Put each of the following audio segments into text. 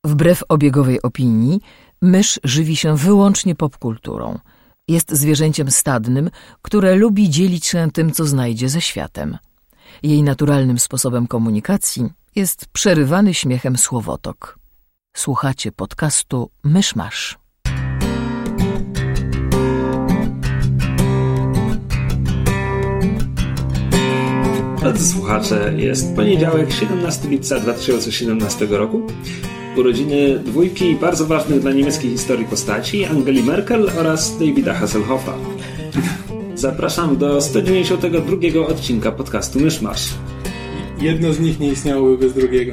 Wbrew obiegowej opinii, mysz żywi się wyłącznie popkulturą. Jest zwierzęciem stadnym, które lubi dzielić się tym, co znajdzie ze światem. Jej naturalnym sposobem komunikacji jest przerywany śmiechem słowotok. Słuchacie podcastu Myszmasz. Drodzy słuchacze, jest poniedziałek, 17 lipca 2017 roku. Urodziny dwójki bardzo ważnych dla niemieckiej historii postaci, Angeli Merkel oraz Davida Hasselhoffa. Zapraszam do 192 odcinka podcastu Myszmasz. Jedno z nich nie istniałoby bez drugiego.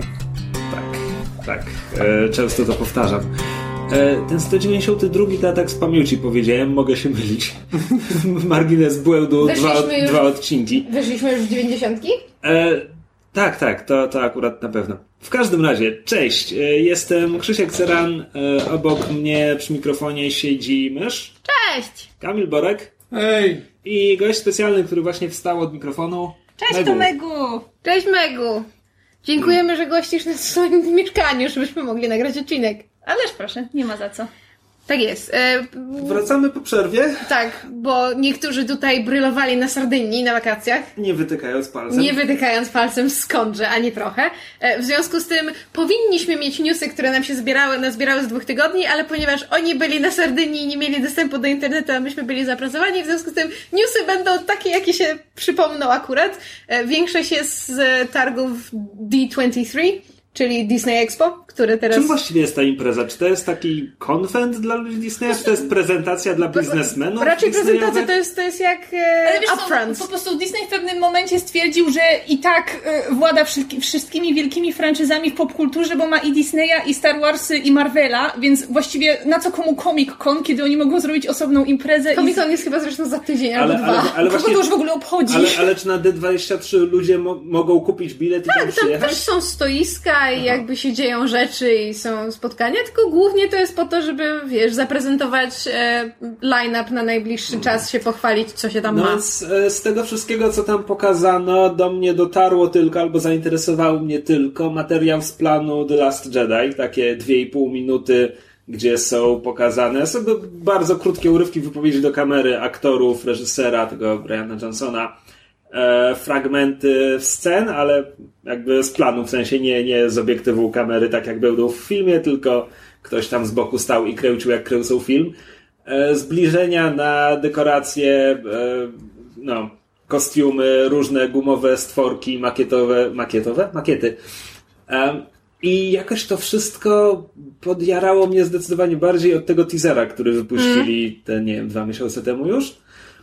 Tak. Często to powtarzam. Ten 192 to tak z pamięci powiedziałem, mogę się mylić. Margines błędu, dwa odcinki. Weszliśmy już w 90? Tak, to akurat na pewno. W każdym razie, cześć, jestem Krzysiek Ceran, obok mnie przy mikrofonie siedzi mysz. Cześć! Kamil Borek. Hej! I gość specjalny, który właśnie wstał od mikrofonu. Cześć to Megu! Cześć Megu! Dziękujemy, że gościsz nas w swoim mieszkaniu, żebyśmy mogli nagrać odcinek. Ależ proszę, nie ma za co. Tak jest. Wracamy po przerwie. Tak, bo niektórzy tutaj brylowali na Sardynii na wakacjach. Nie wytykając palcem skądże, ani trochę. W związku z tym powinniśmy mieć newsy, które nam się nazbierały z 2 tygodni, ale ponieważ oni byli na Sardynii i nie mieli dostępu do internetu, a myśmy byli zapracowani, w związku z tym newsy będą takie, jakie się przypomną akurat. Większość jest z targów D23. Czyli Disney Expo, które teraz... Czym właściwie jest ta impreza? Czy to jest taki konwent dla ludzi Disneya, czy to jest prezentacja dla biznesmenów? Raczej prezentacja to jest jak upfront. Po prostu Disney w pewnym momencie stwierdził, że i tak włada wszystkimi wielkimi franczyzami w popkulturze, bo ma i Disneya, i Star Warsy, i Marvela, więc właściwie na co komu Comic-Con, kiedy oni mogą zrobić osobną imprezę? Comic-Con jest chyba zresztą za tydzień albo 2. Ale kogo to już w ogóle obchodzi? Ale czy na D23 ludzie mogą kupić bilet i tam przyjechać? Tak, też są stoiska i jakby się dzieją rzeczy i są spotkania, tylko głównie to jest po to, żeby, zaprezentować line-up na najbliższy czas, się pochwalić, co się tam ma. Więc z tego wszystkiego, co tam pokazano, do mnie dotarło tylko, albo zainteresował mnie tylko materiał z planu The Last Jedi, takie 2,5 minuty, gdzie są pokazane, są to bardzo krótkie urywki wypowiedzi do kamery aktorów, reżysera, tego Briana Johnsona, fragmenty scen, ale jakby z planu, w sensie nie z obiektywu kamery, tak jak był w filmie, tylko ktoś tam z boku stał i kręcił, jak kręcą film. Zbliżenia na dekoracje, kostiumy, różne gumowe stworki, makiety. I jakoś to wszystko podjarało mnie zdecydowanie bardziej od tego teasera, który wypuścili 2 miesiące temu już.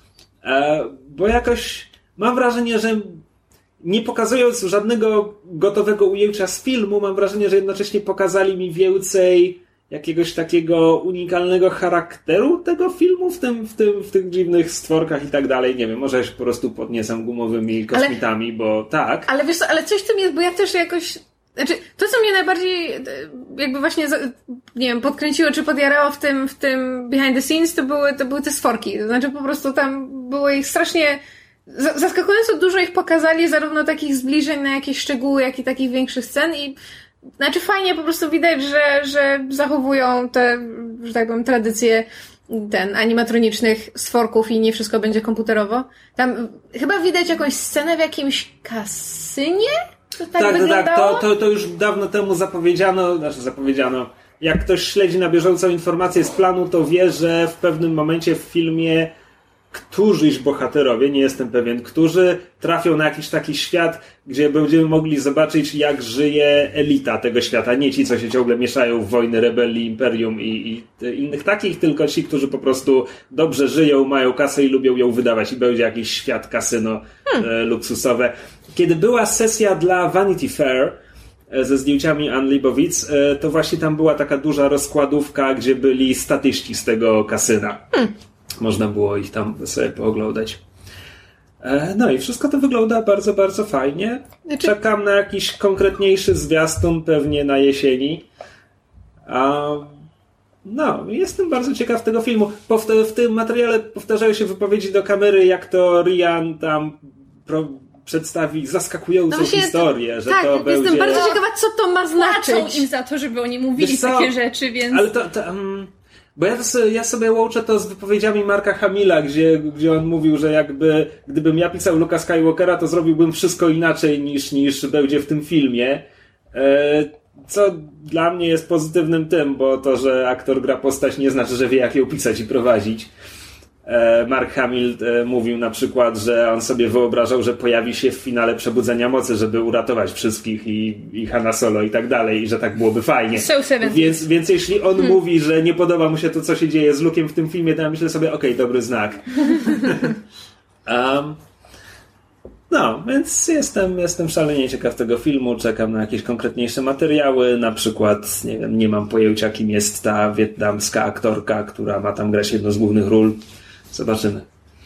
Bo jakoś mam wrażenie, że nie pokazując żadnego gotowego ujęcia z filmu, mam wrażenie, że jednocześnie pokazali mi więcej jakiegoś takiego unikalnego charakteru tego filmu w tych dziwnych stworkach i tak dalej. Nie wiem, może ja się po prostu podniecam gumowymi kosmitami, bo tak. Ale wiesz co, ale coś w tym jest, bo ja też jakoś... Znaczy, to co mnie najbardziej jakby właśnie, podkręciło czy podjarało w tym behind the scenes, to były te stworki. To znaczy po prostu tam było ich strasznie... Zaskakująco dużo ich pokazali, zarówno takich zbliżeń na jakieś szczegóły, jak i takich większych scen i znaczy fajnie po prostu widać, że zachowują te, że tak powiem, tradycje animatronicznych stworków i nie wszystko będzie komputerowo. Tam chyba widać jakąś scenę w jakimś kasynie? To tak wyglądało? Tak. To już dawno temu zapowiedziano. Jak ktoś śledzi na bieżąco informacje z planu, to wie, że w pewnym momencie w filmie którzyś bohaterowie, nie jestem pewien, którzy trafią na jakiś taki świat, gdzie będziemy mogli zobaczyć, jak żyje elita tego świata. Nie ci, co się ciągle mieszają w wojny, rebelii, imperium i innych takich, tylko ci, którzy po prostu dobrze żyją, mają kasę i lubią ją wydawać. I będzie jakiś świat kasyno luksusowe. Kiedy była sesja dla Vanity Fair ze zdjęciami Ann Leibovitz, to właśnie tam była taka duża rozkładówka, gdzie byli statyści z tego kasyna. Można było ich tam sobie pooglądać. No i wszystko to wygląda bardzo, bardzo fajnie. Czekam na jakiś konkretniejszy zwiastun, pewnie na jesieni. Jestem bardzo ciekaw tego filmu. W tym materiale powtarzają się wypowiedzi do kamery, jak to Rian tam przedstawi zaskakującą historię, że tak, to będzie... Jestem bardzo ciekawa, co to ma znaczyć. Płacą im za to, żeby oni mówili takie rzeczy, więc... Ale bo ja sobie łączę to z wypowiedziami Marka Hamilla, gdzie on mówił, że gdybym ja pisał Luka Skywalkera, to zrobiłbym wszystko inaczej niż będzie w tym filmie. Co dla mnie jest pozytywnym tym, bo to, że aktor gra postać, nie znaczy, że wie, jak ją pisać i prowadzić. Mark Hamill mówił na przykład, że on sobie wyobrażał, że pojawi się w finale Przebudzenia Mocy, żeby uratować wszystkich i Hanna Solo i tak dalej, i że tak byłoby fajnie. Więc jeśli on mówi, że nie podoba mu się to, co się dzieje z Luke'em w tym filmie, to ja myślę sobie, okej, dobry znak. Więc jestem szalenie ciekaw tego filmu, czekam na jakieś konkretniejsze materiały, na przykład, nie mam pojęcia, kim jest ta wietnamska aktorka, która ma tam grać jedną z głównych ról. Zobaczymy.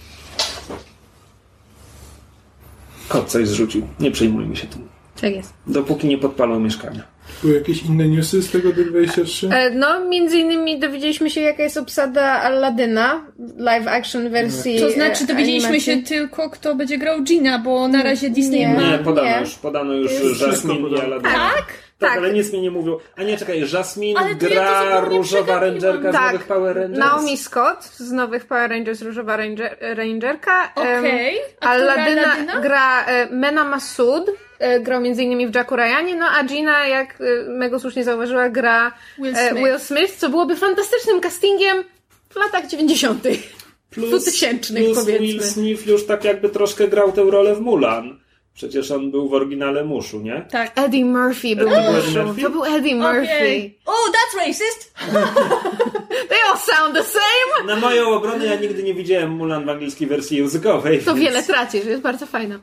Kot coś zrzucił. Nie przejmujmy się tym. Tak jest. Dopóki nie podpalą mieszkania. Były jakieś inne newsy z tego D23? Między innymi dowiedzieliśmy się, jaka jest obsada Aladyna, live action wersji. To znaczy, dowiedzieliśmy się tylko, kto będzie grał Gina, bo na razie Disney Nie, podano już Jasmine i Aladyna. Tak, ale nic mi nie mówił. A nie, czekaj, Jasmine gra różowa rangerka z nowych Power Rangers. Naomi Scott z nowych Power Rangers, różowa rangerka. Okej. Aladyna gra Mena Massoud. Grał m.in. w Jacku Ryanie, a Gina, jak Mego słusznie zauważyła, gra Will Smith, co byłoby fantastycznym castingiem w latach 90. 2000 powiedzmy. Will Smith już tak jakby troszkę grał tę rolę w Mulan. Przecież on był w oryginale Muszu, nie? Tak. Eddie Murphy był w Muszu. To był Eddie Murphy. Okay. Oh, that's racist! They all sound the same! Na moją obronę ja nigdy nie widziałem Mulan w angielskiej wersji językowej. To wiele tracisz, jest bardzo fajna.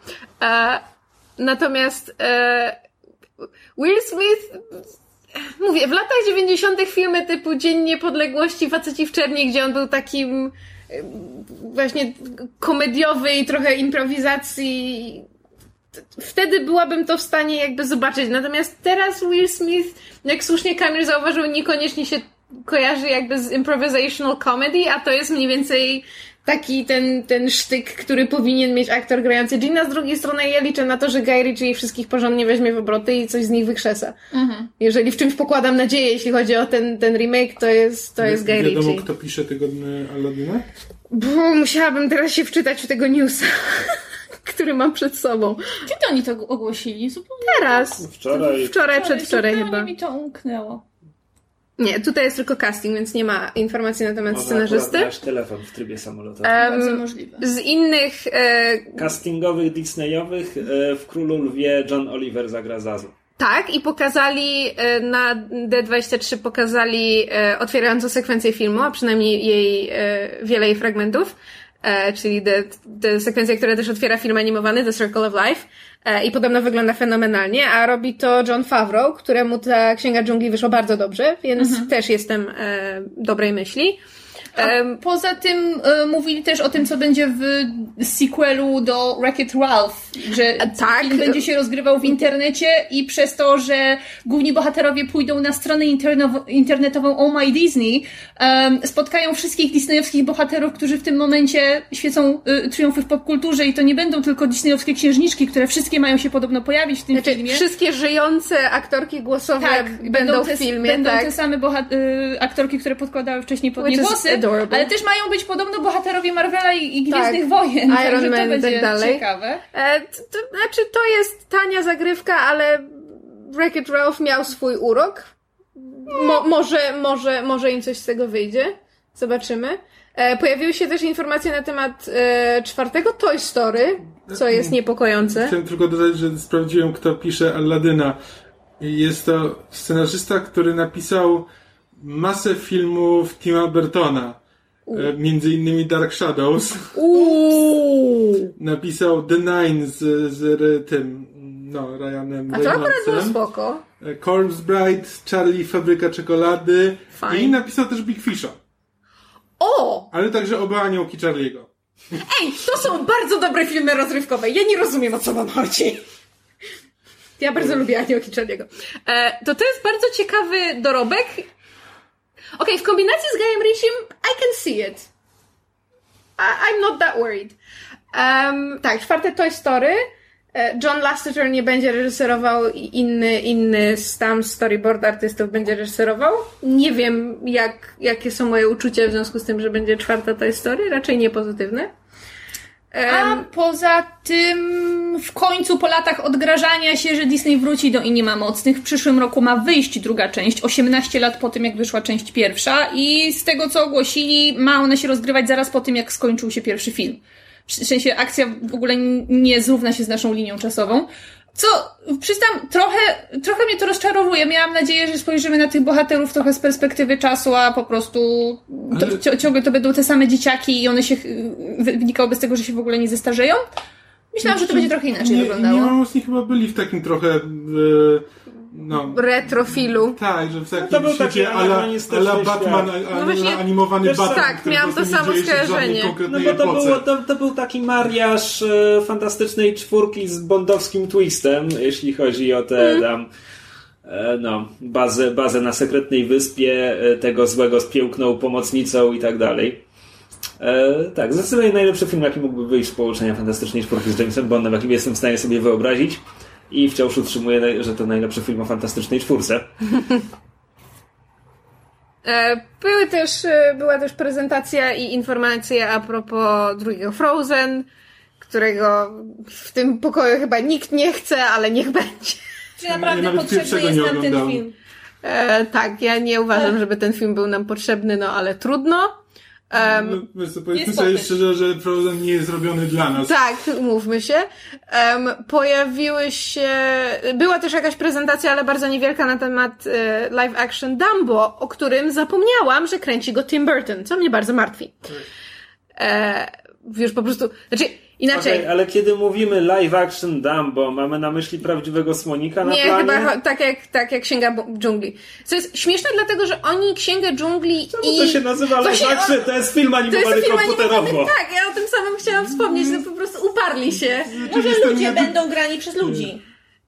Natomiast Will Smith, mówię, w latach 90. filmy typu Dzień Niepodległości, Faceci w czerni, gdzie on był takim właśnie komediowy i trochę improwizacji, wtedy byłabym to w stanie jakby zobaczyć. Natomiast teraz Will Smith, jak słusznie Kamil zauważył, niekoniecznie się kojarzy jakby z improvisational comedy, a to jest mniej więcej taki ten sztyk, który powinien mieć aktor grający Gina. Z drugiej strony ja liczę na to, że Guy Ritchie wszystkich porządnie weźmie w obroty i coś z nich wykrzesa. Jeżeli w czymś pokładam nadzieję, jeśli chodzi o ten remake, to jest Guy Ritchie. Wiadomo, kto pisze tego Aladyna? Bo musiałabym teraz się wczytać w tego newsa, który mam przed sobą. Kiedy oni to ogłosili? Zupełnie teraz. Wczoraj, przedwczoraj chyba. Mi to umknęło. Nie, tutaj jest tylko casting, więc nie ma informacji na temat scenarzysty. Masz telefon w trybie samolotowym. Bardzo możliwe. Z innych castingowych, Disneyowych w Królu Lwie John Oliver zagra Zazu. Tak, i pokazali na D23 otwierającą sekwencję filmu, a przynajmniej wiele jej fragmentów, czyli te sekwencja, która też otwiera film animowany The Circle of Life. I podobno wygląda fenomenalnie, a robi to Jon Favreau, któremu ta Księga Dżungli wyszła bardzo dobrze, więc też jestem dobrej myśli. Poza tym mówili też o tym, co będzie w sequelu do Wreck-It Ralph, że film będzie się rozgrywał w internecie i przez to, że główni bohaterowie pójdą na stronę internetową Oh My Disney, spotkają wszystkich disneyowskich bohaterów, którzy w tym momencie świecą triumfy w popkulturze i to nie będą tylko disneyowskie księżniczki, które wszystkie mają się podobno pojawić w tym filmie. Wszystkie żyjące aktorki głosowe będą w filmie. Będą te same aktorki, które podkładały wcześniej pod nie głosy. Ale też mają być podobno bohaterowie Marvela i Gwiezdnych Wojen. Iron Man to będzie i tak dalej. Ciekawe. To jest tania zagrywka, ale Wreck-It Ralph miał swój urok. Może im coś z tego wyjdzie. Zobaczymy. Pojawiły się też informacje na temat czwartego Toy Story, co jest niepokojące. Chciałem tylko dodać, że sprawdziłem, kto pisze Aladyna. Jest to scenarzysta, który napisał masę filmów Tima Burtona. Między innymi Dark Shadows. Napisał The Nine z tym Ryanem Reynoldsem. A to akurat było spoko. Corpse Bride, Charlie, Fabryka Czekolady. Fine. I napisał też Big Fisha. Ale także Oba Aniołki Charlie'ego. Ej, to są bardzo dobre filmy rozrywkowe. Ja nie rozumiem, o co wam chodzi. Ja bardzo lubię Aniołki Charlie'ego. To jest bardzo ciekawy dorobek. Okej, w kombinacji z Guyem Ritchiem I can see it. I'm not that worried. Tak, czwarte Toy Story. John Lasseter nie będzie reżyserował i inny tam storyboard artystów będzie reżyserował. Nie wiem, jakie są moje uczucia w związku z tym, że będzie 4. Toy Story. Raczej nie pozytywne. A poza tym w końcu po latach odgrażania się, że Disney wróci do Inni ma mocnych, w przyszłym roku ma wyjść druga część, 18 lat po tym, jak wyszła część pierwsza i z tego, co ogłosili, ma ona się rozgrywać zaraz po tym, jak skończył się pierwszy film. W sensie akcja w ogóle nie zrówna się z naszą linią czasową. Co, przyznam, trochę mnie to rozczarowuje. Miałam nadzieję, że spojrzymy na tych bohaterów trochę z perspektywy czasu, a po prostu ciągle to będą te same dzieciaki i one się wynikałoby z tego, że się w ogóle nie zestarzeją. Myślałam, że to będzie trochę inaczej wyglądało. Mimowolsni chyba byli w takim trochę retrofilu. Tak, że w takim to był świecie taki ala Batman, animowany Batman. Tak, miałam to samo skojarzenie. No bo to był taki mariaż fantastycznej 4 z bondowskim twistem, jeśli chodzi o te tam bazę na sekretnej wyspie, tego złego z piękną pomocnicą i tak dalej. Tak, zdecydowanie najlepszy film, jaki mógłby wyjść z połączenia fantastycznej 4 z Jamesem Bondem, jaki jestem w stanie sobie wyobrazić. I wciąż utrzymuję, że to najlepszy film o fantastycznej 4. Była też prezentacja i informacja a propos drugiego Frozen, którego w tym pokoju chyba nikt nie chce, ale niech będzie. Czy naprawdę potrzebny jest nam ten film? Tak, ja nie uważam, żeby ten film był nam potrzebny, no ale trudno. Powiedzmy sobie szczerze, że Frozen nie jest robiony dla nas. Tak, umówmy się. Była też jakaś prezentacja, ale bardzo niewielka na temat live action Dumbo, o którym zapomniałam, że kręci go Tim Burton, co mnie bardzo martwi. Już po prostu, inaczej. Okay, ale kiedy mówimy live action Dumbo, mamy na myśli prawdziwego słonika na planie? Nie, chyba tak jak Księga Dżungli. Co jest śmieszne, dlatego, że oni Księgę Dżungli to się nazywa live action? To jest film animowany komputerowo. Tak, ja o tym samym chciałam wspomnieć, no po prostu uparli się. Może ludzie będą grani przez ludzi.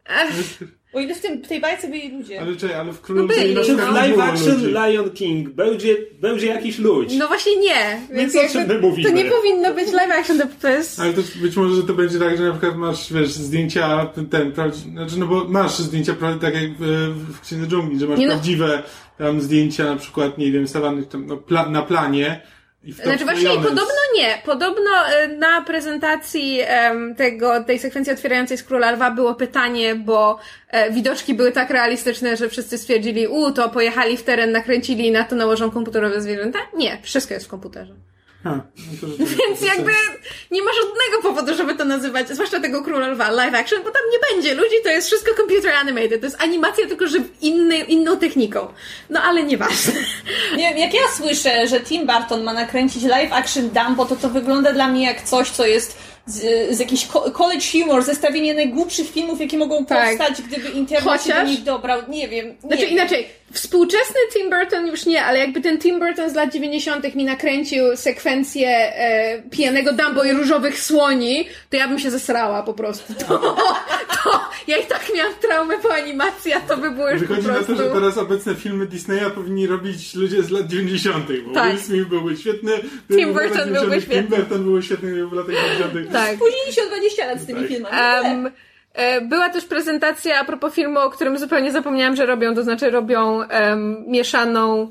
O ile w tej bajce byli ludzie. Ale w Królowej live action Lion King będzie jakiś ludź. No właśnie nie. Więc o czym my mówimy? To nie powinno być live action, to jest... Ale to być może, że to będzie tak, że na przykład masz, zdjęcia bo masz zdjęcia tak jak w Księdze Dżungli, że masz prawdziwe tam zdjęcia, na przykład, nie wiem, stawanych tam na planie. Właśnie podobno nie. Podobno na prezentacji tej sekwencji otwierającej z Króla Lwa było pytanie, bo widoczki były tak realistyczne, że wszyscy stwierdzili, to pojechali w teren, nakręcili i na to nałożą komputerowe zwierzęta. Nie, wszystko jest w komputerze. Więc jakby nie ma żadnego powodu, żeby to nazywać, zwłaszcza tego Króla Lwa, live action, bo tam nie będzie ludzi, to jest wszystko computer animated, to jest animacja, tylko że inną techniką. No ale nieważne. Nie wiem, jak ja słyszę, że Tim Burton ma nakręcić live action Dumbo, to wygląda dla mnie jak coś, co jest z jakiś college humor, zestawienie najgłupszych filmów, jakie mogą powstać, gdyby internet się do nich dobrał. Nie wiem. Inaczej, współczesny Tim Burton już nie, ale jakby ten Tim Burton z lat 90. mi nakręcił sekwencję pijanego Dumbo i różowych słoni, to ja bym się zesrała po prostu. To ja i tak miałam traumę po animacji, a to by było już wychodzi po prostu... na to, że teraz obecne filmy Disneya powinni robić ludzie z lat 90. Bo Will Smith byłby świetny, Tim Burton byłby świetny. Tim Burton byłby świetny w latach 90. Tak. Spóźnili się o 20 lat z tymi filmami. Była też prezentacja a propos filmu, o którym zupełnie zapomniałam, że robią, to znaczy robią mieszaną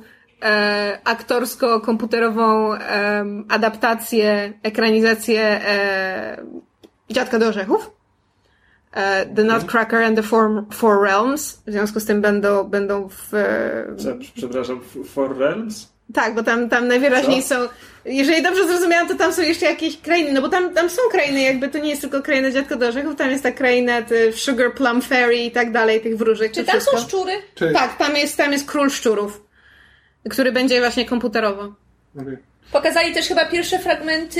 aktorsko-komputerową adaptację, ekranizację Dziadka do orzechów. The Nutcracker and the Four Realms. W związku z tym będą w... Przepraszam, Four Realms? Tak, bo tam najwyraźniej są... Jeżeli dobrze zrozumiałam, to tam są jeszcze jakieś krainy, no bo tam są krainy, jakby to nie jest tylko kraina Dziadka do orzechów, tam jest ta kraina Sugar Plum Fairy i tak dalej, tych wróżek. Czy tam są szczury? Tak, tam jest król szczurów, który będzie właśnie komputerowo. Okay. Pokazali też chyba pierwsze fragmenty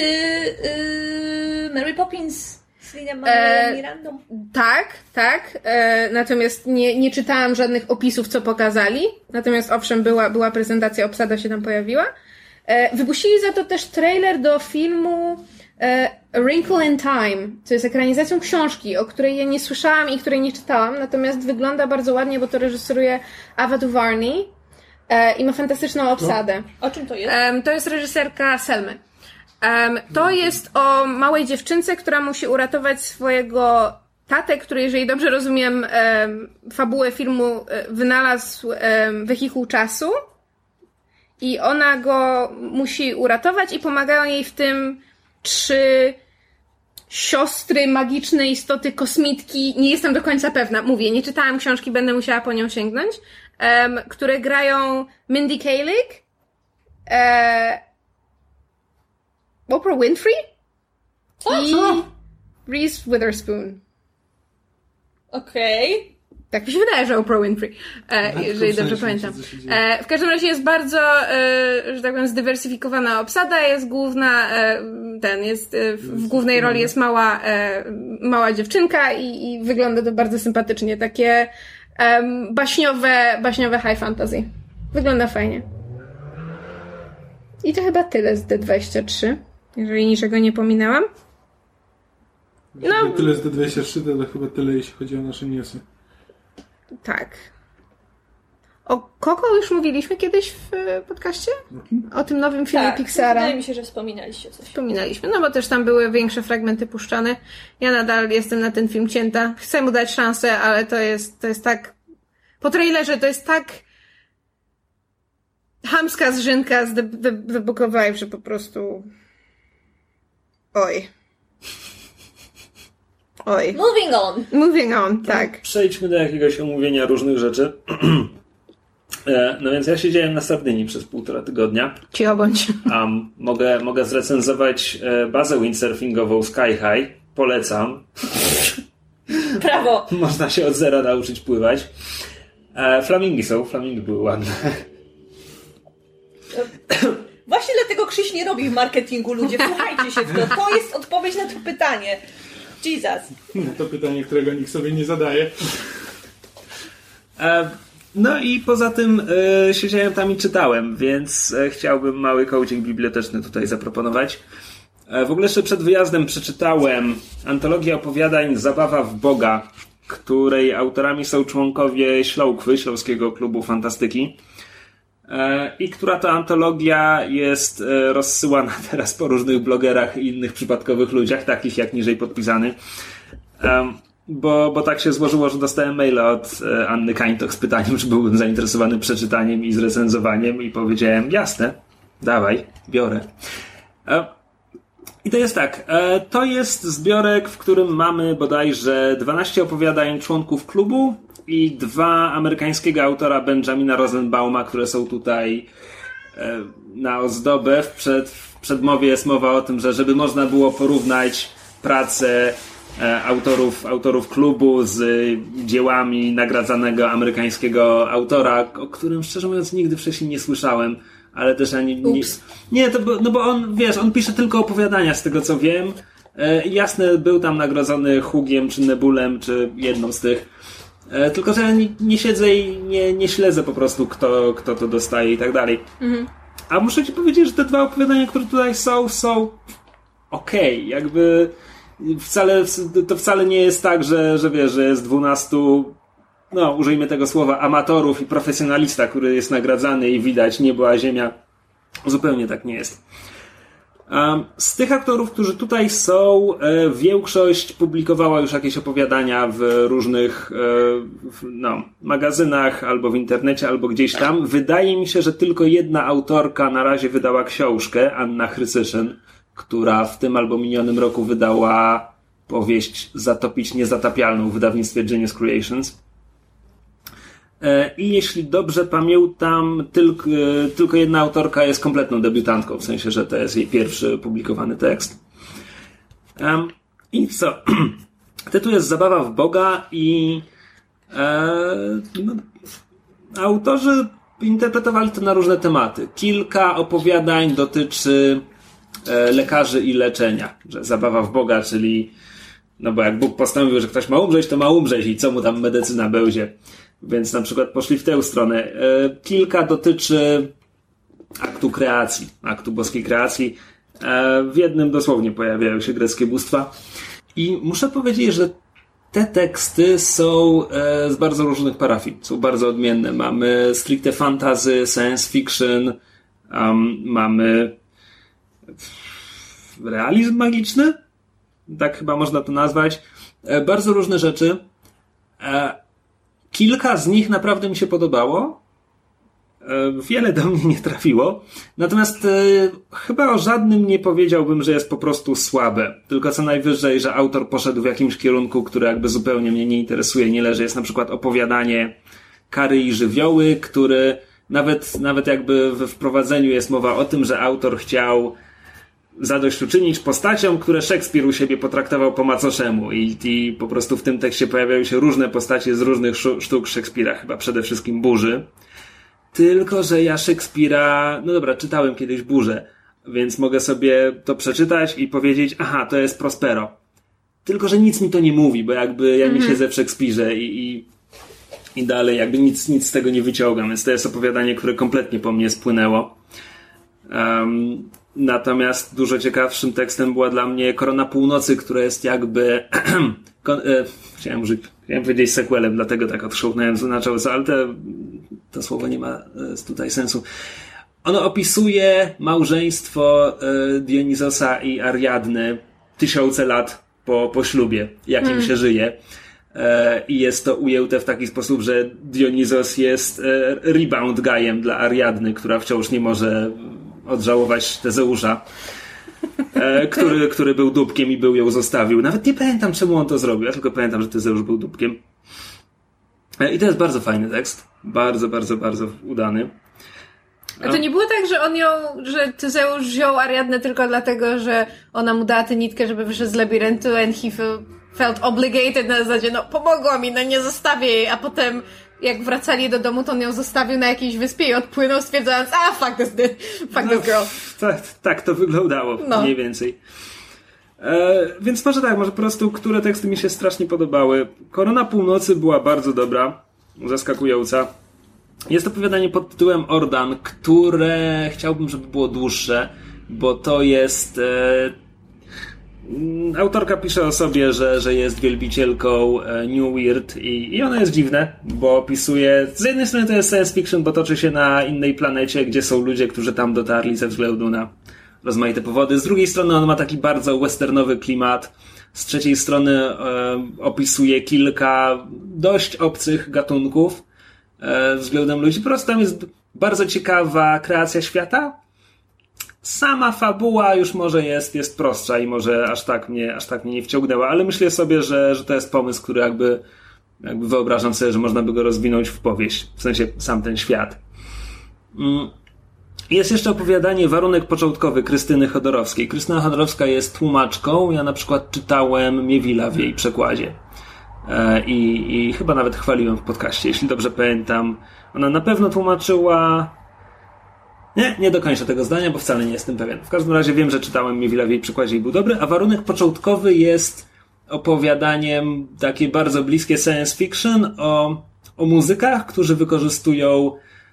Mary Poppins. Mirandą. Tak. Natomiast nie czytałam żadnych opisów, co pokazali. Natomiast owszem, była prezentacja, obsada się tam pojawiła. Wypuścili za to też trailer do filmu A Wrinkle in Time, co jest ekranizacją książki, o której ja nie słyszałam i której nie czytałam. Natomiast wygląda bardzo ładnie, bo to reżyseruje Ava DuVernay i ma fantastyczną obsadę. O czym to jest? To jest reżyserka Selmy. To jest o małej dziewczynce, która musi uratować swojego tatę, który, jeżeli dobrze rozumiem fabułę filmu, wynalazł wehikuł czasu i ona go musi uratować i pomagają jej w tym 3 siostry, magiczne istoty, kosmitki. Nie jestem do końca pewna. Mówię, nie czytałam książki, będę musiała po nią sięgnąć. Które grają Mindy Kaling, Oprah Winfrey i Reese Witherspoon. Okej. Tak mi się wydaje, że Oprah Winfrey, jeżeli dobrze pamiętam. W każdym razie jest bardzo, że tak powiem, zdywersyfikowana obsada, jest główna, w głównej roli jest mała dziewczynka i wygląda to bardzo sympatycznie, takie baśniowe high fantasy. Wygląda fajnie. I to chyba tyle z D23, jeżeli niczego nie pominęłam. No. Tyle z D23, to chyba tyle, jeśli chodzi o nasze newsy. Tak. O Coco już mówiliśmy kiedyś w podcaście? O tym nowym filmie Pixara. Wydaje mi się, że wspominaliście coś. Wspominaliśmy, no bo też tam były większe fragmenty puszczane. Ja nadal jestem na ten film cięta. Chcę mu dać szansę, ale to jest tak... Po trailerze to jest tak... chamska zżynka z The Book of Life, że po prostu... Oj. Moving on, tak. Przejdźmy do jakiegoś omówienia różnych rzeczy. No więc ja siedziałem na Sardynii przez 1,5 tygodnia. Cicho bądź. Mogę zrecenzować bazę windsurfingową Sky High. Polecam. Brawo! Można się od zera nauczyć pływać. Flamingi były ładne. Właśnie dlatego Krzyś nie robi w marketingu, ludzie. Słuchajcie się w to. To jest odpowiedź na to pytanie. Jesus. To pytanie, którego nikt sobie nie zadaje. No i poza tym siedziałem tam i czytałem, więc chciałbym mały coaching biblioteczny tutaj zaproponować. W ogóle jeszcze przed wyjazdem przeczytałem antologię opowiadań Zabawa w Boga, której autorami są członkowie Śląkwy, Śląskiego Klubu Fantastyki. I która to antologia jest rozsyłana teraz po różnych blogerach i innych przypadkowych ludziach, takich jak niżej podpisany. Bo tak się złożyło, że dostałem maila od Anny Kańtok z pytaniem, czy byłbym zainteresowany przeczytaniem i zrecenzowaniem i powiedziałem, jasne, dawaj, biorę. I to jest tak, to jest zbiorek, w którym mamy bodajże 12 opowiadań członków klubu i 2 amerykańskiego autora Benjamina Rosenbauma, które są tutaj na ozdobę. W przedmowie jest mowa o tym, że żeby można było porównać pracę autorów klubu z dziełami nagradzanego amerykańskiego autora, o którym szczerze mówiąc nigdy wcześniej nie słyszałem, ale też ani nie, bo on, wiesz, on pisze tylko opowiadania z tego co wiem. Jasne, był tam nagrodzony Hugiem czy Nebulem, czy jedną z tych. Tylko że ja nie siedzę i nie śledzę po prostu kto to dostaje i tak dalej. Mhm. A muszę ci powiedzieć, że te 2 opowiadania, które tutaj są okej. Jakby to wcale nie jest tak, że wiesz, że jest 12, no użyjmy tego słowa, amatorów i profesjonalista, który jest nagradzany i widać niebo a ziemia. Zupełnie tak nie jest. Z tych aktorów, którzy tutaj są, większość publikowała już jakieś opowiadania w różnych magazynach, albo w internecie, albo gdzieś tam. Wydaje mi się, że tylko jedna autorka na razie wydała książkę, Anna Chrysyszyn, która w tym albo minionym roku wydała powieść Zatopić Niezatapialną w wydawnictwie Genius Creations. I jeśli dobrze pamiętam, tylko jedna autorka jest kompletną debiutantką, w sensie, że to jest jej pierwszy publikowany tekst. I co? Tytuł jest Zabawa w Boga i autorzy interpretowali to na różne tematy. Kilka opowiadań dotyczy lekarzy i leczenia. Że zabawa w Boga, czyli no bo jak Bóg postanowił, że ktoś ma umrzeć, to ma umrzeć i co mu tam medycyna bełzie. Więc na przykład poszli w tę stronę. Kilka dotyczy aktu kreacji, aktu boskiej kreacji. W jednym dosłownie pojawiają się greckie bóstwa. I muszę powiedzieć, że te teksty są z bardzo różnych parafii. Są bardzo odmienne. Mamy stricte fantasy, science fiction, mamy realizm magiczny. Tak chyba można to nazwać. Bardzo różne rzeczy. Kilka z nich naprawdę mi się podobało. Wiele do mnie nie trafiło. Natomiast chyba o żadnym nie powiedziałbym, że jest po prostu słabe. Tylko co najwyżej, że autor poszedł w jakimś kierunku, który jakby zupełnie mnie nie interesuje, nie leży. Jest na przykład opowiadanie Kary i żywioły, który nawet jakby we wprowadzeniu jest mowa o tym, że autor chciał zadośćuczynić postaciom, które Szekspir u siebie potraktował po macoszemu i po prostu w tym tekście pojawiają się różne postacie z różnych sztuk Szekspira, chyba przede wszystkim Burzy. Tylko że ja Szekspira, no dobra, czytałem kiedyś Burzę, więc mogę sobie to przeczytać i powiedzieć, aha, to jest Prospero. Tylko że nic mi to nie mówi, bo jakby ja nie siedzę w Szekspirze i dalej jakby nic z tego nie wyciągam, więc to jest opowiadanie, które kompletnie po mnie spłynęło. Natomiast dużo ciekawszym tekstem była dla mnie Korona Północy, która jest jakby chciałem powiedzieć sequelem, dlatego tak odczołgnąłem na czoło, ale to słowo nie ma tutaj sensu. Ono opisuje małżeństwo Dionizosa i Ariadny 1000 lat po ślubie, jakim się żyje. I jest to ujęte w taki sposób, że Dionizos jest rebound guyem dla Ariadny, która wciąż nie może odżałować Tezeusza, który był dupkiem i ją zostawił. Nawet nie pamiętam, czemu on to zrobił, ja tylko pamiętam, że Tezeusz był dupkiem. I to jest bardzo fajny tekst. Bardzo, bardzo, bardzo udany. A to nie było tak, że Tezeusz wziął Ariadnę tylko dlatego, że ona mu dała tę nitkę, żeby wyszedł z labiryntu and he felt obligated na zasadzie, no pomogła mi, no nie zostawię jej, a potem jak wracali do domu, to on ją zostawił na jakiejś wyspie i odpłynął, stwierdzając, fuck this girl. Tak to wyglądało, mniej więcej. Więc może po prostu, które teksty mi się strasznie podobały. Korona Północy była bardzo dobra, zaskakująca. Jest opowiadanie pod tytułem Ordan, które chciałbym, żeby było dłuższe, bo to jest... Autorka pisze o sobie, że jest wielbicielką New Weird i ono jest dziwne, bo opisuje... Z jednej strony to jest science fiction, bo toczy się na innej planecie, gdzie są ludzie, którzy tam dotarli ze względu na rozmaite powody. Z drugiej strony on ma taki bardzo westernowy klimat. Z trzeciej strony opisuje kilka dość obcych gatunków względem ludzi. Po prostu tam jest bardzo ciekawa kreacja świata. Sama fabuła już może jest prostsza i może aż tak mnie nie wciągnęła, ale myślę sobie, że to jest pomysł, który jakby wyobrażam sobie, że można by go rozwinąć w powieść. W sensie sam ten świat. Jest jeszcze opowiadanie Warunek początkowy Krystyny Chodorowskiej. Krystyna Chodorowska jest tłumaczką. Ja na przykład czytałem Miewila w jej przekładzie. I chyba nawet chwaliłem w podcaście, jeśli dobrze pamiętam. Ona na pewno tłumaczyła... Nie dokończę tego zdania, bo wcale nie jestem pewien. W każdym razie wiem, że czytałem Miewila w jej przekładzie i był dobry, a Warunek początkowy jest opowiadaniem takie bardzo bliskie science fiction o muzykach, którzy wykorzystują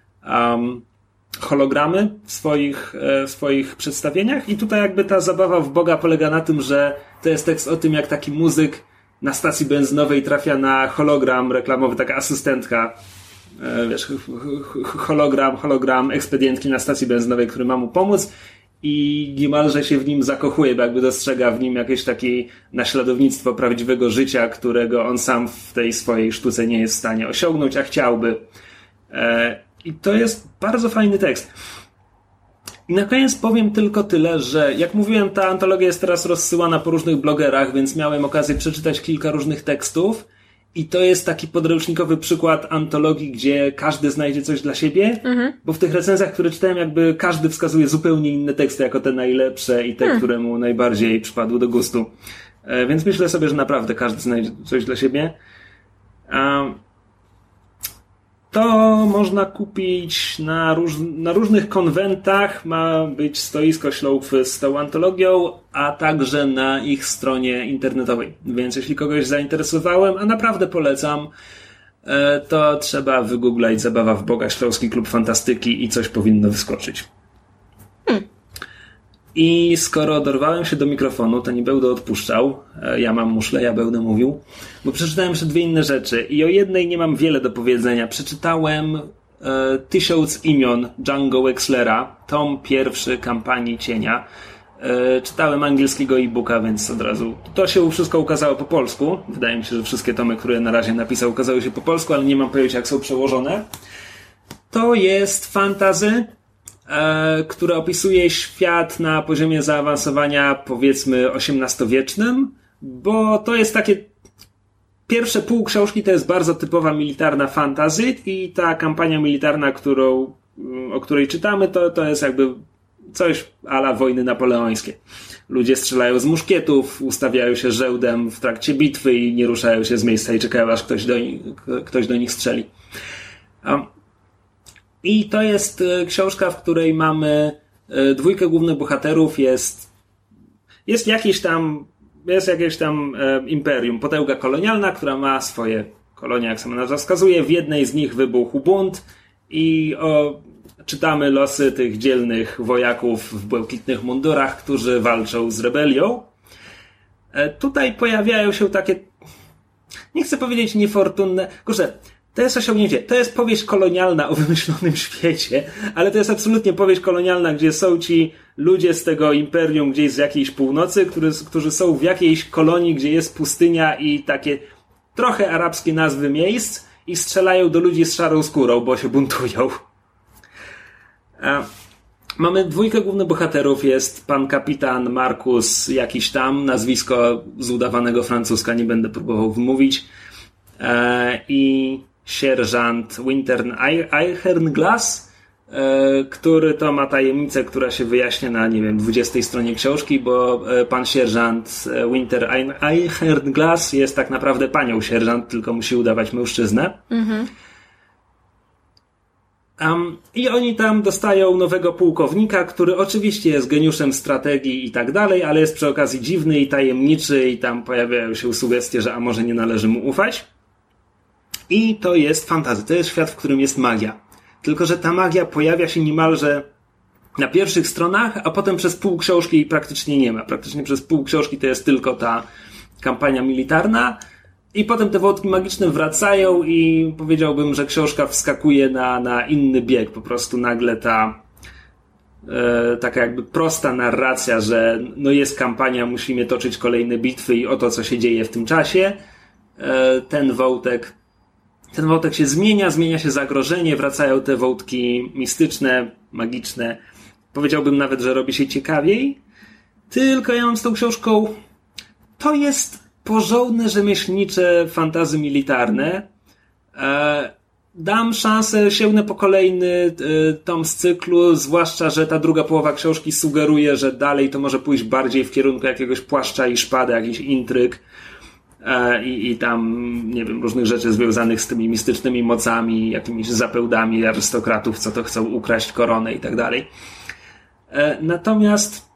hologramy w swoich przedstawieniach i tutaj jakby ta zabawa w Boga polega na tym, że to jest tekst o tym, jak taki muzyk na stacji benzynowej trafia na hologram reklamowy, taka asystentka, wiesz, hologram ekspedientki na stacji benzynowej, który ma mu pomóc i niemalże się w nim zakochuje, bo jakby dostrzega w nim jakieś takie naśladownictwo prawdziwego życia, którego on sam w tej swojej sztuce nie jest w stanie osiągnąć, a chciałby. I to jest bardzo fajny tekst. I na koniec powiem tylko tyle, że jak mówiłem, ta antologia jest teraz rozsyłana po różnych blogerach, więc miałem okazję przeczytać kilka różnych tekstów i to jest taki podręcznikowy przykład antologii, gdzie każdy znajdzie coś dla siebie, bo w tych recenzjach, które czytałem, jakby każdy wskazuje zupełnie inne teksty jako te najlepsze i te, które mu najbardziej przypadły do gustu. Więc myślę sobie, że naprawdę każdy znajdzie coś dla siebie. To można kupić na różnych konwentach. Ma być stoisko śląfy z tą antologią, a także na ich stronie internetowej. Więc jeśli kogoś zainteresowałem, a naprawdę polecam, to trzeba wygooglać Zabawa w Boga, Śląski Klub Fantastyki i coś powinno wyskoczyć. I skoro dorwałem się do mikrofonu, to nie będę odpuszczał. Ja mam muszlę, ja będę mówił. Bo przeczytałem jeszcze dwie inne rzeczy. I o jednej nie mam wiele do powiedzenia. Przeczytałem 1000 imion Django Wexlera. Tom pierwszy Kampanii Cienia. Czytałem angielskiego e-booka, więc od razu to się wszystko ukazało po polsku. Wydaje mi się, że wszystkie tomy, które na razie napisał, ukazały się po polsku, ale nie mam pojęcia, jak są przełożone. To jest fantasy, które opisuje świat na poziomie zaawansowania, powiedzmy, XVIII-wiecznym, bo to jest takie pierwsze pół książki to jest bardzo typowa militarna fantasy i ta kampania militarna, o której czytamy, to jest jakby coś a la wojny napoleońskie. Ludzie strzelają z muszkietów, ustawiają się żołdem w trakcie bitwy i nie ruszają się z miejsca i czekają, aż ktoś do nich strzeli. I to jest książka, w której mamy dwójkę głównych bohaterów, jest jakieś tam imperium, potęga kolonialna, która ma swoje kolonie, jak sama nazwa wskazuje. W jednej z nich wybuchł bunt i czytamy losy tych dzielnych wojaków w błękitnych mundurach, którzy walczą z rebelią. Tutaj pojawiają się takie, nie chcę powiedzieć niefortunne, kurczę, to jest osiągnięcie. To jest powieść kolonialna o wymyślonym świecie, ale to jest absolutnie powieść kolonialna, gdzie są ci ludzie z tego imperium gdzieś z jakiejś północy, którzy są w jakiejś kolonii, gdzie jest pustynia i takie trochę arabskie nazwy miejsc i strzelają do ludzi z szarą skórą, bo się buntują. Mamy dwójkę głównych bohaterów. Jest pan kapitan Markus jakiś tam, nazwisko z udawanego francuska, nie będę próbował wymówić, i sierżant Wintern Eichernglas, który to ma tajemnicę, która się wyjaśnia na, 20 stronie książki, bo pan sierżant Winter Eichernglas jest tak naprawdę panią sierżant, tylko musi udawać mężczyznę. Mhm. I oni tam dostają nowego pułkownika, który oczywiście jest geniuszem strategii i tak dalej, ale jest przy okazji dziwny i tajemniczy i tam pojawiają się sugestie, że a może nie należy mu ufać. I to jest fantasy, to jest świat, w którym jest magia. Tylko że ta magia pojawia się niemalże na pierwszych stronach, a potem przez pół książki jej praktycznie nie ma. Praktycznie przez pół książki to jest tylko ta kampania militarna i potem te wątki magiczne wracają i powiedziałbym, że książka wskakuje na inny bieg. Po prostu nagle taka jakby prosta narracja, że jest kampania, musimy toczyć kolejne bitwy i oto co się dzieje w tym czasie. Ten wątek się zmienia się zagrożenie, wracają te wątki mistyczne, magiczne. Powiedziałbym nawet, że robi się ciekawiej. Tylko ja mam z tą książką, to jest porządne, rzemieślnicze fantasy militarne. Dam szansę, sięgnę po kolejny tom z cyklu, zwłaszcza, że ta druga połowa książki sugeruje, że dalej to może pójść bardziej w kierunku jakiegoś płaszcza i szpady, jakichś intryg i tam, różnych rzeczy związanych z tymi mistycznymi mocami, jakimiś zapełdami arystokratów, co to chcą ukraść koronę i tak dalej. Natomiast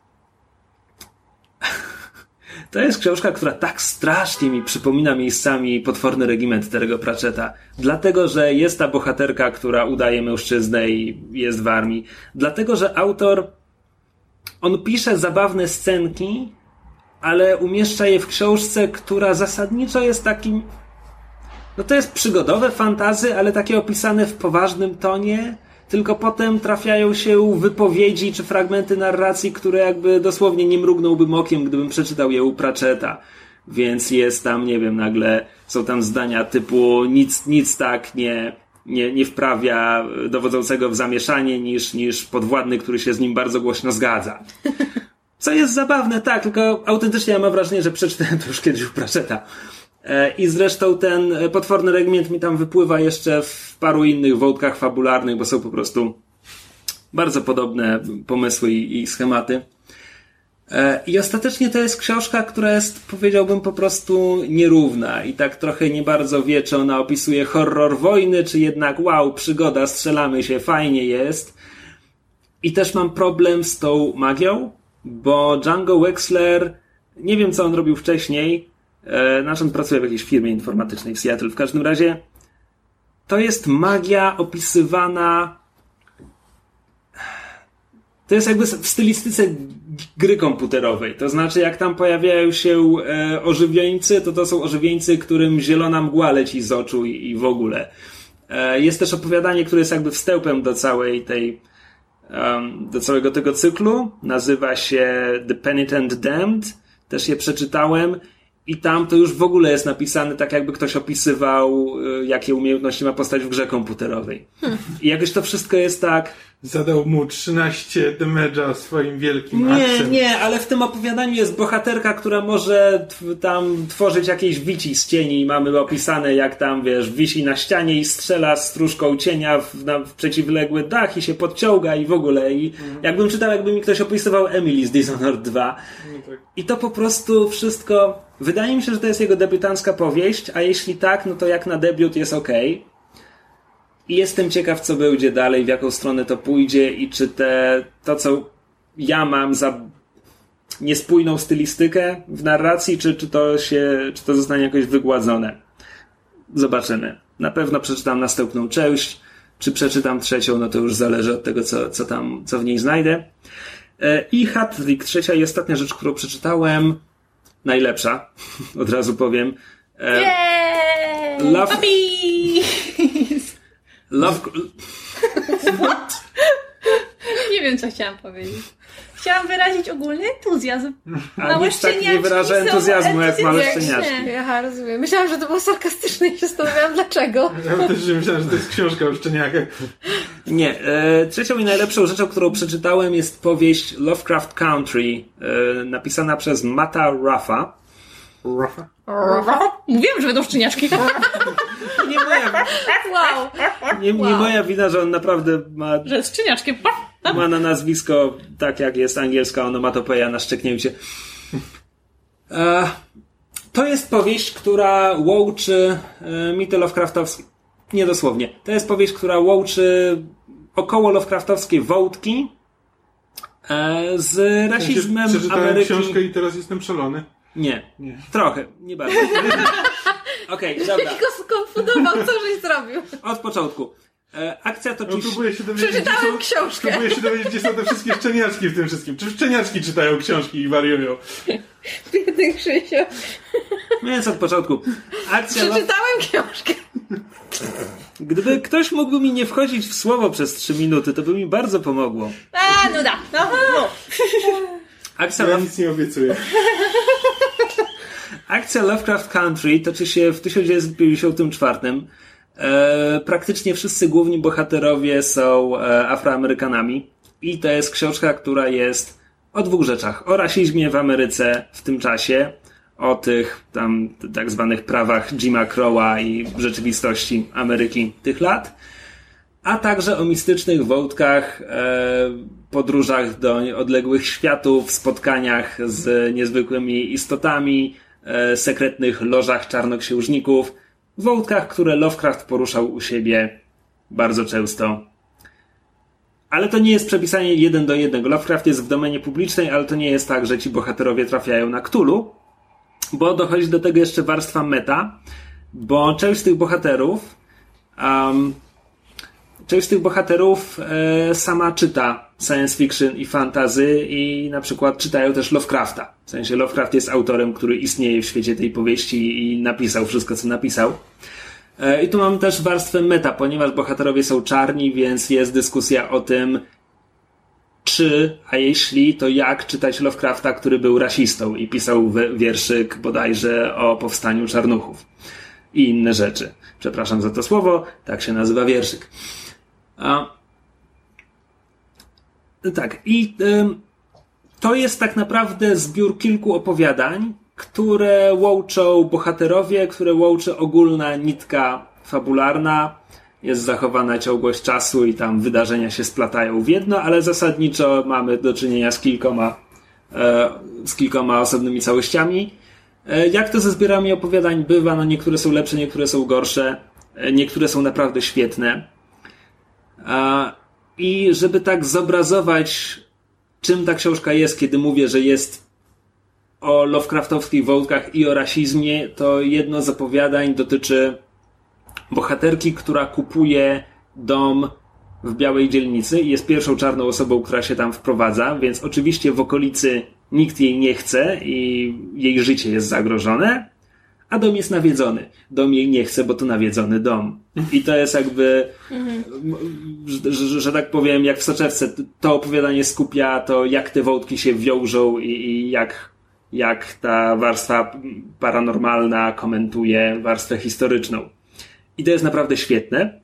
to jest książka, która tak strasznie mi przypomina miejscami Potworny regiment Terry'ego Pratchetta. Dlatego, że jest ta bohaterka, która udaje mężczyznę i jest w armii. Dlatego, że autor, on pisze zabawne scenki, ale umieszcza je w książce, która zasadniczo jest takim, to jest przygodowe fantasy, ale takie opisane w poważnym tonie. Tylko potem trafiają się wypowiedzi czy fragmenty narracji, które jakby dosłownie nie mrugnąłbym okiem, gdybym przeczytał je u Pratchetta. Więc jest tam, nagle są tam zdania typu nic tak nie wprawia dowodzącego w zamieszanie niż podwładny, który się z nim bardzo głośno zgadza. Co jest zabawne, tak, tylko autentycznie ja mam wrażenie, że przeczytałem to już kiedyś u Pratchetta. I zresztą ten Potworny regiment mi tam wypływa jeszcze w paru innych wątkach fabularnych, bo są po prostu bardzo podobne pomysły i schematy. I ostatecznie to jest książka, która jest, powiedziałbym, po prostu nierówna i tak trochę nie bardzo wie, czy ona opisuje horror wojny, czy jednak przygoda, strzelamy się, fajnie jest. I też mam problem z tą magią, bo Django Wexler, nie wiem co on robił wcześniej, on pracuje w jakiejś firmie informatycznej w Seattle. W każdym razie to jest magia opisywana, to jest jakby w stylistyce gry komputerowej. To znaczy, jak tam pojawiają się ożywieńcy, to są ożywieńcy, którym zielona mgła leci z oczu i w ogóle. Jest też opowiadanie, które jest jakby wstępem do całej tej do całego tego cyklu. Nazywa się The Penitent Damned. Też je przeczytałem. I tam to już w ogóle jest napisane tak, jakby ktoś opisywał, jakie umiejętności ma postać w grze komputerowej. I jakoś to wszystko jest tak... Zadał mu 13 damage'a swoim wielkim aksem. Nie, ale w tym opowiadaniu jest bohaterka, która może tam tworzyć jakieś wici z cieni i mamy opisane, jak tam, wiesz, wisi na ścianie i strzela stróżką cienia w przeciwległy dach i się podciąga i w ogóle. I jakbym czytał, jakby mi ktoś opisywał Emily z Dishonored 2. No tak. I to po prostu wszystko... Wydaje mi się, że to jest jego debiutancka powieść, a jeśli tak, no to jak na debiut jest okej. I jestem ciekaw, co będzie dalej, w jaką stronę to pójdzie i czy to, co ja mam za niespójną stylistykę w narracji, czy to zostanie jakoś wygładzone. Zobaczymy. Na pewno przeczytam następną część, czy przeczytam trzecią, no to już zależy od tego, co w niej znajdę. I Hat-Trick, trzecia i ostatnia rzecz, którą przeczytałem, najlepsza, od razu powiem. Love... What? Nie wiem, co chciałam powiedzieć. Chciałam wyrazić ogólny entuzjazm. A nikt tak nie wyraża entuzjazmu jak małe szczeniaczki. Ja rozumiem. Myślałam, że to było sarkastyczne i się zastanawiałam, dlaczego. Ja też myślałem, że to jest książka o szczeniakach. Nie. Trzecią i najlepszą rzeczą, którą przeczytałem, jest powieść Lovecraft Country, napisana przez Matta Ruffa. Mówiłem, że będą szczeniaczki. Nie moja, Wow. nie moja wina, że on naprawdę Że jest szczeniaczkiem. ma na nazwisko tak, jak jest angielska onomatopeja na szczeknięcie. To jest powieść, która łączy mity Lovecraftowskie. Nie dosłownie. To jest powieść, która łączy około Lovecraftowskie wątki z rasizmem Przeczytałem Ameryki. książkę i teraz jestem szalony. Nie. Trochę. Nie bardzo. Okej, dobra. Jaki go skonfundował, co żeś zrobił? Od początku. Akcja toczy się... Próbuję się dowiedzieć, Przeczytałem książkę. Próbuję się dowiedzieć, gdzie są te wszystkie szczeniaczki w tym wszystkim. Czy szczeniaczki czytają książki i wariują? Biedny Krzysiu. Więc od początku. Przeczytałem książkę. Gdyby ktoś mógłby mi nie wchodzić w słowo przez 3 minuty, to by mi bardzo pomogło. No da. No. Ja nic nie obiecuję. Akcja Lovecraft Country toczy się w 1954. Praktycznie wszyscy główni bohaterowie są Afroamerykanami. I to jest książka, która jest o 2 rzeczach. O rasizmie w Ameryce w tym czasie, o tych tam tak zwanych prawach Jima Crowa i rzeczywistości Ameryki tych lat, a także o mistycznych wątkach, podróżach do odległych światów, spotkaniach z niezwykłymi istotami, sekretnych lożach czarnoksiężników, wątkach, które Lovecraft poruszał u siebie bardzo często. Ale to nie jest przepisanie 1 do 1. Lovecraft jest w domenie publicznej, ale to nie jest tak, że ci bohaterowie trafiają na Cthulhu, bo dochodzi do tego jeszcze warstwa meta, bo część z tych bohaterów sama czyta science fiction i fantasy i na przykład czytają też Lovecrafta. W sensie Lovecraft jest autorem, który istnieje w świecie tej powieści i napisał wszystko, co napisał. I tu mam też warstwę meta, ponieważ bohaterowie są czarni, więc jest dyskusja o tym, czy, a jeśli, to jak czytać Lovecrafta, który był rasistą i pisał wierszyk bodajże o powstaniu czarnuchów i inne rzeczy. Przepraszam za to słowo, tak się nazywa wierszyk. Tak, i to jest tak naprawdę zbiór kilku opowiadań, które łączą bohaterowie, które łączy ogólna nitka fabularna. Jest zachowana ciągłość czasu i tam wydarzenia się splatają w jedno, ale zasadniczo mamy do czynienia z kilkoma osobnymi całościami. Jak to ze zbiorami opowiadań bywa, no niektóre są lepsze, niektóre są gorsze, niektóre są naprawdę świetne. I żeby tak zobrazować, czym ta książka jest, kiedy mówię, że jest o Lovecraftowskich wątkach i o rasizmie, to jedno z opowiadań dotyczy bohaterki, która kupuje dom w białej dzielnicy i jest pierwszą czarną osobą, która się tam wprowadza, więc oczywiście w okolicy nikt jej nie chce i jej życie jest zagrożone, a dom jest nawiedzony. Dom jej nie chce, bo to nawiedzony dom. I to jest jakby, że tak powiem, jak w soczewce, to opowiadanie skupia to, jak te wątki się wiążą i jak ta warstwa paranormalna komentuje warstwę historyczną. I to jest naprawdę świetne.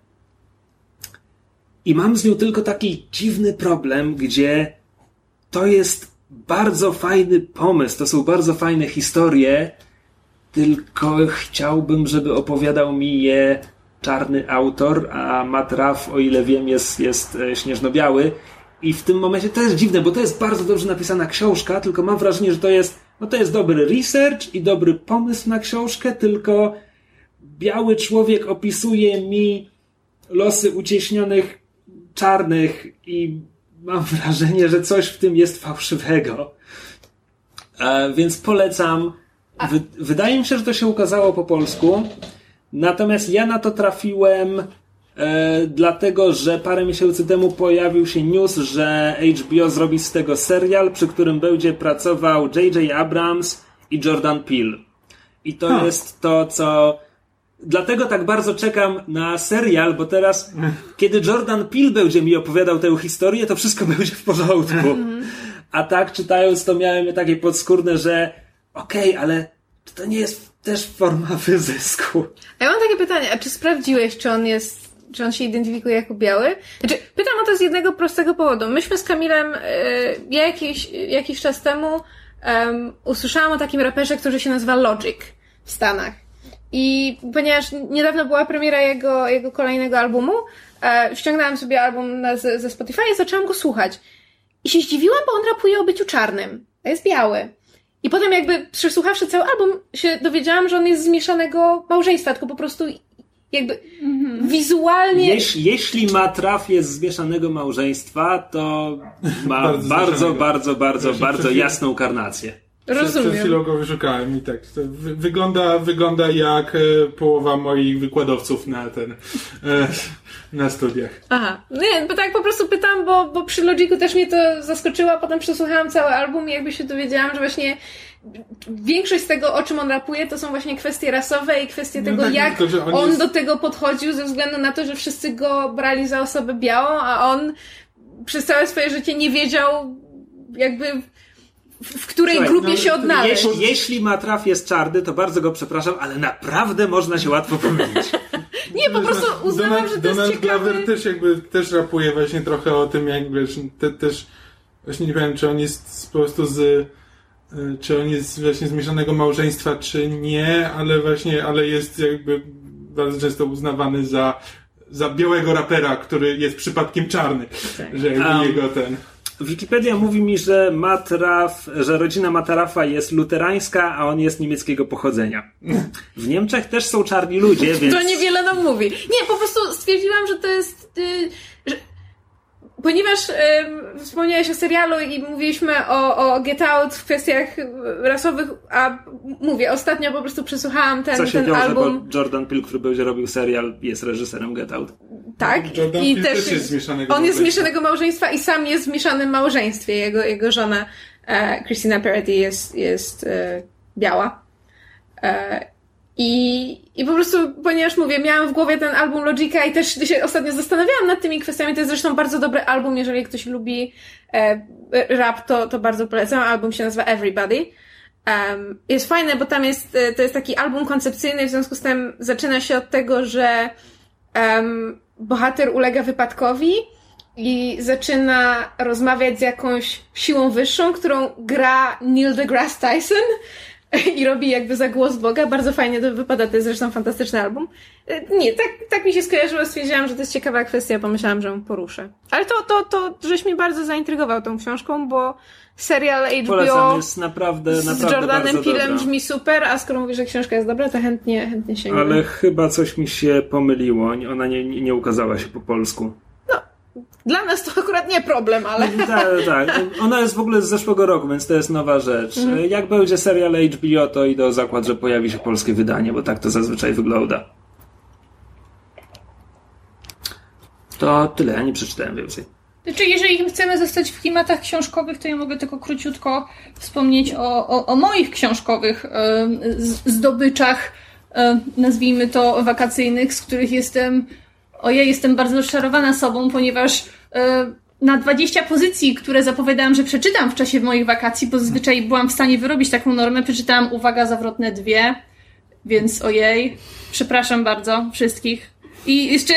I mam z nią tylko taki dziwny problem, gdzie to jest bardzo fajny pomysł, to są bardzo fajne historie, tylko chciałbym, żeby opowiadał mi je czarny autor, a Matt Ruff, o ile wiem, jest śnieżno-biały. I w tym momencie to jest dziwne, bo to jest bardzo dobrze napisana książka, tylko mam wrażenie, że to jest dobry research i dobry pomysł na książkę, tylko biały człowiek opisuje mi losy ucieśnionych czarnych i mam wrażenie, że coś w tym jest fałszywego. Więc polecam. Wydaje mi się, że to się ukazało po polsku. Natomiast ja na to trafiłem dlatego, że parę miesięcy temu pojawił się news, że HBO zrobi z tego serial, przy którym będzie pracował J.J. Abrams i Jordan Peele. I to jest to, co... Dlatego tak bardzo czekam na serial, bo teraz, kiedy Jordan Peele będzie mi opowiadał tę historię, to wszystko będzie w porządku. A tak, czytając to, miałem takie podskórne, że okej, ale czy to nie jest też forma wyzysku? A ja mam takie pytanie, a czy sprawdziłeś, czy on się identyfikuje jako biały? Znaczy, pytam o to z jednego prostego powodu. Myśmy z Kamilem, ja jakiś czas temu usłyszałam o takim raperze, który się nazywa Logic w Stanach. I ponieważ niedawno była premiera jego kolejnego albumu, ściągnęłam sobie album ze Spotify i zaczęłam go słuchać. I się zdziwiłam, bo on rapuje o byciu czarnym. A jest biały. I potem jakby przesłuchawszy cały album się dowiedziałam, że on jest z mieszanego małżeństwa, tylko po prostu jakby wizualnie... Jeśli Matt Ruff jest z mieszanego małżeństwa, to ma bardzo jasną karnację. Rozumiem. Przed chwilą go wyszukałem i tak. To wygląda jak połowa moich wykładowców na studiach. Aha. Nie, bo tak po prostu pytam, bo przy Logicu też mnie to zaskoczyło, a potem przesłuchałam cały album i jakby się dowiedziałam, że właśnie większość z tego, o czym on rapuje, to są właśnie kwestie rasowe i kwestie tego, tak, jak on do tego podchodził ze względu na to, że wszyscy go brali za osobę białą, a on przez całe swoje życie nie wiedział jakby w której grupie się odnaleźć. Jeśli Matt Ruff jest czarny, to bardzo go przepraszam, ale naprawdę można się łatwo pomylić. Nie, po prostu uznałam, że to jest Donald ciekawe. Glover też rapuje właśnie trochę o tym, jak wiesz, też właśnie nie wiem, czy on jest po prostu czy on jest właśnie z mieszanego małżeństwa, czy nie, ale jest jakby bardzo często uznawany za białego rapera, który jest przypadkiem czarny. Tak. Że jakby jego Wikipedia mówi mi, że że rodzina Matta Ruffa jest luterańska, a on jest niemieckiego pochodzenia. W Niemczech też są czarni ludzie, więc... To niewiele nam mówi. Nie, po prostu stwierdziłam, że to jest... Ponieważ wspomniałeś o serialu i mówiliśmy o Get Out w kwestiach rasowych, a mówię, ostatnio po prostu przesłuchałam ten album. Bo Jordan Peele, który będzie robił serial, jest reżyserem Get Out. Tak. Jordan I Peele też jest z mieszanego on jest z mieszanego małżeństwa i sam jest w mieszanym małżeństwie. Jego żona Christina Perrotty jest biała. I po prostu, ponieważ mówię, miałam w głowie ten album Logica i też się ostatnio zastanawiałam nad tymi kwestiami. To jest zresztą bardzo dobry album, jeżeli ktoś lubi rap, to bardzo polecam. Album się nazywa Everybody. Jest fajne, bo tam to jest taki album koncepcyjny, w związku z tym zaczyna się od tego, że bohater ulega wypadkowi i zaczyna rozmawiać z jakąś siłą wyższą, którą gra Neil deGrasse Tyson i robi jakby za głos Boga. Bardzo fajnie to wypada, to jest zresztą fantastyczny album. Nie, tak mi się skojarzyło, stwierdziłam, że to jest ciekawa kwestia, pomyślałam, że ją poruszę. Ale to żeś mnie bardzo zaintrygował tą książką, bo serial HBO Polecam, jest naprawdę z Jordanem Peelem brzmi super, a skoro mówisz, że książka jest dobra, to chętnie sięgnę. Ale chyba coś mi się pomyliło, ona nie ukazała się po polsku. Dla nas to akurat nie problem, ale... Tak. Ona jest w ogóle z zeszłego roku, więc to jest nowa rzecz. Jak będzie serial HBO, to idę o zakład, że pojawi się polskie wydanie, bo tak to zazwyczaj wygląda. To tyle, ja nie przeczytałem więcej. Znaczy, jeżeli chcemy zostać w klimatach książkowych, to ja mogę tylko króciutko wspomnieć o moich książkowych zdobyczach, nazwijmy to wakacyjnych, z których jestem bardzo rozczarowana sobą, ponieważ na 20 pozycji, które zapowiadałam, że przeczytam w czasie moich wakacji, bo zazwyczaj byłam w stanie wyrobić taką normę, przeczytałam, uwaga, zawrotne 2, więc ojej, przepraszam bardzo wszystkich. I jeszcze,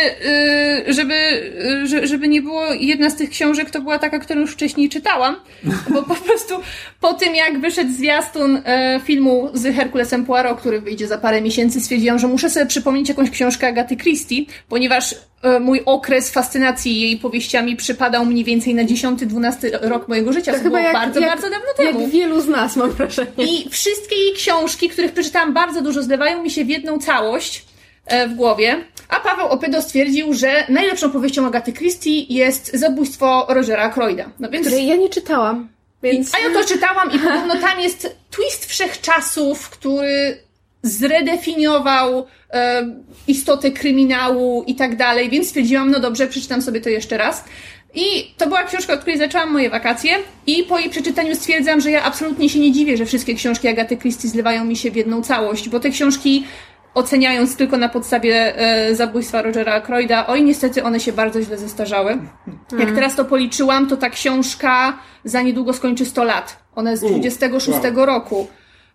żeby nie było, jedna z tych książek to była taka, którą już wcześniej czytałam, bo po prostu po tym, jak wyszedł zwiastun filmu z Herkulesem Poirot, który wyjdzie za parę miesięcy, stwierdziłam, że muszę sobie przypomnieć jakąś książkę Agaty Christie, ponieważ mój okres fascynacji jej powieściami przypadał mniej więcej na 10-12 rok mojego życia, to było bardzo dawno temu. Jak wielu z nas, mam wrażenie. I wszystkie jej książki, których przeczytałam bardzo dużo, zlewają mi się w jedną całość w głowie, a Paweł Opydo stwierdził, że najlepszą powieścią Agaty Christie jest Zabójstwo Rogera Ackroyda. No więc... Której ja nie czytałam. Więc... A ja to czytałam i podobno tam jest twist wszechczasów, który zredefiniował istotę kryminału i tak dalej, więc stwierdziłam, no dobrze, przeczytam sobie to jeszcze raz. I to była książka, od której zaczęłam moje wakacje i po jej przeczytaniu stwierdzam, że ja absolutnie się nie dziwię, że wszystkie książki Agaty Christie zlewają mi się w jedną całość, bo te książki, oceniając tylko na podstawie Zabójstwa Rogera Ackroyda, niestety one się bardzo źle zestarzały. Jak teraz to policzyłam, to ta książka za niedługo skończy 100 lat. Ona jest z 26 roku.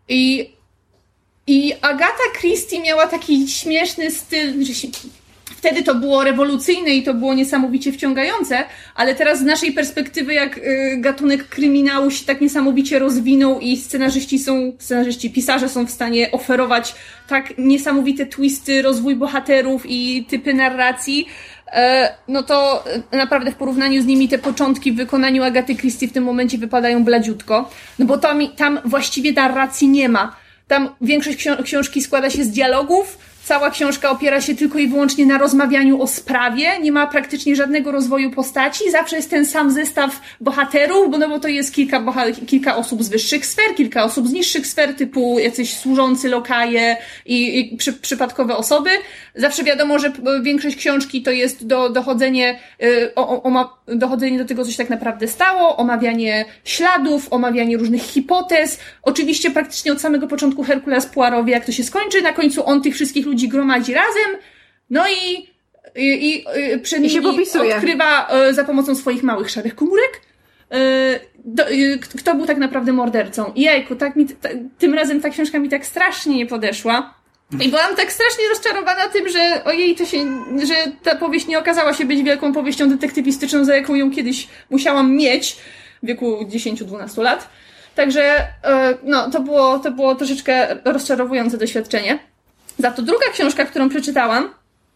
I Agata Christie miała taki śmieszny styl, że wtedy to było rewolucyjne i to było niesamowicie wciągające, ale teraz z naszej perspektywy, jak gatunek kryminału się tak niesamowicie rozwinął i pisarze są w stanie oferować tak niesamowite twisty, rozwój bohaterów i typy narracji, no to naprawdę w porównaniu z nimi te początki w wykonaniu Agaty Christie w tym momencie wypadają bladziutko, no bo tam właściwie narracji nie ma. Tam większość książki składa się z dialogów, cała książka opiera się tylko i wyłącznie na rozmawianiu o sprawie, nie ma praktycznie żadnego rozwoju postaci, zawsze jest ten sam zestaw bohaterów, bo to jest kilka osób z wyższych sfer, kilka osób z niższych sfer, typu jacyś służący, lokaje i przypadkowe osoby. Zawsze wiadomo, że większość książki to jest dochodzenie do tego, co się tak naprawdę stało, omawianie śladów, omawianie różnych hipotez. Oczywiście praktycznie od samego początku Herkules Poirot wie, jak to się skończy, na końcu on tych wszystkich ludzi gromadzi razem, no i przed nimi odkrywa za pomocą swoich małych szarych komórek, kto był tak naprawdę mordercą. I jejku, tym razem ta książka mi tak strasznie nie podeszła. I byłam tak strasznie rozczarowana tym, że że ta powieść nie okazała się być wielką powieścią detektywistyczną, za jaką ją kiedyś musiałam mieć w wieku 10-12 lat. Także, no, to było troszeczkę rozczarowujące doświadczenie. Za to druga książka, którą przeczytałam,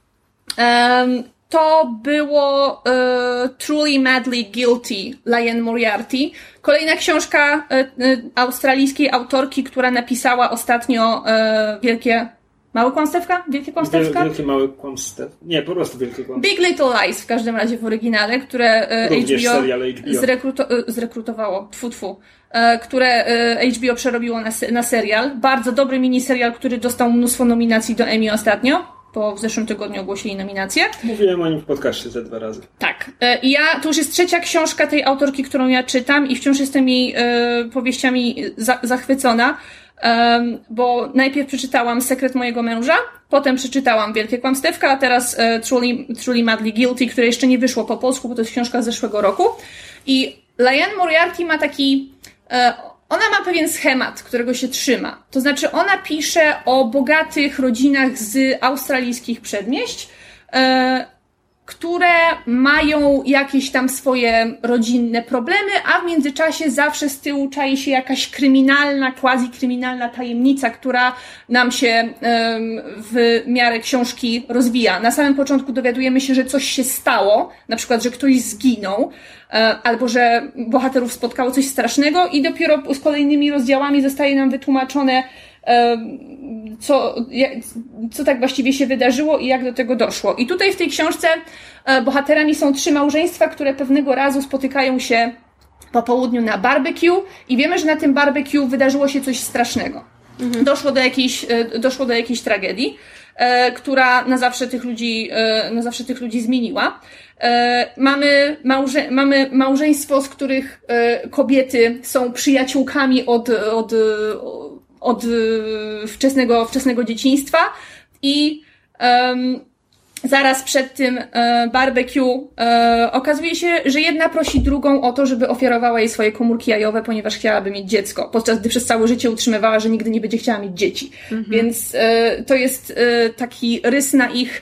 to było Truly Madly Guilty Liane Moriarty. Kolejna książka australijskiej autorki, która napisała ostatnio Małe kłamstewka? Wielkie kłamstewka? Wielkie małe kłamstewka. Nie, po prostu wielkie kłamstewka. Big Little Lies w każdym razie w oryginale, które HBO zrekrutowało. Które HBO przerobiło na serial. Bardzo dobry miniserial, który dostał mnóstwo nominacji do Emmy ostatnio, bo w zeszłym tygodniu ogłosili nominację. Mówiłem o nim w podcaście ze 2 razy. Tak. I to już jest 3. książka tej autorki, którą ja czytam i wciąż jestem jej powieściami zachwycona. Bo najpierw przeczytałam Sekret mojego męża, potem przeczytałam Wielkie kłamstewka, a teraz Truly Madly Guilty, które jeszcze nie wyszło po polsku, bo to jest książka z zeszłego roku. I Liane Moriarty ma ona ma pewien schemat, którego się trzyma. To znaczy ona pisze o bogatych rodzinach z australijskich przedmieść, które mają jakieś tam swoje rodzinne problemy, a w międzyczasie zawsze z tyłu czai się jakaś quasi-kryminalna tajemnica, która nam się w miarę książki rozwija. Na samym początku dowiadujemy się, że coś się stało, na przykład, że ktoś zginął, albo że bohaterów spotkało coś strasznego i dopiero z kolejnymi rozdziałami zostaje nam wytłumaczone, co tak właściwie się wydarzyło i jak do tego doszło. I tutaj w tej książce bohaterami są 3 małżeństwa, które pewnego razu spotykają się po południu na barbecue i wiemy, że na tym barbecue wydarzyło się coś strasznego. Doszło do jakiejś tragedii. która na zawsze tych ludzi zmieniła. Mamy małżeństwo, z których kobiety są przyjaciółkami od wczesnego dzieciństwa i zaraz przed tym barbecue okazuje się, że jedna prosi drugą o to, żeby ofiarowała jej swoje komórki jajowe, ponieważ chciałaby mieć dziecko, podczas gdy przez całe życie utrzymywała, że nigdy nie będzie chciała mieć dzieci. Więc to jest taki rys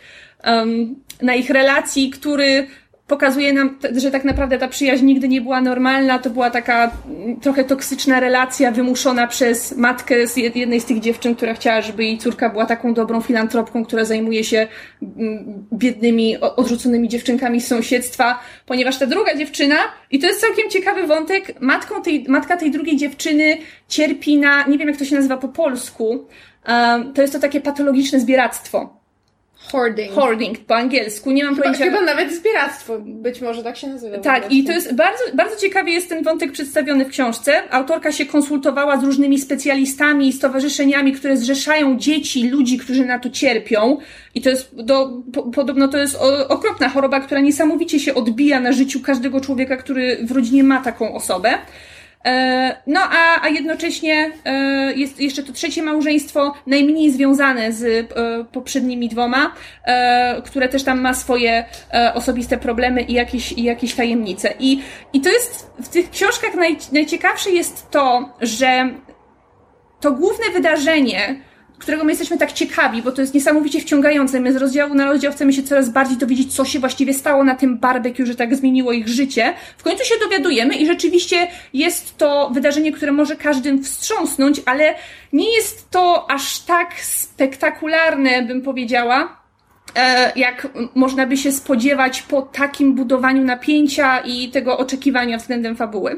na ich relacji, który pokazuje nam, że tak naprawdę ta przyjaźń nigdy nie była normalna, to była taka trochę toksyczna relacja wymuszona przez matkę z jednej z tych dziewczyn, która chciała, żeby jej córka była taką dobrą filantropką, która zajmuje się biednymi, odrzuconymi dziewczynkami z sąsiedztwa, ponieważ ta druga dziewczyna, i to jest całkiem ciekawy wątek, matka tej drugiej dziewczyny cierpi na, nie wiem jak to się nazywa po polsku, to jest to takie patologiczne zbieractwo. Hoarding po angielsku, nie mam pojęcia. Chyba nawet zbieractwo, być może tak się nazywa. Tak, i to jest bardzo, bardzo ciekawie jest ten wątek przedstawiony w książce. Autorka się konsultowała z różnymi specjalistami i stowarzyszeniami, które zrzeszają dzieci, ludzi, którzy na to cierpią. I to jest, podobno to jest okropna choroba, która niesamowicie się odbija na życiu każdego człowieka, który w rodzinie ma taką osobę. No, a jednocześnie jest jeszcze to trzecie małżeństwo, najmniej związane z poprzednimi dwoma, które też tam ma swoje osobiste problemy i jakieś tajemnice. I to jest w tych książkach najciekawsze jest to, że to główne wydarzenie, którego my jesteśmy tak ciekawi, bo to jest niesamowicie wciągające. My z rozdziału na rozdział chcemy się coraz bardziej dowiedzieć, co się właściwie stało na tym barbecue, że tak zmieniło ich życie. W końcu się dowiadujemy i rzeczywiście jest to wydarzenie, które może każdym wstrząsnąć, ale nie jest to aż tak spektakularne, bym powiedziała, jak można by się spodziewać po takim budowaniu napięcia i tego oczekiwania względem fabuły.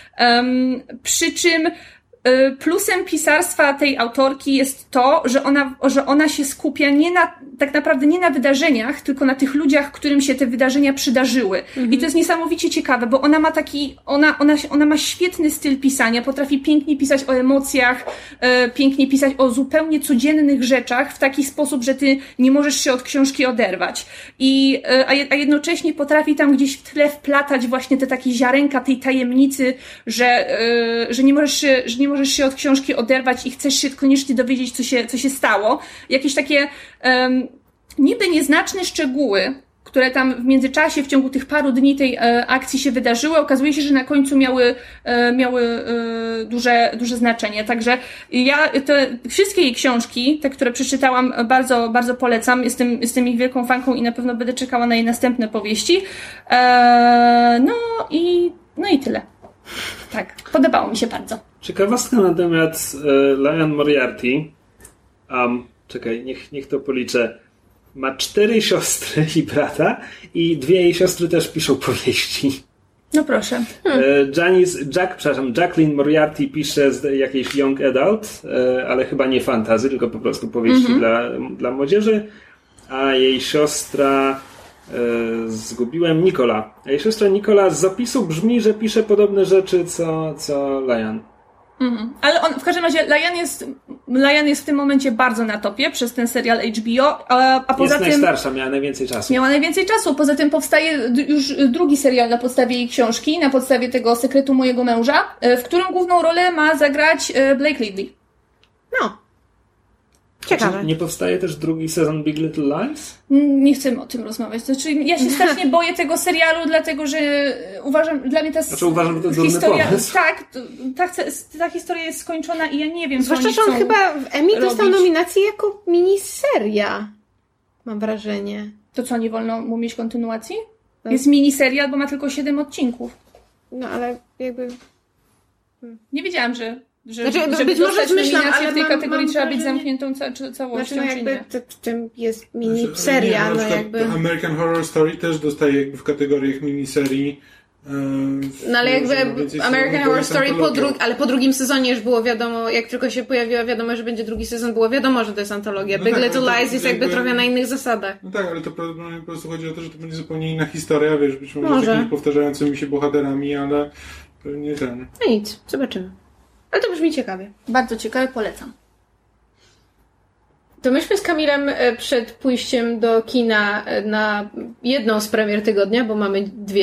Przy czym plusem pisarstwa tej autorki jest to, że ona się skupia tak naprawdę nie na wydarzeniach, tylko na tych ludziach, którym się te wydarzenia przydarzyły. I to jest niesamowicie ciekawe, bo ona ma ona ma świetny styl pisania, potrafi pięknie pisać o emocjach, pięknie pisać o zupełnie codziennych rzeczach w taki sposób, że ty nie możesz się od książki oderwać. A jednocześnie potrafi tam gdzieś w tle wplatać właśnie te takie ziarenka tej tajemnicy, że nie możesz się od książki oderwać i chcesz się koniecznie dowiedzieć, co się stało. Jakieś takie niby nieznaczne szczegóły, które tam w międzyczasie, w ciągu tych paru dni tej akcji się wydarzyły, okazuje się, że na końcu miały duże znaczenie. Także ja te wszystkie jej książki, te, które przeczytałam, bardzo, bardzo polecam. Jestem ich wielką fanką i na pewno będę czekała na jej następne powieści. No i tyle. Tak, podobało mi się bardzo. Ciekawostka na temat Liane Moriarty. Czekaj, niech to policzę. Ma 4 siostry i brata i 2 jej siostry też piszą powieści. No proszę. Jacqueline Moriarty pisze jakiejś young adult, ale chyba nie fantasy, tylko po prostu powieści dla młodzieży, a jej siostra zgubiłem Nicola. A jej siostra Nicola z zapisu brzmi, że pisze podobne rzeczy co Liane. Ale w każdym razie Liane jest w tym momencie bardzo na topie przez ten serial HBO, a poza tym... Jest najstarsza, miała najwięcej czasu. Poza tym powstaje już drugi serial na podstawie jej książki, na podstawie tego Sekretu mojego męża, w którym główną rolę ma zagrać Blake Lively. No. Ciekawe. Czy nie powstaje też drugi sezon Big Little Lies? Nie chcemy o tym rozmawiać. Znaczy, ja się strasznie boję tego serialu, dlatego że uważam, dla mnie uważam, że to jest historia. Tak, ta historia jest skończona i ja nie wiem, zwłaszcza, że on chyba w Emmy dostał nominację jako miniseria. Mam wrażenie. To co, nie wolno mu mieć kontynuacji? No. Jest miniserial, bo ma tylko 7 odcinków. No ale jakby... Nie wiedziałam, że być może zmyślam, ale w tej kategorii trzeba być zamkniętą całością, znaczy, jakby w tym jest miniseria. American Horror Story też dostaje jakby w kategoriach miniserii. No ale jakby American Horror Story po drugim sezonie już było wiadomo, jak tylko się pojawiła wiadomość, że będzie drugi sezon, było wiadomo, że to jest antologia. Big Little Lies jest jakby trochę na innych zasadach. No tak, ale to prawdopodobnie po prostu chodzi o to, że to będzie zupełnie inna historia, wiesz, być może z jakimiś powtarzającymi się bohaterami, ale pewnie ten. No nic, zobaczymy. Ale to brzmi ciekawie. Bardzo ciekawe, polecam. To myśmy z Kamilem przed pójściem do kina na jedną z premier tygodnia, bo mamy 2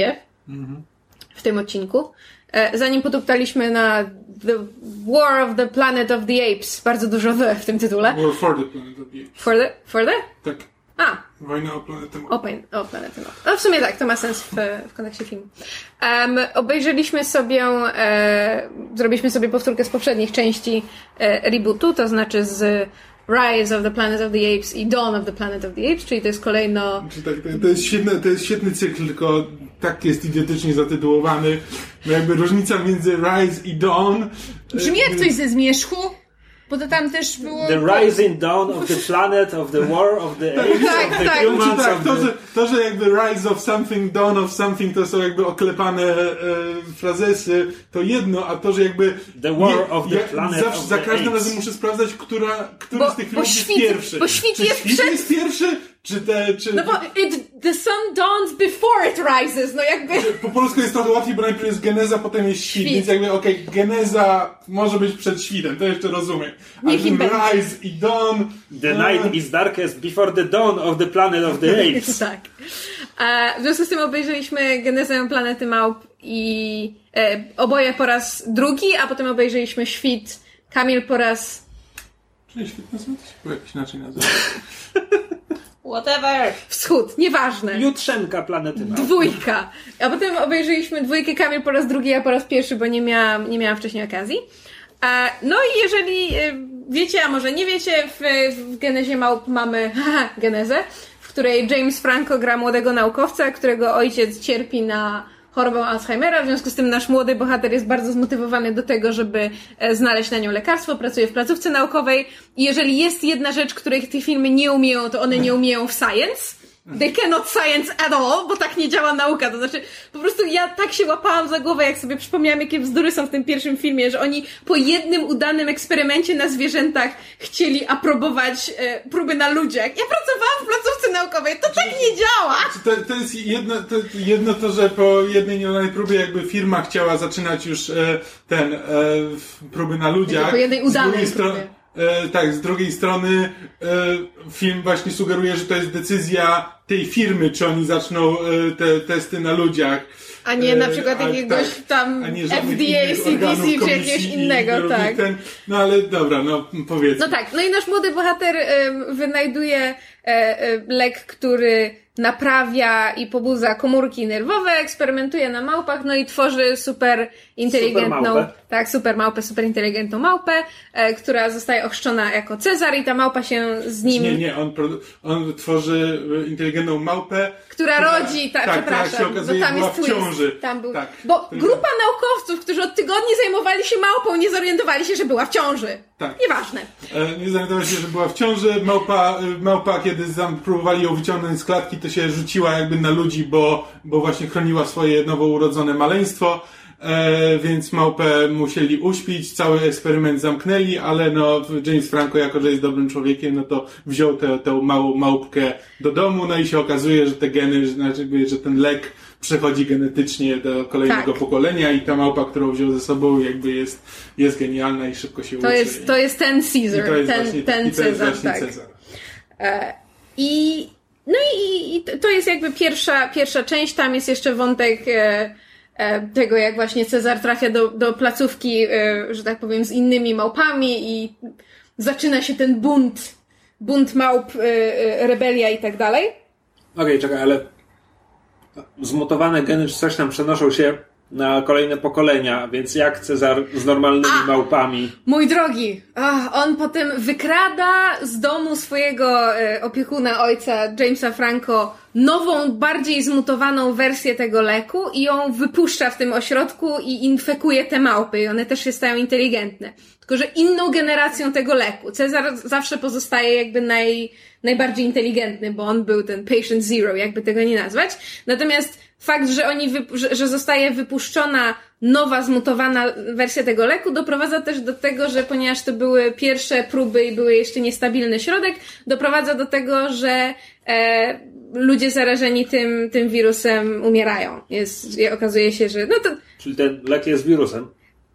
w tym odcinku, zanim potuptaliśmy na The War of the Planet of the Apes, bardzo dużo w tym tytule. War for the Planet of the Apes. For the? Tak. A. Wojna o planetę Małp. O planetę Małp. No w sumie tak, to ma sens w kontekście filmu. Obejrzeliśmy sobie, zrobiliśmy sobie powtórkę z poprzednich części rebootu, to znaczy z Rise of the Planet of the Apes i Dawn of the Planet of the Apes, czyli to jest kolejno... To jest świetny cykl, tylko tak jest idiotycznie zatytułowany. Bo jakby różnica między Rise i Dawn... Brzmi jak coś ze Zmierzchu, bo to tam też było... The Rising Dawn of the Planet, of the War of the Apes, of the Humans... To, że jakby Rise of something, Dawn of something to są jakby oklepane frazesy, to jedno, a to, że jakby... The War of the Planet zawsze, of za the każdym Apes. razem muszę sprawdzać, który z tych filmów jest pierwszy. Bo świt Czy jest świt przed... jest pierwszy? No bo the sun dawns before it rises, no jakby... Po polsku jest trochę łatwiej, bo najpierw jest geneza, potem jest świt. Więc jakby geneza może być przed świtem, to jeszcze rozumiem. Ale Rise i Dawn... The night is darkest before the dawn of the Planet of the Apes. Tak. W związku z tym obejrzeliśmy Genezę Planety Małp i oboje po raz drugi, a potem obejrzeliśmy Świt. Kamil po raz... Czyli świt nazywa to się chyba jakoś inaczej nazywa. Whatever. Wschód, nieważne. Jutrzenka Planety Małp. 2. A potem obejrzeliśmy 2, Kamil po raz drugi, ja po raz pierwszy, bo nie miałam wcześniej okazji. No i jeżeli wiecie, a może nie wiecie, w Genezie Małp mamy genezę, w której James Franco gra młodego naukowca, którego ojciec cierpi na chorobą Alzheimera, w związku z tym nasz młody bohater jest bardzo zmotywowany do tego, żeby znaleźć na nią lekarstwo, pracuje w placówce naukowej i jeżeli jest jedna rzecz, której te filmy nie umieją, to one nie umieją w science. They cannot science at all, bo tak nie działa nauka. To znaczy, po prostu ja tak się łapałam za głowę, jak sobie przypomniałam, jakie bzdury są w tym pierwszym filmie, że oni po jednym udanym eksperymencie na zwierzętach chcieli aprobować próby na ludziach. Ja pracowałam w placówce naukowej, to tak nie działa! To jest jedno to, że po jednej nieudanej próbie jakby firma chciała zaczynać już próby na ludziach. Po jednej udanej próbie. Tak, z drugiej strony film właśnie sugeruje, że to jest decyzja tej firmy, czy oni zaczną te testy na ludziach. A nie na przykład jakiegoś tam FDA, CDC czy jakiegoś innego, tak. No ale dobra, no powiedzmy. No tak, no i nasz młody bohater wynajduje lek, który naprawia i pobudza komórki nerwowe, eksperymentuje na małpach, no i tworzy super inteligentną małpę, która zostaje ochrzczona jako Cezar i ta małpa się z nim... Nie, on tworzy inteligentną małpę, która rodzi, przepraszam, się okazuje, bo tam była jest w ciąży. Tam był, tak, bo grupa naukowców, którzy od tygodni zajmowali się małpą, nie zorientowali się, że była w ciąży. Tak. Nieważne. Nie zorientowali się, że była w ciąży. Małpa, kiedy próbowali ją wyciągnąć z klatki, to się rzuciła jakby na ludzi, bo właśnie chroniła swoje nowo urodzone maleństwo. Więc małpę musieli uśpić, cały eksperyment zamknęli, ale no James Franco, jako że jest dobrym człowiekiem, no to wziął tę małą małpkę do domu, no i się okazuje, że te geny, że ten lek przechodzi genetycznie do kolejnego pokolenia i ta małpa, którą wziął ze sobą, jakby jest genialna i szybko się uczy. To jest ten Caesar, ten Cezar, tak. Cezar. I to jest jakby pierwsza część, tam jest jeszcze wątek tego, jak właśnie Cezar trafia do placówki, że tak powiem, z innymi małpami i zaczyna się ten bunt małp, rebelia i tak dalej. Okej, czekaj, ale zmutowane geny czy coś tam przenoszą się na kolejne pokolenia, więc jak Cezar z normalnymi małpami? Mój drogi, on potem wykrada z domu swojego opiekuna, ojca Jamesa Franco, nową, bardziej zmutowaną wersję tego leku i ją wypuszcza w tym ośrodku i infekuje te małpy i one też się stają inteligentne. Tylko że inną generacją tego leku. Cezar zawsze pozostaje jakby najbardziej inteligentny, bo on był ten patient zero, jakby tego nie nazwać. Natomiast fakt, że że zostaje wypuszczona nowa, zmutowana wersja tego leku doprowadza też do tego, że ponieważ to były pierwsze próby i były jeszcze niestabilny środek, doprowadza do tego, że ludzie zarażeni tym wirusem umierają. Okazuje się, że... Czyli ten lek jest wirusem?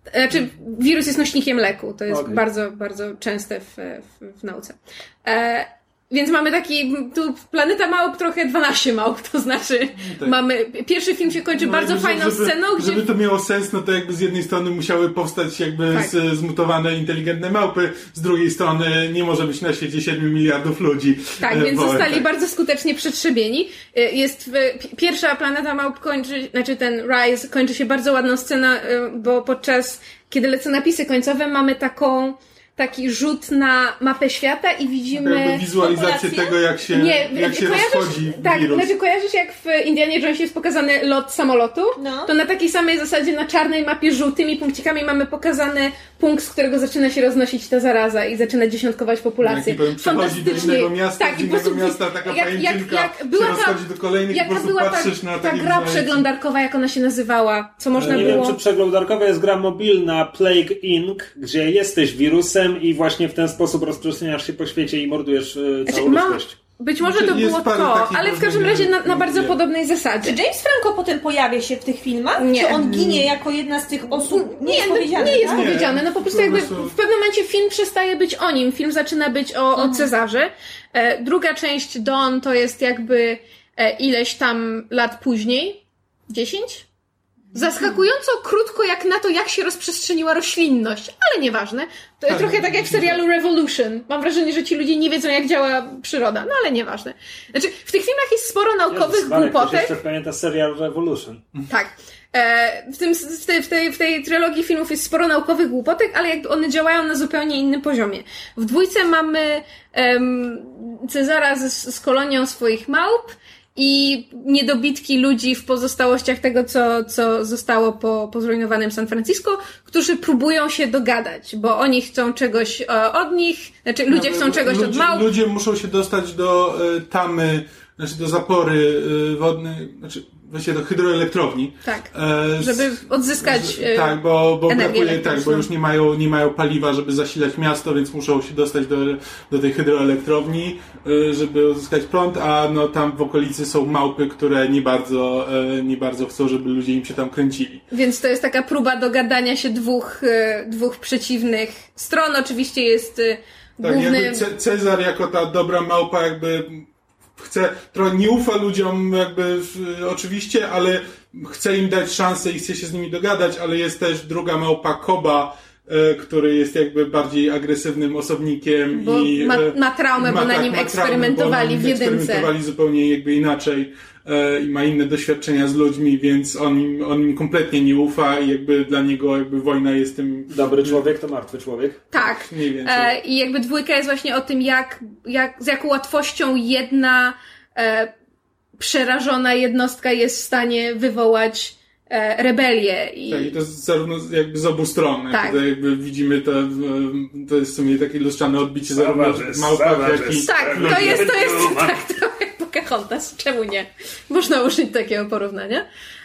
Znaczy, wirus jest nośnikiem leku. To jest bardzo, bardzo częste w nauce. Więc mamy tu Planeta Małp, trochę 12 małp, to znaczy pierwszy film się kończy bardzo fajną sceną, gdzie... Żeby to miało sens, no to jakby z jednej strony musiały powstać jakby zmutowane, inteligentne małpy, z drugiej strony nie może być na świecie 7 miliardów ludzi. Tak, więc zostali bardzo skutecznie przetrzebieni. Pierwsza Planeta Małp ten Rise kończy się bardzo ładną sceną, bo kiedy lecą napisy końcowe, mamy taki rzut na mapę świata i widzimy... wizualizację tego, jak się rozchodzi wirus. Znaczy kojarzysz, jak w Indianie Jonesie jest pokazany lot samolotu? To na takiej samej zasadzie na czarnej mapie żółtymi punkcikami mamy pokazany punkt, z którego zaczyna się roznosić ta zaraza i zaczyna dziesiątkować populację. Przechodzi do innego miasta, z innego miasta taka pajęczynka się rozchodzi do kolejnych i po prostu patrzysz na ta gra przeglądarkowa, jak ona się nazywała, co można było... Nie wiem, czy przeglądarkowa jest gra mobilna Plague Inc., gdzie jesteś wirusem i właśnie w ten sposób rozprzestrzeniasz się po świecie i mordujesz całą ludzkość. Być może to było to, ale w każdym razie na bardzo podobnej zasadzie. Czy James Franco potem pojawia się w tych filmach? Nie. Czy on ginie jako jedna z tych osób? Nie jest powiedziane. Nie jest powiedziane. No po prostu jakby w pewnym momencie film przestaje być o nim. Film zaczyna być o Cezarze. Druga część Dawn to jest jakby ileś tam lat później. 10? Zaskakująco krótko jak na to, jak się rozprzestrzeniła roślinność, ale nieważne. To jest trochę tak jak w serialu Revolution. Mam wrażenie, że ci ludzie nie wiedzą, jak działa przyroda, no ale nieważne. Znaczy, w tych filmach jest sporo naukowych głupotek. Ktoś jeszcze pamięta serial Revolution. Tak. W tej trylogii filmów jest sporo naukowych głupotek, ale jakby one działają na zupełnie innym poziomie. W dwójce mamy Cezara z kolonią swoich małp i niedobitki ludzi w pozostałościach tego, co zostało po zrujnowanym San Francisco, którzy próbują się dogadać, bo oni chcą czegoś od nich, znaczy ludzie chcą czegoś od małp. Ludzie muszą się dostać do tamy, znaczy do zapory wodnej, znaczy właściwie do hydroelektrowni. Tak, żeby odzyskać tak, bo brakuje, bo już nie mają paliwa, żeby zasilać miasto, więc muszą się dostać do tej hydroelektrowni, żeby odzyskać prąd, a no tam w okolicy są małpy, które nie bardzo chcą, żeby ludzie im się tam kręcili. Więc to jest taka próba dogadania się dwóch przeciwnych stron. Oczywiście jest główny... Jakby Cezar jako ta dobra małpa jakby trochę nie ufa ludziom jakby oczywiście, ale chce im dać szansę i chce się z nimi dogadać, ale jest też druga małpa Koba, który jest jakby bardziej agresywnym osobnikiem bo i ma traumę, bo na nim eksperymentowali w jedynce. Eksperymentowali zupełnie jakby inaczej i ma inne doświadczenia z ludźmi, więc on im kompletnie nie ufa i jakby dla niego jakby wojna jest tym... Dobry człowiek to martwy człowiek. Tak. Mniej więcej. I jakby dwójka jest właśnie o tym, z jaką łatwością jedna przerażona jednostka jest w stanie wywołać rebelię. Tak, i to zarówno jakby z obu stron. Tak. Jakby widzimy to jest w sumie takie lustrzane odbicie zarówno w małpach, jak i... Tak, to jest tak, trochę jak Pocahontas. Czemu nie? Można użyć takiego porównania.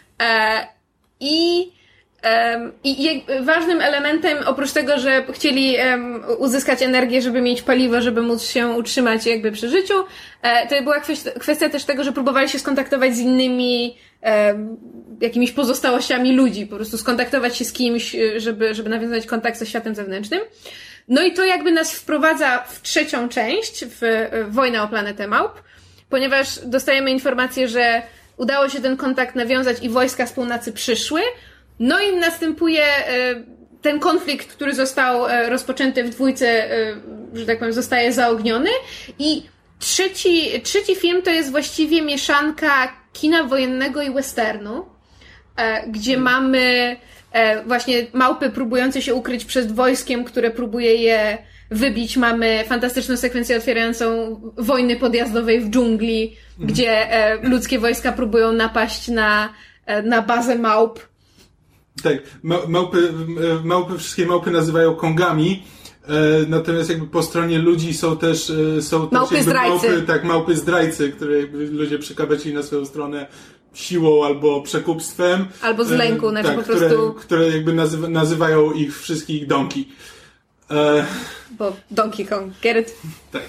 I ważnym elementem, oprócz tego, że chcieli uzyskać energię, żeby mieć paliwo, żeby móc się utrzymać jakby przy życiu, to była kwestia też tego, że próbowali się skontaktować z innymi jakimiś pozostałościami ludzi, po prostu skontaktować się z kimś, żeby nawiązać kontakt ze światem zewnętrznym. No i to jakby nas wprowadza w trzecią część, w Wojnę o Planetę Małp, ponieważ dostajemy informację, że udało się ten kontakt nawiązać i wojska z północy przyszły. No i następuje ten konflikt, który został rozpoczęty w dwójce, że tak powiem, zostaje zaogniony. I trzeci film to jest właściwie mieszanka kina wojennego i westernu, gdzie mamy właśnie małpy próbujące się ukryć przed wojskiem, które próbuje je wybić. Mamy fantastyczną sekwencję otwierającą wojny podjazdowej w dżungli, gdzie ludzkie wojska próbują napaść na bazę małp. Tak, wszystkie małpy nazywają kongami, natomiast jakby po stronie ludzi są też małpy zdrajcy. Małpy zdrajcy, które jakby ludzie przekabacili na swoją stronę siłą albo przekupstwem. Albo z lęku, znaczy po prostu... Które jakby nazywają ich wszystkich Donkey. Bo Donkey Kong, get it? Tak.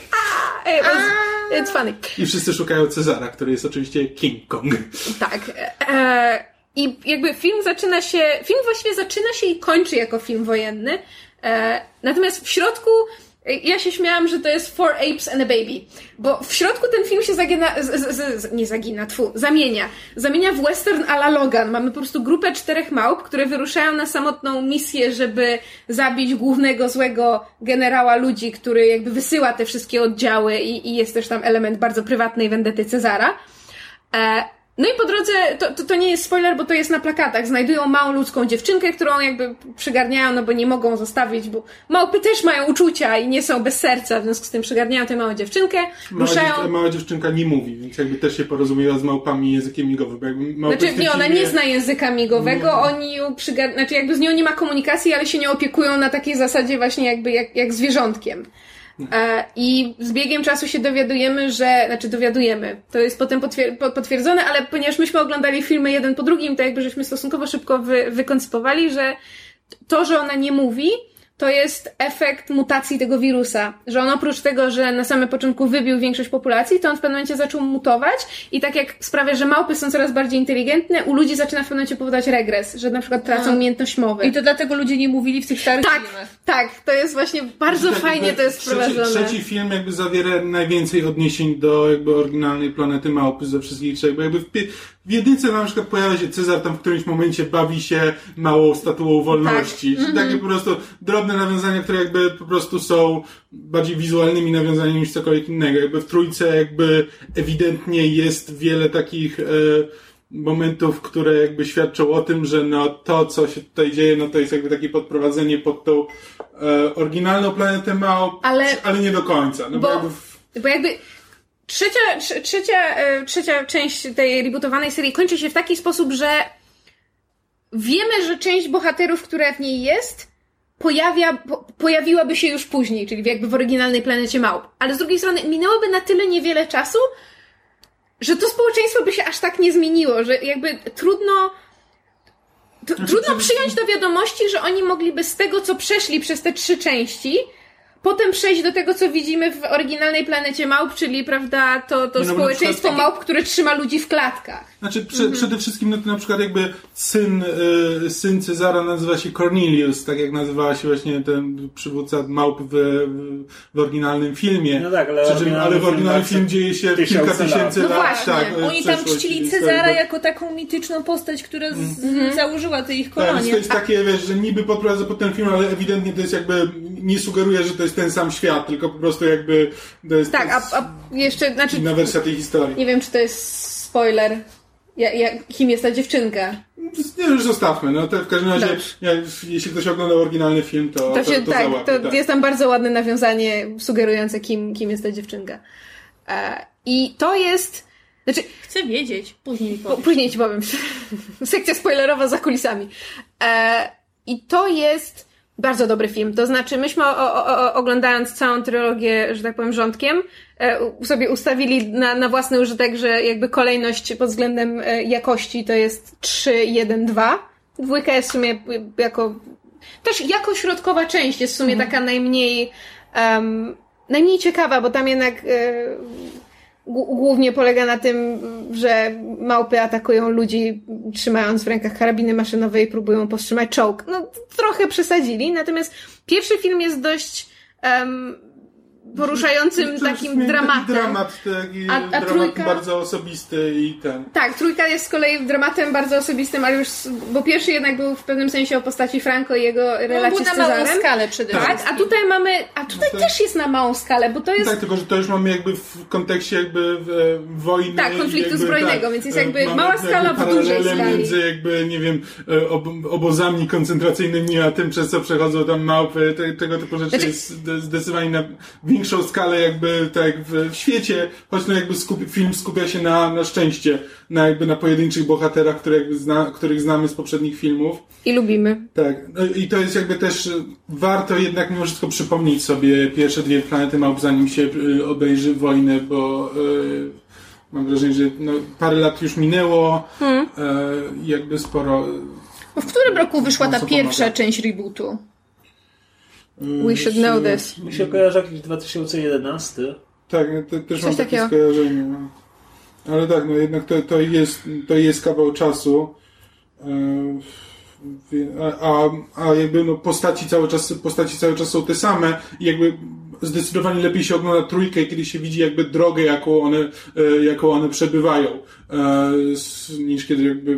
It's funny. I wszyscy szukają Cezara, który jest oczywiście King Kong. Tak. I jakby film właściwie zaczyna się i kończy jako film wojenny. Natomiast w środku ja się śmiałam, że to jest Four Apes and a Baby. Bo w środku ten film się zamienia w western a la Logan. Mamy po prostu grupę 4 małp, które wyruszają na samotną misję, żeby zabić głównego złego generała ludzi, który jakby wysyła te wszystkie oddziały i jest też tam element bardzo prywatnej wendety Cezara. No i po drodze, to nie jest spoiler, bo to jest na plakatach, znajdują małą ludzką dziewczynkę, którą jakby przygarniają, no bo nie mogą zostawić, bo małpy też mają uczucia i nie są bez serca, w związku z tym przygarniają tę małą dziewczynkę, Mała dziewczynka nie mówi, więc jakby też się porozumiewa z małpami językiem migowym. Ona nie zna języka migowego, oni ją jakby z nią nie ma komunikacji, ale się nią opiekują na takiej zasadzie właśnie jakby jak zwierzątkiem. I z biegiem czasu się dowiadujemy, to jest potem potwierdzone, ale ponieważ myśmy oglądali filmy jeden po drugim, to jakby żeśmy stosunkowo szybko wykoncypowali, że to, że ona nie mówi, to jest efekt mutacji tego wirusa, że on oprócz tego, że na samym początku wybił większość populacji, to on w pewnym momencie zaczął mutować i tak jak sprawia, że małpy są coraz bardziej inteligentne, u ludzi zaczyna w pewnym momencie powodować regres, że na przykład tracą umiejętność mowy. I to dlatego ludzie nie mówili w tych starych filmach. Tak, to jest właśnie bardzo fajnie to jest wprowadzone. Trzeci film jakby zawiera najwięcej odniesień do jakby oryginalnej Planety Małpy ze wszystkich trzech, bo jakby w jedynce na przykład pojawia się Cezar, tam w którymś momencie bawi się małą statuą wolności. Czyli takie po prostu drobne nawiązania, które jakby po prostu są bardziej wizualnymi nawiązaniami niż cokolwiek innego. Jakby w trójce jakby ewidentnie jest wiele takich momentów, które jakby świadczą o tym, że no to, co się tutaj dzieje, no to jest jakby takie podprowadzenie pod tą oryginalną Planetę Małp, ale nie do końca. No bo jakby Trzecia część tej rebootowanej serii kończy się w taki sposób, że wiemy, że część bohaterów, która w niej jest, pojawiłaby się już później, czyli jakby w oryginalnej Planecie Małp. Ale z drugiej strony minęłoby na tyle niewiele czasu, że to społeczeństwo by się aż tak nie zmieniło, że jakby trudno przyjąć do wiadomości, że oni mogliby z tego, co przeszli przez te 3 części, potem przejść do tego, co widzimy w oryginalnej Planecie Małp, czyli, prawda, to społeczeństwo małp, które trzyma ludzi w klatkach. Znaczy, przede wszystkim, no to na przykład jakby syn Cezara nazywa się Cornelius, tak jak nazywała się właśnie ten przywódca małp w oryginalnym filmie. No tak, ale w oryginalnym film dzieje się kilka tysięcy lat. Tak, oni tam czcili Cezara jako taką mityczną postać, która założyła te ich kolonie. Tak, to jest takie, wiesz, że niby podprowadza pod ten film, ale ewidentnie to jest jakby, nie sugeruje, że to jest ten sam świat, tylko po prostu jakby to jest jeszcze, inna wersja tej historii. Nie wiem, czy to jest spoiler. Kim jest ta dziewczynka? Nie, już zostawmy. No to w każdym razie, jeśli ktoś oglądał oryginalny film, to jest tam bardzo ładne nawiązanie sugerujące, kim jest ta dziewczynka. I to jest... Znaczy, chcę wiedzieć. Później ci powiem. Sekcja spoilerowa za kulisami. I to jest bardzo dobry film. To znaczy, myśmy oglądając całą trylogię, że tak powiem, rządkiem, sobie ustawili na własny użytek, że jakby kolejność pod względem jakości to jest 3, 1, 2. Dwójka jest w sumie jako środkowa część jest w sumie taka najmniej ciekawa, bo tam jednak głównie polega na tym, że małpy atakują ludzi, trzymając w rękach karabiny maszynowe i próbują powstrzymać czołg. No, trochę przesadzili, natomiast pierwszy film jest dość poruszającym takim dramatem. Dramat trójka bardzo osobisty i ten. Tak, trójka jest z kolei dramatem bardzo osobistym, ale już, bo pierwszy jednak był w pewnym sensie o postaci Franco i jego relacji z Cezarem. Na małą skalę przede wszystkim. Tak, a tutaj też jest na małą skalę, bo to jest... Tak, tylko że to już mamy jakby w kontekście jakby wojny. Tak, konfliktu zbrojnego, więc jest jakby mała skala w dużej skali. Między jakby, nie wiem, obozami koncentracyjnymi, a tym, przez co przechodzą tam małpy, tego typu rzeczy jest zdecydowanie na większą skalę jakby tak w świecie, choć no jakby film skupia się na szczęście, na pojedynczych bohaterach, których znamy z poprzednich filmów. I lubimy. Tak. No i to jest jakby też warto jednak mimo wszystko przypomnieć sobie pierwsze 2 Planety Małp, zanim się obejrzy Wojnę, bo mam wrażenie, że parę lat już minęło, jakby sporo... W którym roku wyszła ta pierwsza część rebootu? We should know this. Mi się kojarzy jakiś 2011. Tak, też mam takie skojarzenie. No. Ale tak, no jednak to jest kawał czasu. A jakby no postaci cały czas są te same i jakby zdecydowanie lepiej się ogląda trójkę, kiedy się widzi jakby drogę, jaką one przebywają, niż kiedy jakby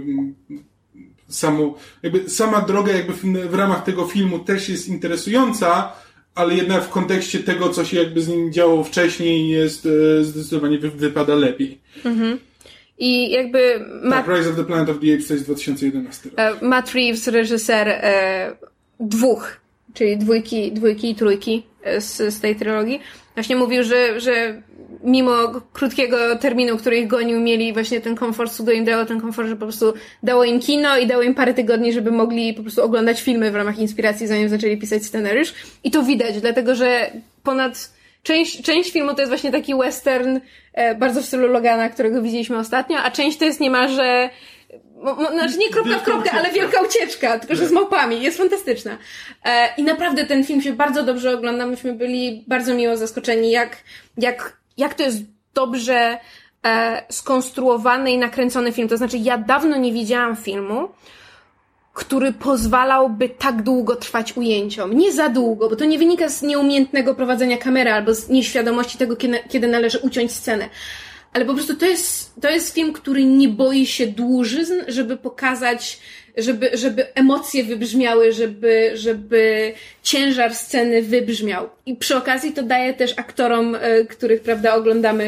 sama droga jakby w ramach tego filmu też jest interesująca, ale jednak w kontekście tego, co się jakby z nim działo wcześniej, jest zdecydowanie wypada lepiej. Mhm. I jakby... Tak, Rise of the Planet of the Apes to jest 2011 rok. Matt Reeves, reżyser dwóch, czyli dwójki i trójki z tej trylogii, właśnie mówił, że mimo krótkiego terminu, który ich gonił, mieli właśnie ten komfort, studio im dało ten komfort, że po prostu dało im kino i dało im parę tygodni, żeby mogli po prostu oglądać filmy w ramach inspiracji, zanim zaczęli pisać scenariusz. I to widać, dlatego że część filmu to jest właśnie taki western, bardzo w stylu Logana, którego widzieliśmy ostatnio, a część to jest niemalże, znaczy nie kropka w kropkę, ale wielka ucieczka, tylko że z małpami. Jest fantastyczna. I naprawdę ten film się bardzo dobrze ogląda. Myśmy byli bardzo miło zaskoczeni, jak to jest dobrze skonstruowany i nakręcony film. To znaczy, ja dawno nie widziałam filmu, który pozwalałby tak długo trwać ujęciom. Nie za długo, bo to nie wynika z nieumiejętnego prowadzenia kamery albo z nieświadomości tego, kiedy należy uciąć scenę. Ale po prostu to jest film, który nie boi się dłużyzn, żeby pokazać, żeby emocje wybrzmiały, żeby ciężar sceny wybrzmiał. I przy okazji to daje też aktorom, których, prawda, oglądamy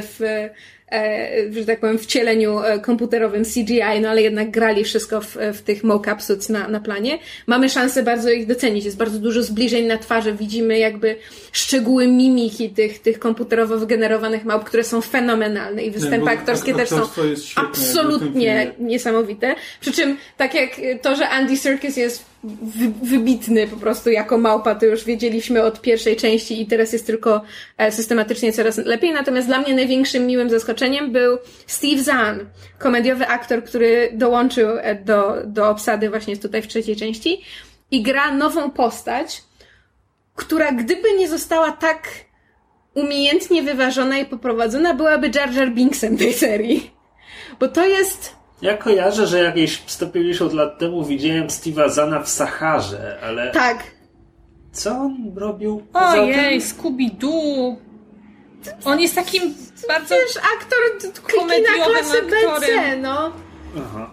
że tak powiem, wcieleniu komputerowym CGI, no ale jednak grali wszystko w tych mock-up suits na planie. Mamy szansę bardzo ich docenić. Jest bardzo dużo zbliżeń na twarzy. Widzimy jakby szczegóły mimiki tych komputerowo wygenerowanych małp, które są fenomenalne i występy aktorskie też są absolutnie niesamowite. Przy czym, tak jak to, że Andy Serkis jest wybitny po prostu jako małpa, to już wiedzieliśmy od pierwszej części i teraz jest tylko systematycznie coraz lepiej. Natomiast dla mnie największym miłym zaskoczeniem był Steve Zahn, komediowy aktor, który dołączył do obsady właśnie tutaj w trzeciej części i gra nową postać, która gdyby nie została tak umiejętnie wyważona i poprowadzona, byłaby Jar Jar Binksem tej serii. Bo to jest... Ja kojarzę, że jakieś 150 lat temu widziałem Steve'a Zahna w Saharze, ale... Tak. Co on robił? Ojej, Scooby-Doo. On jest takim bardzo... Wiesz, aktor kina klasy BC, no. Aha.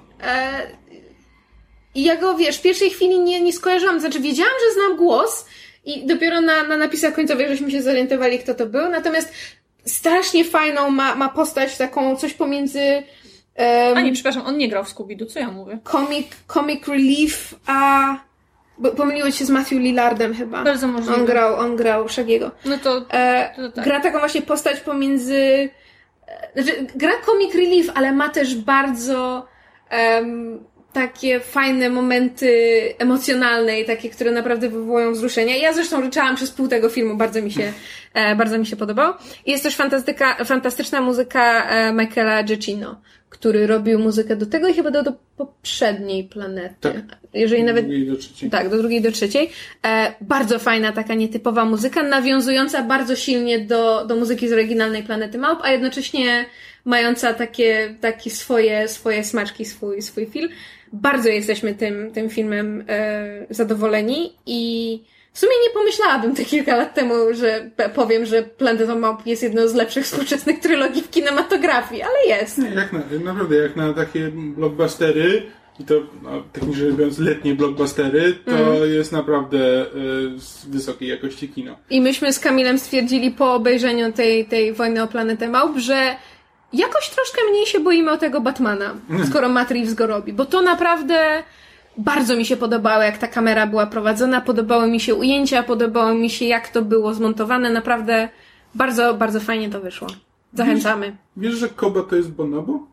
I ja go, wiesz, w pierwszej chwili nie skojarzyłam. Znaczy, wiedziałam, że znam głos i dopiero na napisach końcowych żeśmy się zorientowali, kto to był. Natomiast strasznie fajną ma postać, taką coś pomiędzy... A nie, przepraszam, on nie grał w Scooby-Doo, co ja mówię? Comic Relief, bo pomyliło się z Matthew Lillardem chyba. Bardzo możliwe. On grał Shaggy'ego. No to tak. Gra taką właśnie postać pomiędzy... Znaczy, gra Comic Relief, ale ma też bardzo takie fajne momenty emocjonalne i takie, które naprawdę wywołują wzruszenia. Ja zresztą ryczałam przez pół tego filmu, bardzo mi się podobał. I jest też fantastyczna muzyka Michaela Giacchino, który robił muzykę do tego i chyba do poprzedniej Planety. Tak. Jeżeli nawet... drugiej do trzeciej. Tak, do drugiej do trzeciej. Bardzo fajna, taka nietypowa muzyka, nawiązująca bardzo silnie do muzyki z oryginalnej Planety Małp, a jednocześnie mająca takie swoje smaczki, swój film. Bardzo jesteśmy tym filmem zadowoleni i w sumie nie pomyślałabym te kilka lat temu, że powiem, że Planeta Małp jest jedną z lepszych współczesnych trylogii w kinematografii, ale jest. Naprawdę, jak na takie blockbustery, i to technicznie rzecz biorąc letnie blockbustery, to jest naprawdę z wysokiej jakości kino. I myśmy z Kamilem stwierdzili po obejrzeniu tej Wojny o Planetę Małp, że jakoś troszkę mniej się boimy o tego Batmana, skoro Matt Reeves go robi, bo to naprawdę bardzo mi się podobało, jak ta kamera była prowadzona, podobały mi się ujęcia, podobało mi się, jak to było zmontowane, naprawdę bardzo, bardzo fajnie to wyszło. Zachęcamy. Wiesz, że Koba to jest bonobo?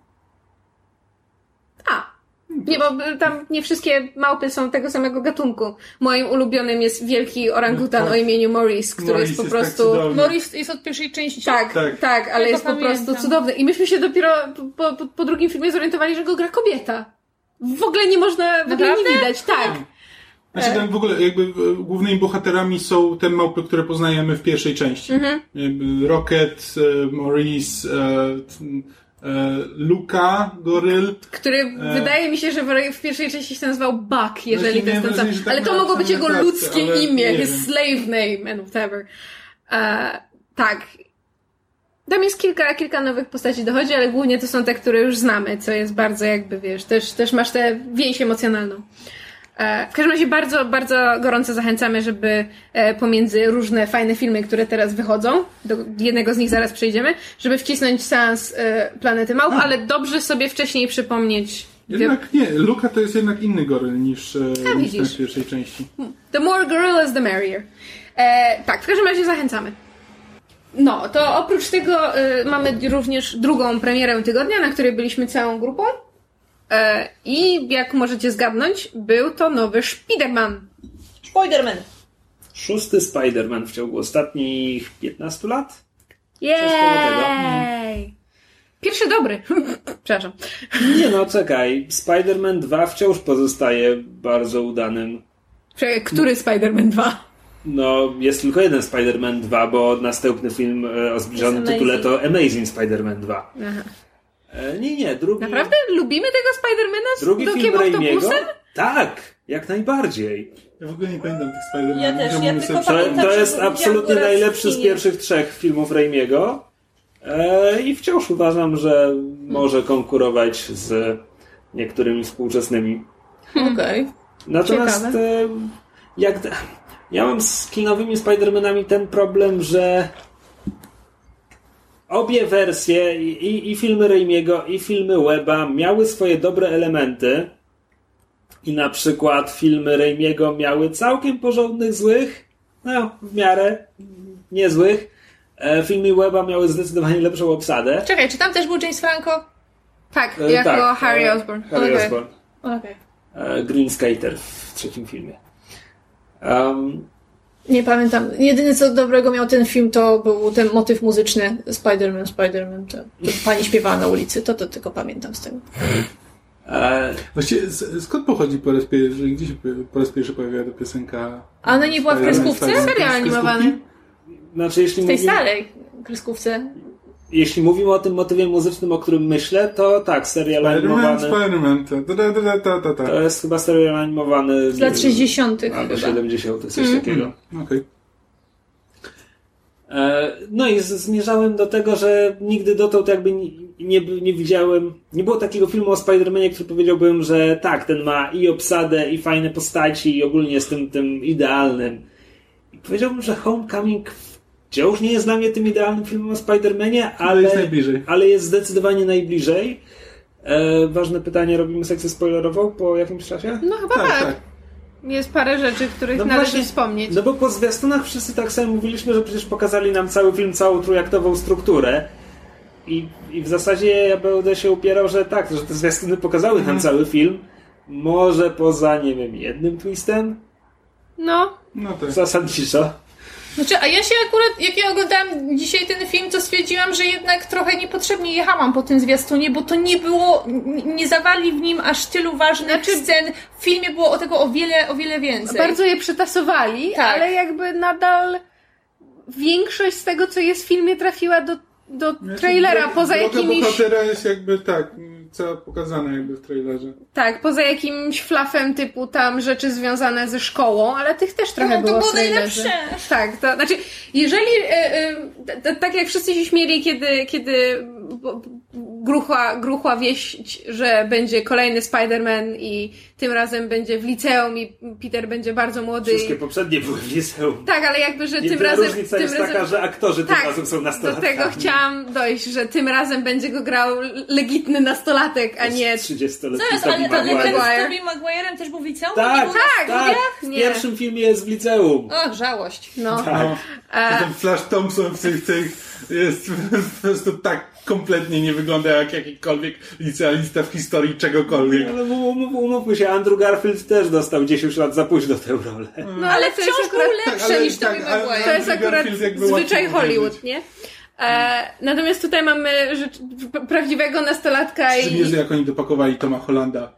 Nie, bo tam nie wszystkie małpy są tego samego gatunku. Moim ulubionym jest wielki orangutan o imieniu Maurice, który Maurice jest po jest prostu... tak Maurice jest od pierwszej części. Tak, ale jest po prostu cudowny. I myśmy się dopiero po drugim filmie zorientowali, że go gra kobieta. W ogóle nie można, w ogóle nie widać. Tak. Znaczy tam w ogóle jakby głównymi bohaterami są te małpy, które poznajemy w pierwszej części. Jakby Rocket, Maurice, Luka, goryl. Który wydaje mi się, że w pierwszej części się nazywał Buck, jeżeli to jest ten sam. Tak, Ale to mogło być jego ludzkie imię, his wiem. slave name and whatever. Tak. Tam jest kilka nowych postaci dochodzi, ale głównie to są te, które już znamy, co jest bardzo jakby, wiesz, też masz tę więź emocjonalną. W każdym razie bardzo, bardzo gorąco zachęcamy, żeby pomiędzy różne fajne filmy, które teraz wychodzą, do jednego z nich zaraz przejdziemy, żeby wcisnąć seans Planety Małp, ale dobrze sobie wcześniej przypomnieć. Jednak nie, Luka to jest jednak inny goryl niż ten w pierwszej części. The more gorillas, the merrier. Tak, w każdym razie zachęcamy. No, to oprócz tego mamy również drugą premierę tygodnia, na której byliśmy całą grupą. I jak możecie zgadnąć, był to nowy Spider-Man. Spider-Man. 6. Spider-Man w ciągu ostatnich 15 lat? Jej! Pierwszy dobry. Przepraszam. Nie no, czekaj. Spider-Man 2 wciąż pozostaje bardzo udanym. Który Spider-Man 2? No, jest tylko jeden Spider-Man 2, bo następny film o zbliżonym tytule to Amazing Spider-Man 2. Aha. Nie, drugi... Naprawdę? Lubimy tego Spider-Mana z Drugi Dociem film Raimiego? Octopusem? Tak, jak najbardziej. Ja w ogóle nie pamiętam tych Spider-Manów. Ja też, ja tylko To pamiętam, jest że absolutnie widziałam go raz najlepszy w z kinie. pierwszych 3 filmów Raimiego. I wciąż uważam, że może konkurować z niektórymi współczesnymi. Okej. Natomiast Ciekawe. ja mam z kinowymi Spider-Manami ten problem, że obie wersje, i filmy Raimiego, i filmy Webba miały swoje dobre elementy. I na przykład filmy Raimiego miały całkiem porządnych złych, no w miarę niezłych. Filmy Webba miały zdecydowanie lepszą obsadę. Czekaj, czy tam też był James Franco? Tak, jako Harry Osborn. Harry Okej. Osborn. Okej. Green Skater w 3. filmie. Nie pamiętam. Jedyne co dobrego miał ten film, to był ten motyw muzyczny Spider-Man. To pani śpiewała na ulicy. To tylko pamiętam z tego. Właściwie skąd pochodzi po raz pierwszy, gdzie się po raz pierwszy pojawiła ta piosenka? A ona nie była w kreskówce? Serial animowany. Znaczy, W tej starej kreskówce. Jeśli mówimy o tym motywie muzycznym, o którym myślę, to tak, serial animowany. Spider-Man. To jest chyba serial animowany Z lat 60. albo chyba. 70. Coś takiego. Okej. No i zmierzałem do tego, że nigdy dotąd jakby nie widziałem, nie było takiego filmu o Spider-Manie, który powiedziałbym, że tak, ten ma i obsadę, i fajne postaci, i ogólnie jest tym idealnym. I powiedziałbym, że Homecoming wciąż nie jest dla mnie tym idealnym filmem o Spider-Manie, ale jest zdecydowanie najbliżej. Ważne pytanie, robimy sekcję spoilerową po jakimś czasie? No chyba tak. Jest parę rzeczy, których należy wspomnieć. No bo po zwiastunach wszyscy tak samo mówiliśmy, że przecież pokazali nam cały film, całą trójaktową strukturę. I w zasadzie ja będę się upierał, że tak, że te zwiastuny pokazały nam cały film. Może poza, nie wiem, jednym twistem? No tak. Zasadniczo. Znaczy, a ja się akurat, jak ja oglądałam dzisiaj ten film, to stwierdziłam, że jednak trochę niepotrzebnie jechałam po tym zwiastunie, bo to nie było, nie zawarli w nim aż tylu ważnych scen. W filmie było tego o wiele więcej. Bardzo je przetasowali, tak. Ale jakby nadal większość z tego, co jest w filmie, trafiła do trailera, poza jakimiś... bohatera jest jakby tak, cała pokazana jakby w trailerze. Tak, poza jakimś flafem typu tam rzeczy związane ze szkołą, ale tych też trochę było w trailerze. Najlepsze. Tak, to znaczy, jeżeli tak jak wszyscy się śmieli, kiedy gruchła wieść, że będzie kolejny Spider-Man i tym razem będzie w liceum i Peter będzie bardzo młody. Wszystkie poprzednie były w liceum. Tak, ale jakby, że tym razem... różnica tym jest razem, taka, że aktorzy tym tak, razem są nastolatkami. Do tego chciałam dojść, że tym razem będzie go grał legitny nastolatek, a nie... 30-letni Zaraz, Tobey ale ten Maguire. z Tobey Maguire'em też był w liceum? Tak, Nie był tak. W Nie. pierwszym filmie jest w liceum. O, żałość. No. Tak. Ten Flash Thompson w tych jest po prostu tak kompletnie nie wygląda jak jakikolwiek licealista w historii czegokolwiek. Ale umówmy się, Andrew Garfield też dostał 10 lat za późno tę rolę. No ale to jest akurat lepsze niż Tobey Maguire. To jest akurat zwyczaj Hollywood, powiedzieć. nie? Natomiast tutaj mamy prawdziwego nastolatka Czy nie, że jak oni dopakowali Toma Hollanda.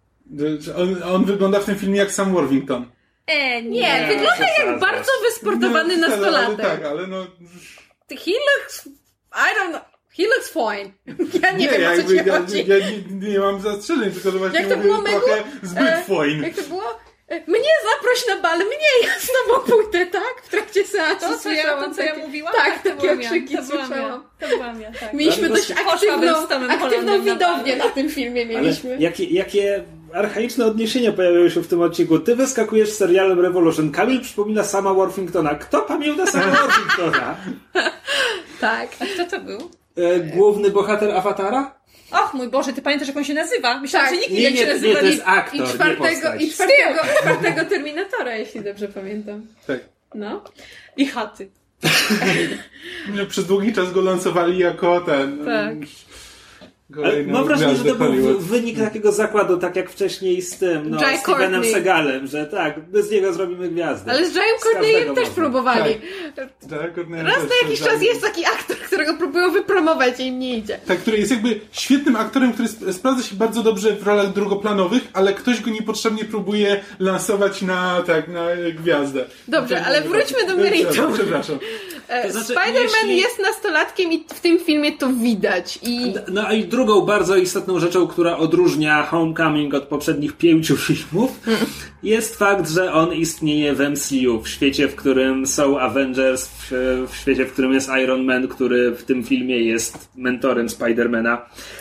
On wygląda w tym filmie jak Sam Worthington. Nie, wygląda jak bardzo wysportowany nastolatek. Tak, ale no... He looks... I don't know. He looks fine. Ja nie wiem, o co ci chodzi. Ja nie mam zastrzeżeń, tylko że właśnie Jak to mówię było, trochę zbyt fine. Jak to było? Mnie zaproś na bal, mnie, ja z tobą pójdę, tak? W trakcie seansu To, co ja mówiłam? Tak, to takie okrzyki to słyszałam. To byłam ja, tak. Mieliśmy dość aktywną widownię na tym filmie mieliśmy. Ale jakie archaiczne odniesienia pojawiają się w tym odcinku. Ty wyskakujesz z serialem Revolution. Kamil przypomina Sama Worthingtona. Kto pamięta Sama Worthingtona? Tak. A kto to był? Główny bohater Awatara? Och mój Boże, ty pamiętasz jak on się nazywa? Myślałam, Tak. że nikt nie wie, jak się nazywa. Nie, to jest aktor, I czwartego Terminatora, jeśli dobrze pamiętam. Tak. No. I chaty. Przez długi czas go lansowali jako ten... Tak. Mam wrażenie, że to był wynik takiego zakładu, tak jak wcześniej z tym, Jai Stevenem Courtney. Segalem, że tak, z niego zrobimy gwiazdę. Ale z Jai'em Courtneyem też można. próbowali. Raz Na jakiś czas jest taki aktor, którego próbują wypromować i im nie idzie. Tak, który jest jakby świetnym aktorem, który sprawdza się bardzo dobrze w rolach drugoplanowych, ale ktoś go niepotrzebnie próbuje lansować na gwiazdę. Dobrze, ale wróćmy do meritum. Przepraszam. To znaczy, Spider-Man jest nastolatkiem i w tym filmie to widać. No i drugą bardzo istotną rzeczą, która odróżnia Homecoming od poprzednich 5 filmów, jest fakt, że on istnieje w MCU, w świecie, w którym są Avengers, w świecie, w którym jest Iron Man, który w tym filmie jest mentorem Spider-Mana.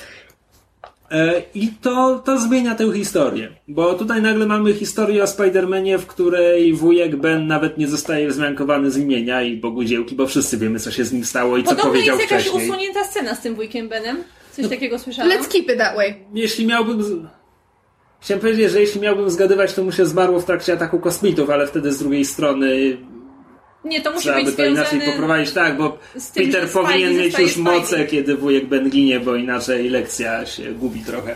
I to zmienia tę historię, bo tutaj nagle mamy historię o Spider-Manie, w której wujek Ben nawet nie zostaje wzmiankowany z imienia i Bogu dziełki, bo wszyscy wiemy, co się z nim stało i co Podobno powiedział jest jakaś wcześniej. usunięta scena z tym wujkiem Benem. Coś takiego słyszałam. Let's keep it that way. Jeśli miałbym... Chciałem powiedzieć, że jeśli miałbym zgadywać, to mu się zmarło w trakcie ataku kosmitów, ale wtedy z drugiej strony Nie, to musi trzeba być by to inaczej związane poprowadzić, tak, bo z tym, Peter że Spidey powinien mieć zostaje już moce, Spidey. kiedy wujek Ben ginie, bo inaczej lekcja się gubi trochę.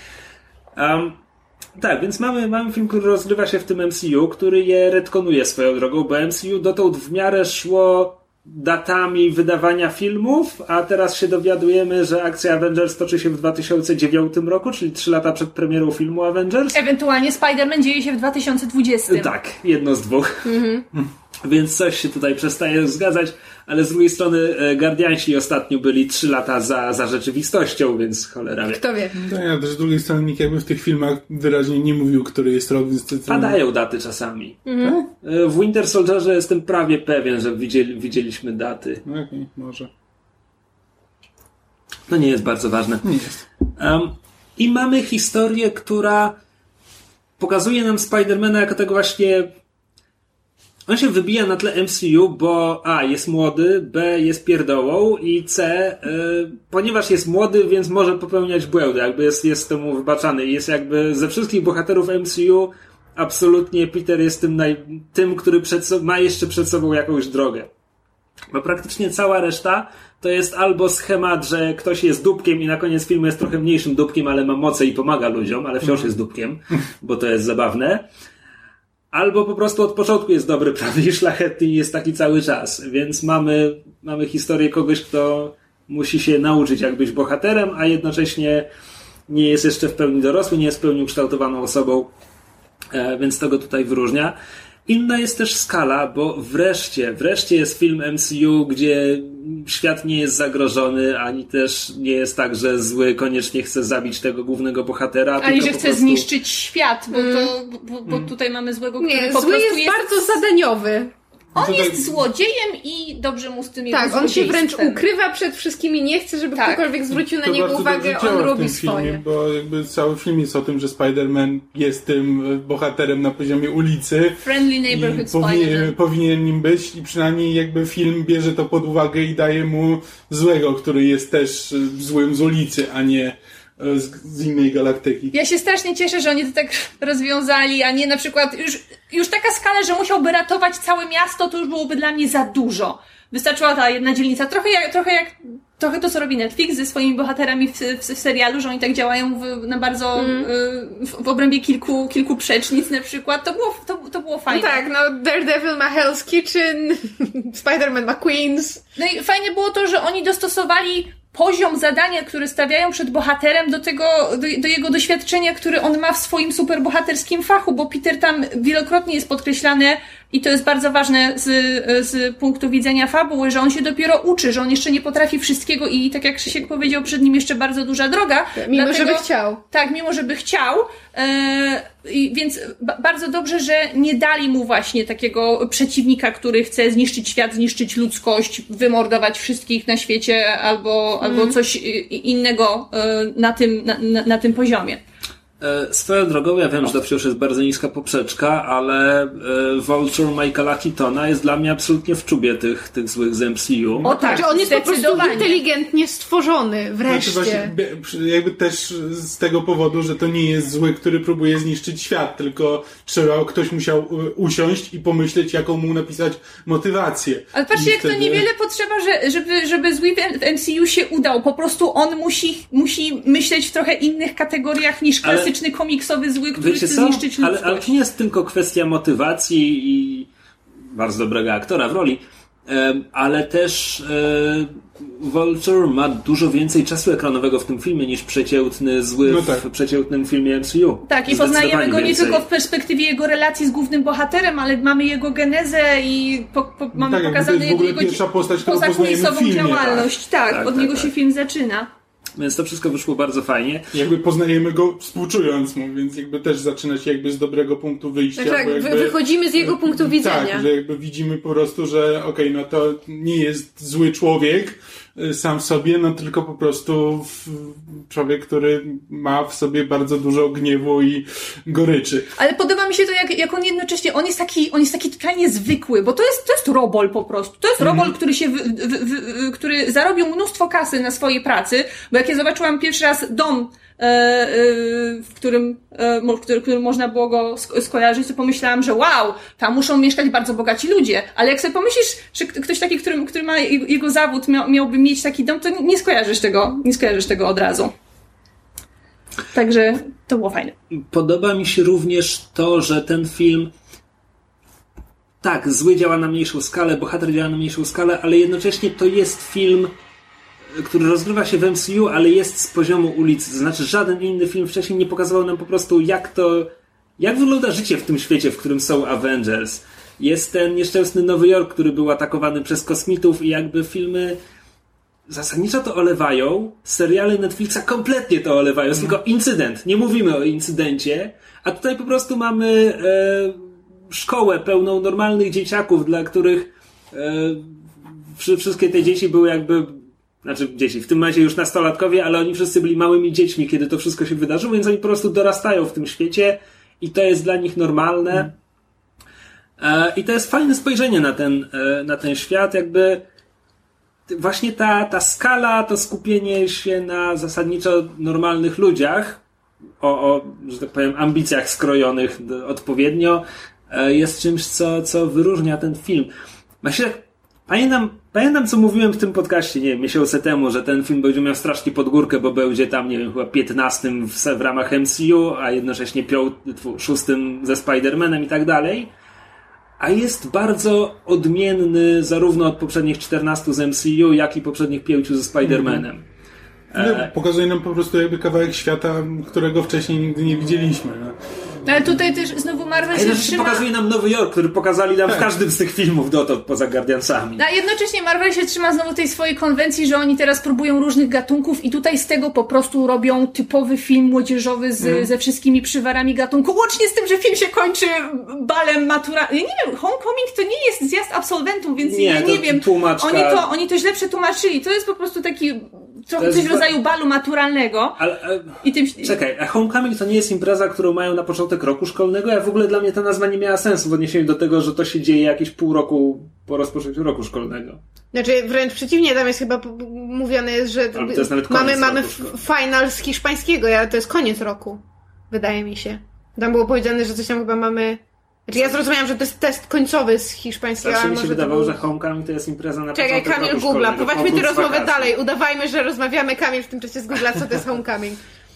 Tak, więc mamy film, który rozgrywa się w tym MCU, który je retkonuje swoją drogą, bo MCU dotąd w miarę szło datami wydawania filmów, a teraz się dowiadujemy, że akcja Avengers toczy się w 2009 roku, czyli 3 lata przed premierą filmu Avengers. Ewentualnie Spider-Man dzieje się w 2020. Tak, jedno z dwóch. Więc coś się tutaj przestaje zgadzać, ale z drugiej strony Guardiansi ostatnio byli 3 lata za rzeczywistością, więc cholera wie. Kto wie? No, też z drugiej strony nikt jakby w tych filmach wyraźnie nie mówił, który jest rok, więc Padają daty czasami. W Winter Soldierze jestem prawie pewien, że widzieliśmy daty. No okej, może. To nie jest bardzo ważne. Nie jest. I mamy historię, która pokazuje nam Spidermana jako tego właśnie... On się wybija na tle MCU, bo A, jest młody, B, jest pierdołą i C, ponieważ jest młody, więc może popełniać błędy, jakby jest temu wybaczany. Jest jakby ze wszystkich bohaterów MCU absolutnie Peter jest tym który ma jeszcze przed sobą jakąś drogę. Bo praktycznie cała reszta to jest albo schemat, że ktoś jest dupkiem i na koniec filmu jest trochę mniejszym dupkiem, ale ma moce i pomaga ludziom, ale wciąż jest dupkiem, bo to jest zabawne. Albo po prostu od początku jest dobry, prawy i szlachetny i jest taki cały czas. Więc mamy historię kogoś, kto musi się nauczyć jak być bohaterem, a jednocześnie nie jest jeszcze w pełni dorosły, nie jest w pełni ukształtowaną osobą, więc to go tutaj wyróżnia. Inna jest też skala, bo wreszcie jest film MCU, gdzie świat nie jest zagrożony, ani też nie jest tak, że zły koniecznie chce zabić tego głównego bohatera. Ani tylko że chce zniszczyć świat, bo tutaj mamy złego, który Nie, po zły prostu jest bardzo zadaniowy. On jest złodziejem i dobrze mu z tym jego Tak, on się wręcz złodziejstwem. ukrywa przed wszystkimi, nie chce, żeby ktokolwiek zwrócił na To niego bardzo uwagę, dobrze on działa w robi tym filmie, swoje. bo jakby cały film jest o tym, że Spider-Man jest tym bohaterem na poziomie ulicy. Friendly neighborhood I Spider-Man. powinien nim być i przynajmniej jakby film bierze to pod uwagę i daje mu złego, który jest też złym z ulicy, a nie z innej galaktyki. Ja się strasznie cieszę, że oni to tak rozwiązali, a nie na przykład już taka skala, że musiałby ratować całe miasto, to już byłoby dla mnie za dużo. Wystarczyła ta jedna dzielnica. Trochę to, co robi Netflix ze swoimi bohaterami w serialu, że oni tak działają na bardzo w obrębie kilku przecznic na przykład. To było fajne. No tak, Daredevil ma Hell's Kitchen, Spider-Man ma Queens. No i fajne było to, że oni dostosowali poziom zadania, który stawiają przed bohaterem do jego doświadczenia, który on ma w swoim superbohaterskim fachu, bo Peter tam wielokrotnie jest podkreślane, i to jest bardzo ważne z punktu widzenia fabuły, że on się dopiero uczy, że on jeszcze nie potrafi wszystkiego i tak jak Krzysiek powiedział, przed nim jeszcze bardzo duża droga. Mimo, żeby chciał. Tak, mimo, żeby chciał. Więc bardzo dobrze, że nie dali mu właśnie takiego przeciwnika, który chce zniszczyć świat, zniszczyć ludzkość, wymordować wszystkich na świecie albo coś innego na tym poziomie. Swoją drogą, ja wiem, że to przecież jest bardzo niska poprzeczka, ale Vulture Michaela Keatona jest dla mnie absolutnie w czubie tych złych z MCU. O tak, on jest po prostu inteligentnie stworzony wreszcie. Znaczy właśnie, jakby też z tego powodu, że to nie jest zły, który próbuje zniszczyć świat, tylko ktoś musiał usiąść i pomyśleć, jaką mu napisać motywację. Ale patrzcie, jak to niewiele potrzeba, żeby zły w MCU się udał. Po prostu on musi myśleć w trochę innych kategoriach niż klasyczny komiksowy zły, który chce zniszczyć ludzkość. Ale to nie jest tylko kwestia motywacji i bardzo dobrego aktora w roli, ale też Vulture ma dużo więcej czasu ekranowego w tym filmie niż przeciętny zły w przeciętnym filmie MCU. Tak, i poznajemy go nie tylko w perspektywie jego relacji z głównym bohaterem, ale mamy jego genezę i mamy pokazane jego pozakulisową działalność. Tak, od niego się film zaczyna. Więc to wszystko wyszło bardzo fajnie. Jakby poznajemy go współczując mu, więc jakby też zaczyna się jakby z dobrego punktu wyjścia. Tak, wychodzimy z jego punktu widzenia. Tak, że jakby widzimy po prostu, że no to nie jest zły człowiek sam w sobie, no tylko po prostu człowiek, który ma w sobie bardzo dużo gniewu i goryczy. Ale podoba mi się to, jak on jednocześnie, on jest taki totalnie zwykły, bo to jest robol po prostu. To jest robol, który zarobił mnóstwo kasy na swojej pracy, bo jak ja zobaczyłam pierwszy raz dom, w którym można było go skojarzyć, to pomyślałam, że wow, tam muszą mieszkać bardzo bogaci ludzie, ale jak sobie pomyślisz, że ktoś taki, który ma jego zawód, miałby mieć taki dom, to nie skojarzysz tego od razu. Także to było fajne. Podoba mi się również to, że ten film tak, zły działa na mniejszą skalę, bohater działa na mniejszą skalę, ale jednocześnie to jest film, który rozgrywa się w MCU, ale jest z poziomu ulicy. To znaczy, żaden inny film wcześniej nie pokazywał nam po prostu, jak wygląda życie w tym świecie, w którym są Avengers. Jest ten nieszczęsny Nowy Jork, który był atakowany przez kosmitów i jakby filmy zasadniczo to olewają. Seriale Netflixa kompletnie to olewają. Jest tylko incydent. Nie mówimy o incydencie. A tutaj po prostu mamy szkołę pełną normalnych dzieciaków, dla których wszystkie te dzieci były jakby dzieci, w tym momencie już nastolatkowie, ale oni wszyscy byli małymi dziećmi, kiedy to wszystko się wydarzyło, więc oni po prostu dorastają w tym świecie i to jest dla nich normalne. I to jest fajne spojrzenie na ten świat, jakby właśnie ta skala, to skupienie się na zasadniczo normalnych ludziach, że tak powiem, ambicjach skrojonych odpowiednio, jest czymś, co wyróżnia ten film. Pamiętam, co mówiłem w tym podcaście, nie wiem, miesiące temu, że ten film będzie miał strasznie pod górkę, bo będzie tam, nie wiem, chyba 15 w ramach MCU, a jednocześnie 6 ze Spider-Manem i tak dalej. A jest bardzo odmienny zarówno od poprzednich 14 z MCU, jak i poprzednich 5 ze Spider-Manem. Pokazuje nam po prostu jakby kawałek świata, którego wcześniej nigdy nie widzieliśmy. No. Ale tutaj też znowu Marvel się trzyma... pokazuje nam Nowy Jork, który pokazali nam w każdym z tych filmów dotąd, poza Guardiansami. A jednocześnie Marvel się trzyma znowu tej swojej konwencji, że oni teraz próbują różnych gatunków i tutaj z tego po prostu robią typowy film młodzieżowy ze wszystkimi przywarami gatunku. Łącznie z tym, że film się kończy balem maturalnym. Ja nie wiem, Homecoming to nie jest zjazd absolwentów, więc ja nie wiem. Tłumaczka... Oni to źle przetłumaczyli. To jest po prostu taki... Trochę coś w rodzaju balu maturalnego. Czekaj, a Homecoming to nie jest impreza, którą mają na początek roku szkolnego? W ogóle dla mnie ta nazwa nie miała sensu w odniesieniu do tego, że to się dzieje jakieś pół roku po rozpoczęciu roku szkolnego. Znaczy wręcz przeciwnie, tam jest chyba mówione jest, że to jest nawet mamy final z hiszpańskiego, to jest koniec roku. Wydaje mi się. Tam było powiedziane, że coś tam chyba mamy... Znaczy ja zrozumiałam, że to jest test końcowy z hiszpańskiego. Zawsze mi się wydawało, że Homecoming to jest impreza na początek roku szkolnego. Kamil googla, prowadźmy tę rozmowę dalej. Udawajmy, że rozmawiamy, Kamil w tym czasie z googla, co to jest Homecoming.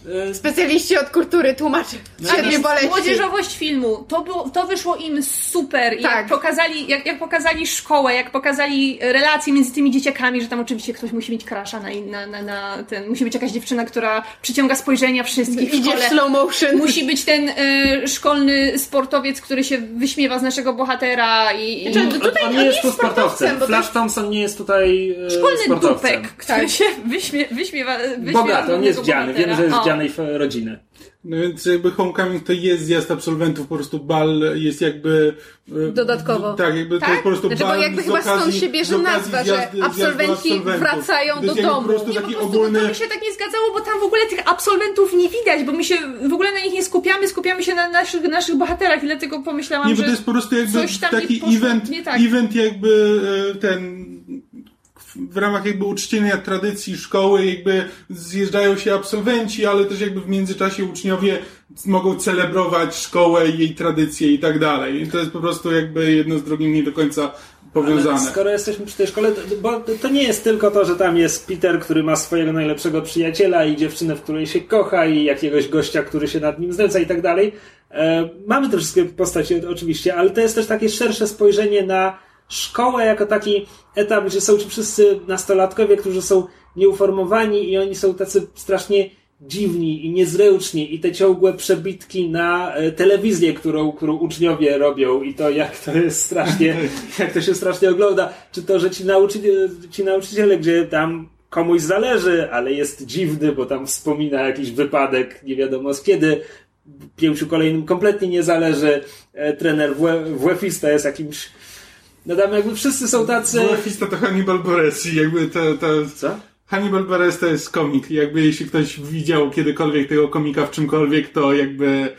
Specjaliści od kultury tłumaczy. Młodzieżowość filmu. To wyszło im super. Tak. Jak pokazali szkołę, jak pokazali relacje między tymi dzieciakami, że tam oczywiście ktoś musi mieć crusha na ten, musi być jakaś dziewczyna, która przyciąga spojrzenia wszystkich w Idzie szkole. w slow motion. Musi być ten szkolny sportowiec, który się wyśmiewa z naszego bohatera i On nie jest tu sportowcem. Flash Thompson nie jest tutaj szkolny sportowcem. dupek, który się wyśmiewa Bogaty, on jest bohatera. dziany. Wiemy, że jest dzianej rodziny. No więc jakby Homecoming to jest zjazd absolwentów, po prostu bal jest jakby... Dodatkowo. Tak, jakby to jest po prostu Znaczy, bal bo jakby z chyba okazji, stąd się bierze nazwa, że absolwenci wracają do domu. Po prostu Nie, taki po prostu ogólny... to mi się tak nie zgadzało, bo tam w ogóle tych absolwentów nie widać, bo my się w ogóle na nich nie skupiamy się na naszych bohaterach i dlatego pomyślałam, Nie, bo że to jest po prostu jakby coś tam taki nie poszło event, nie tak. event jakby w ramach jakby uczczenia tradycji szkoły jakby zjeżdżają się absolwenci, ale też jakby w międzyczasie uczniowie mogą celebrować szkołę, jej tradycje i tak dalej. I to jest po prostu jakby jedno z drugim nie do końca powiązane. Ale skoro jesteśmy przy tej szkole, bo to nie jest tylko to, że tam jest Peter, który ma swojego najlepszego przyjaciela i dziewczynę, w której się kocha i jakiegoś gościa, który się nad nim znęca i tak dalej. Mamy te wszystkie postacie oczywiście, ale to jest też takie szersze spojrzenie na szkołę jako taki etap, gdzie są ci wszyscy nastolatkowie, którzy są nieuformowani i oni są tacy strasznie dziwni i niezręczni i te ciągłe przebitki na telewizję, którą uczniowie robią i to jak to jest strasznie, jak to się strasznie ogląda. Czy to, że ci nauczyciele, gdzie tam komuś zależy, ale jest dziwny, bo tam wspomina jakiś wypadek, nie wiadomo z kiedy, 5 kolejnym kompletnie nie zależy, trener WF-ista jest jakimś, no tam jakby wszyscy są tacy... WF-ista to Hannibal Buress i jakby to... Co? Hannibal Buress to jest komik. Jakby jeśli ktoś widział kiedykolwiek tego komika w czymkolwiek, to jakby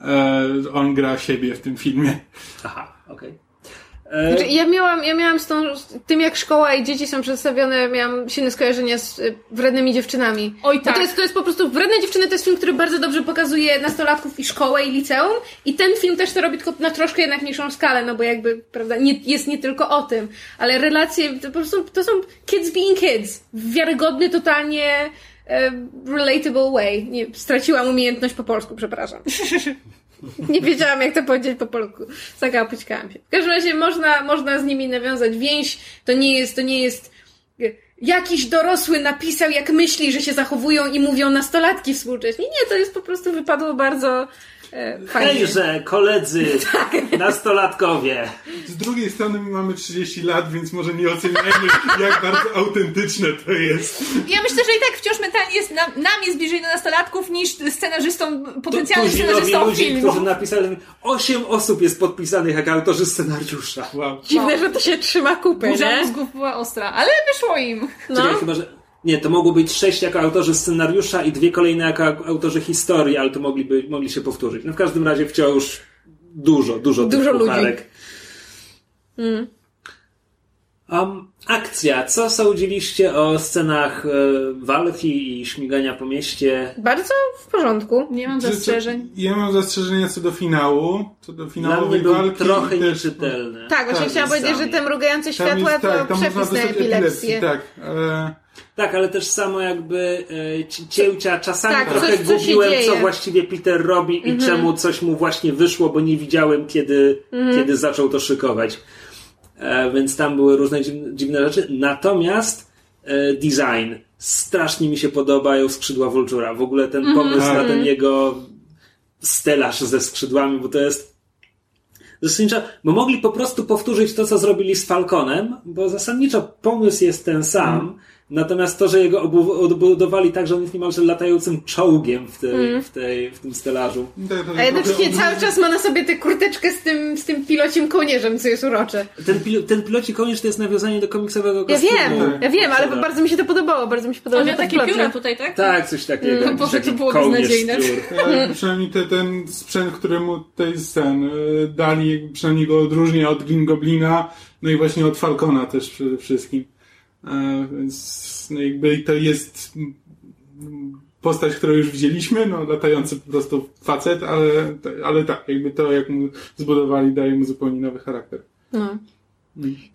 on gra siebie w tym filmie. Aha, okej. Znaczy, ja miałam z tym, jak szkoła i dzieci są przedstawione, miałam silne skojarzenia z Wrednymi dziewczynami. Oj, tak. Bo to jest po prostu, Wredne dziewczyny to jest film, który bardzo dobrze pokazuje nastolatków i szkołę i liceum i ten film też to robi tylko na troszkę jednak mniejszą skalę, no bo jakby, prawda, jest nie tylko o tym, ale relacje, to po prostu, to są kids being kids. W wiarygodny, totalnie relatable way. Nie, straciłam umiejętność po polsku, przepraszam. Nie wiedziałam, jak to powiedzieć po polsku. Zagapićkałam się. W każdym razie można z nimi nawiązać więź. To nie jest jakiś dorosły napisał, jak myśli, że się zachowują i mówią nastolatki współcześnie. Nie, to jest po prostu wypadło bardzo fajnie. Hejże, koledzy, nastolatkowie. Z drugiej strony my mamy 30 lat, więc może nie oceniajmy, jak bardzo autentyczne to jest. Ja myślę, że i tak wciąż mentalnie nam jest bliżej do nastolatków niż scenarzystom, potencjalnym scenarzystom ludzi, filmu. którzy napisali, 8 osób jest podpisanych jako autorzy scenariusza. Wow. Dziwne, że to się trzyma kupy, Burza nie? mózgów była ostra, ale wyszło im. Czekaj, chyba, że... Nie, to mogło być 6 jako autorzy scenariusza i 2 kolejne jako autorzy historii, ale to mogli się powtórzyć. No w każdym razie wciąż dużo tych kucharek. Ludzi. Akcja. Co sądziliście o scenach walki i śmigania po mieście? Bardzo w porządku. Nie mam zastrzeżeń. Ja mam zastrzeżenia co do finału. Co do Dla finałowej mnie był walki. trochę i też, nieczytelny. Tak, właśnie chciałam powiedzieć, że te mrugające światła to przepis na epilepsję. Tak, Tak, ale też samo jakby cięcia czasami Tak, trochę co się gubiłem, dzieje. co właściwie Peter robi i czemu coś mu właśnie wyszło, bo nie widziałem, kiedy zaczął to szykować. Więc tam były różne dziwne rzeczy. Natomiast design. Strasznie mi się podobają skrzydła Vulture'a. W ogóle ten pomysł na ten jego stelaż ze skrzydłami, bo to jest zasadniczo, bo mogli po prostu powtórzyć to, co zrobili z Falconem, bo zasadniczo pomysł jest ten sam, natomiast to, że jego odbudowali tak, że on jest niemalże latającym czołgiem w tym stelażu. A jednocześnie cały czas ma na sobie tę kurteczkę z tym pilocim kołnierzem, co jest urocze. Ten piloci kołnierz to jest nawiązanie do komiksowego kostiumu. Ja wiem, ale bardzo mi się to podobało. Bardzo mi się podobało, On że miał to takie pióra tutaj, tak? Tak, coś takiego. Boże, to Taki było kołnierz beznadziejne. z piór. przynajmniej ten sprzęt, który mu tutaj dali, przynajmniej go odróżnia od Green Goblina, no i właśnie od Falcona też przede wszystkim. Więc no jakby to jest postać, którą już widzieliśmy, no latający po prostu facet, ale tak, jakby to jak mu zbudowali, daje mu zupełnie nowy charakter. No. I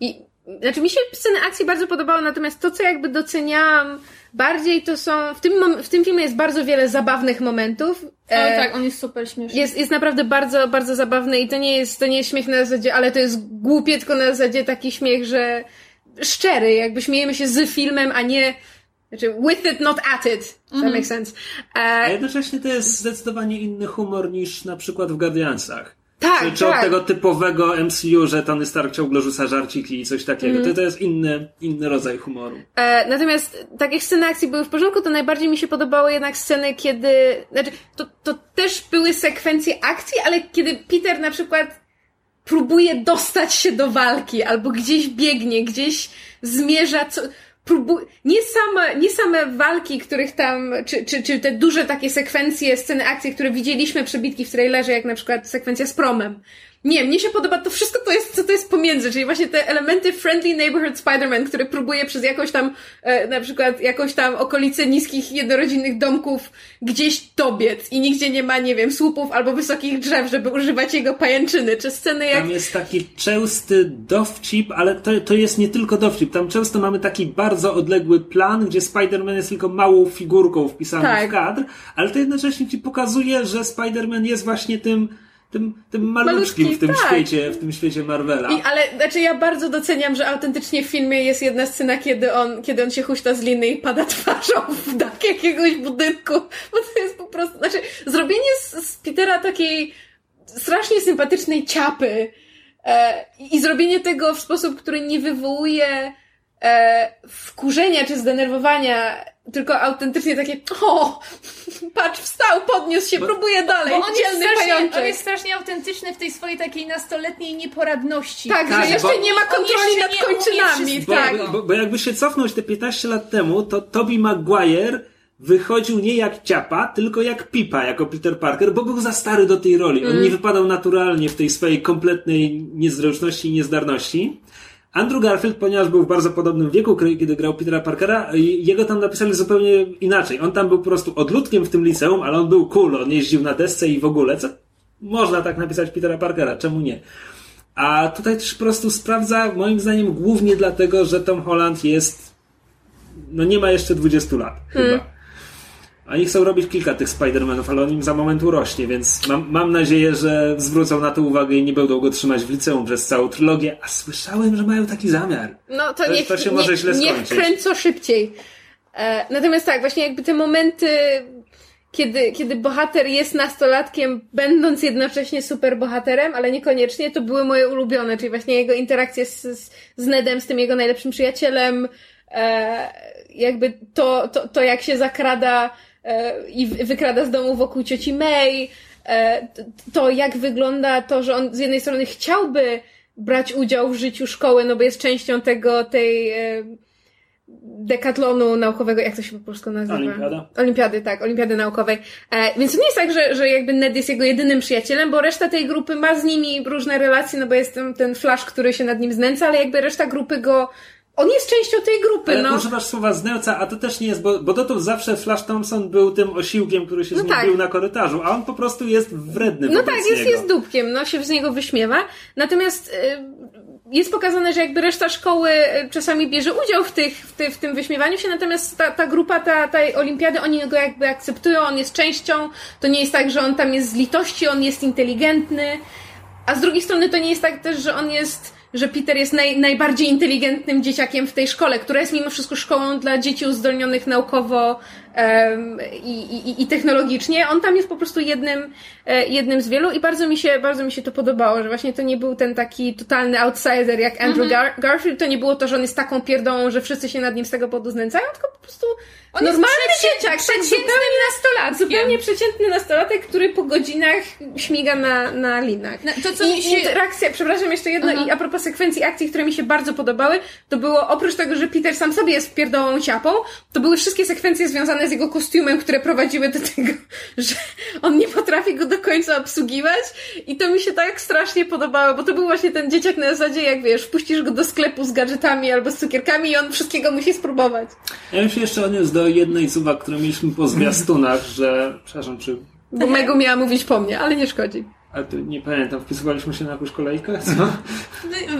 Znaczy mi się sceny akcji bardzo podobały, natomiast to, co jakby doceniałam bardziej, to są... W tym filmie jest bardzo wiele zabawnych momentów. Tak, on jest super śmieszny. Jest naprawdę bardzo, bardzo zabawny i to nie jest śmiech na zasadzie, ale to jest głupie, tylko na zasadzie taki śmiech, że szczery, jakby śmiejemy się z filmem, a nie... Znaczy, with it, not at it. That makes sense. A jednocześnie to jest zdecydowanie inny humor niż na przykład w Guardiansach. Tak, czy od tego typowego MCU, że Tony Stark ciągle rzuca żarciki i coś takiego. To jest inny rodzaj humoru. Natomiast takie sceny akcji były w porządku, to najbardziej mi się podobały jednak sceny, kiedy... Znaczy, to też były sekwencje akcji, ale kiedy Peter na przykład próbuje dostać się do walki, albo gdzieś biegnie, gdzieś zmierza... Nie same walki, których tam, czy te duże takie sekwencje, sceny akcji, które widzieliśmy, przebitki w trailerze, jak na przykład sekwencja z promem. Nie, mnie się podoba to wszystko, co to jest pomiędzy, czyli właśnie te elementy Friendly Neighborhood Spider-Man, który próbuje przez jakąś tam, na przykład jakąś tam okolicę niskich, jednorodzinnych domków gdzieś dobiec i nigdzie nie ma, nie wiem, słupów albo wysokich drzew, żeby używać jego pajęczyny, czy sceny jak... Tam jest taki częsty dowcip, ale to jest nie tylko dowcip. Tam często mamy taki bardzo odległy plan, gdzie Spider-Man jest tylko małą figurką wpisaną w kadr, ale to jednocześnie ci pokazuje, że Spider-Man jest właśnie tym maluczkim w tym świecie Marvela. Ale znaczy ja bardzo doceniam, że autentycznie w filmie jest jedna scena, kiedy on się huśta z liny i pada twarzą w dach jakiegoś budynku, bo to jest po prostu, znaczy zrobienie z Petera takiej strasznie sympatycznej ciapy i zrobienie tego w sposób, który nie wywołuje wkurzenia czy zdenerwowania, tylko autentycznie takie patrz, wstał, podniósł się, próbuje dalej, on jest strasznie autentyczny w tej swojej takiej nastoletniej nieporadności. Tak, że jeszcze nie ma kontroli nad kończynami. Bo jakby się cofnąć te 15 lat temu, to Tobey Maguire wychodził nie jak ciapa, tylko jak pipa, jako Peter Parker, bo był za stary do tej roli. On nie wypadał naturalnie w tej swojej kompletnej niezręczności i niezdarności. Andrew Garfield, ponieważ był w bardzo podobnym wieku, kiedy grał Petera Parkera, jego tam napisali zupełnie inaczej. On tam był po prostu odludkiem w tym liceum, ale on był cool, on jeździł na desce i w ogóle, co można tak napisać Petera Parkera, czemu nie? A tutaj też po prostu sprawdza, moim zdaniem, głównie dlatego, że Tom Holland jest, nie ma jeszcze 20 lat, chyba. Oni chcą robić kilka tych Spider-Manów, ale on im za moment urośnie, więc mam nadzieję, że zwrócą na to uwagę i nie będą go trzymać w liceum przez całą trylogię, a słyszałem, że mają taki zamiar. No to się może źle skończyć. Niech kręcą szybciej. Natomiast tak, właśnie jakby te momenty, kiedy bohater jest nastolatkiem, będąc jednocześnie superbohaterem, ale niekoniecznie, to były moje ulubione, czyli właśnie jego interakcje z Nedem, z tym jego najlepszym przyjacielem, jakby to jak się zakrada i wykrada z domu wokół cioci May, to jak wygląda to, że on z jednej strony chciałby brać udział w życiu szkoły, bo jest częścią tej dekatlonu naukowego, jak to się po polsku nazywa? Olimpiady naukowej. Więc to nie jest tak, że jakby Ned jest jego jedynym przyjacielem, bo reszta tej grupy ma z nimi różne relacje, bo jest ten Flash, który się nad nim znęca, ale jakby reszta grupy on jest częścią tej grupy, ale używasz słowa znęca, a to też nie jest, bo dotąd zawsze Flash Thompson był tym osiłkiem, który się z nim bił na korytarzu, a on po prostu jest wredny jest dupkiem, się z niego wyśmiewa. Natomiast jest pokazane, że jakby reszta szkoły czasami bierze udział w tym wyśmiewaniu się, natomiast ta grupa, tej olimpiady, oni go jakby akceptują, on jest częścią, to nie jest tak, że on tam jest z litości, on jest inteligentny, a z drugiej strony to nie jest tak też, że Peter jest najbardziej inteligentnym dzieciakiem w tej szkole, która jest mimo wszystko szkołą dla dzieci uzdolnionych naukowo i technologicznie. On tam jest po prostu jednym z wielu i bardzo mi się to podobało, że właśnie to nie był ten taki totalny outsider jak Andrew Garfield, to nie było to, że on jest taką pierdołą, że wszyscy się nad nim z tego powodu znęcają, tylko po prostu on normalny dzieciak, zupełnie przeciętny nastolatek, który po godzinach śmiga na linach. Interakcja, przepraszam, jeszcze jedno, i a propos sekwencji akcji, które mi się bardzo podobały, to było oprócz tego, że Peter sam sobie jest pierdołą ciapą, to były wszystkie sekwencje związane z jego kostiumem, które prowadziły do tego, że on nie potrafi go do końca obsługiwać i to mi się tak strasznie podobało, bo to był właśnie ten dzieciak na zasadzie, jak wiesz, wpuścisz go do sklepu z gadżetami albo z cukierkami i on wszystkiego musi spróbować. Ja bym się jeszcze odniósł do jednej z uwag, które mieliśmy po zwiastunach, że... Przepraszam, czy... Bo Megu miała mówić po mnie, ale nie szkodzi. Ale to nie pamiętam, wpisywaliśmy się na jakąś kolejkę? Co?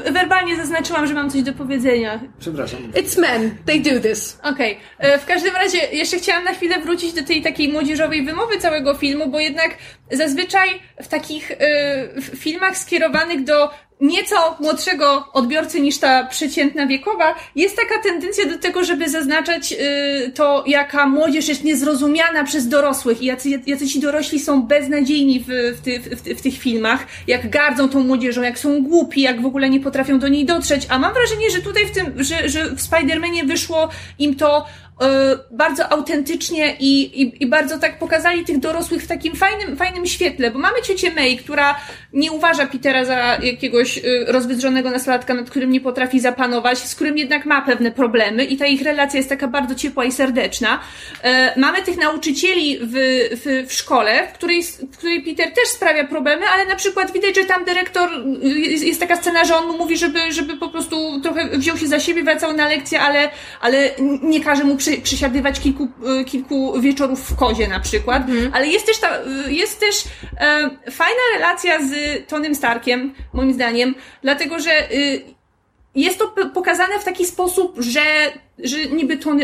werbalnie zaznaczyłam, że mam coś do powiedzenia. Przepraszam. It's men, they do this. Okej. W każdym razie jeszcze chciałam na chwilę wrócić do tej takiej młodzieżowej wymowy całego filmu, bo jednak zazwyczaj w takich filmach skierowanych do nieco młodszego odbiorcy niż ta przeciętna wiekowa, jest taka tendencja do tego, żeby zaznaczać to, jaka młodzież jest niezrozumiana przez dorosłych i jacy ci dorośli są beznadziejni w tych filmach, jak gardzą tą młodzieżą, jak są głupi, jak w ogóle nie potrafią do niej dotrzeć, a mam wrażenie, że tutaj że w Spider-Manie wyszło im to bardzo autentycznie i bardzo tak pokazali tych dorosłych w takim fajnym świetle, bo mamy ciocię May, która nie uważa Petera za jakiegoś rozwydrzonego nastolatka, nad którym nie potrafi zapanować, z którym jednak ma pewne problemy i ta ich relacja jest taka bardzo ciepła i serdeczna. Mamy tych nauczycieli w szkole, w której Peter też sprawia problemy, ale na przykład widać, że tam dyrektor, jest taka scena, że on mu mówi, żeby po prostu trochę wziął się za siebie, wracał na lekcję, ale nie każe mu przysiadywać kilku wieczorów w kozie na przykład, ale jest też fajna relacja z Tonym Starkiem, moim zdaniem, dlatego, że jest to pokazane w taki sposób, że niby Tony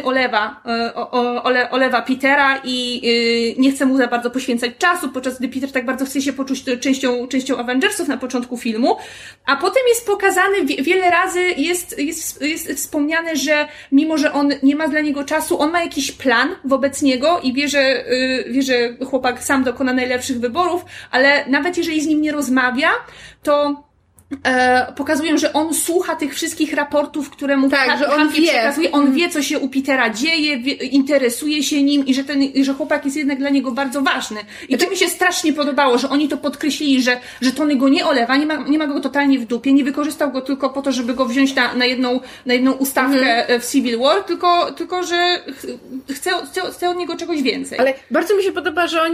olewa Petera i nie chce mu za bardzo poświęcać czasu, podczas gdy Peter tak bardzo chce się poczuć częścią Avengersów na początku filmu, a potem jest pokazane wiele razy, jest wspomniane, że mimo, że on nie ma dla niego czasu, on ma jakiś plan wobec niego i wie, że chłopak sam dokona najlepszych wyborów, ale nawet jeżeli z nim nie rozmawia, to pokazują, że on słucha tych wszystkich raportów, które mu że on wie. przekazuje. On wie, co się u Petera dzieje, interesuje się nim i że chłopak jest jednak dla niego bardzo ważny. I to mi się strasznie podobało, że oni to podkreślili, że Tony go nie olewa, nie ma go totalnie w dupie, nie wykorzystał go tylko po to, żeby go wziąć na jedną ustawkę w Civil War, tylko że chce od niego czegoś więcej. Ale bardzo mi się podoba, że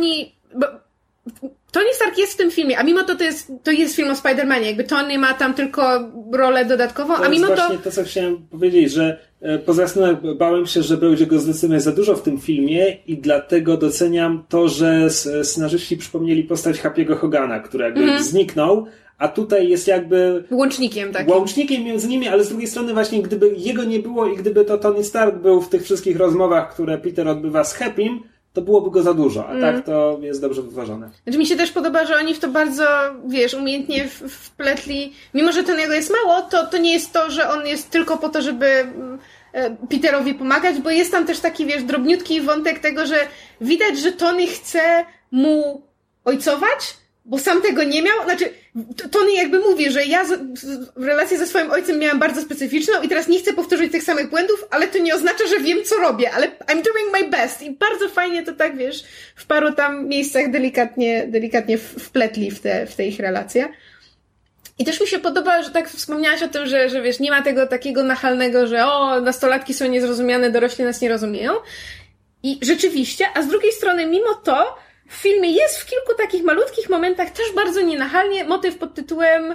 Tony Stark jest w tym filmie, a mimo to jest film o Spider-Manie. Jakby Tony ma tam tylko rolę dodatkową, a mimo to... To jest właśnie to, co chciałem powiedzieć, że poza tym bałem się, że będzie go zdecydowanie za dużo w tym filmie i dlatego doceniam to, że scenarzyści przypomnieli postać Happy'ego Hogana, który jakby zniknął, a tutaj jest jakby... Łącznikiem między nimi, ale z drugiej strony właśnie gdyby jego nie było i gdyby to Tony Stark był w tych wszystkich rozmowach, które Peter odbywa z Happym, to byłoby go za dużo, a tak to jest dobrze wyważone. Znaczy mi się też podoba, że oni w to bardzo, umiejętnie wpletli, mimo że tego jest mało, to nie jest to, że on jest tylko po to, żeby Peterowi pomagać, bo jest tam też taki, drobniutki wątek tego, że widać, że Tony chce mu ojcować, bo sam tego nie miał. Znaczy, Tony jakby mówi, że ja relację ze swoim ojcem miałam bardzo specyficzną i teraz nie chcę powtórzyć tych samych błędów, ale to nie oznacza, że wiem, co robię, ale I'm doing my best. I bardzo fajnie to tak, w paru tam miejscach delikatnie wpletli w te ich relacje. I też mi się podoba, że tak wspomniałaś o tym, że nie ma tego takiego nachalnego, że nastolatki są niezrozumiane, dorośli nas nie rozumieją. I rzeczywiście, a z drugiej strony mimo to w filmie jest w kilku takich malutkich momentach też bardzo nienachalnie motyw pod tytułem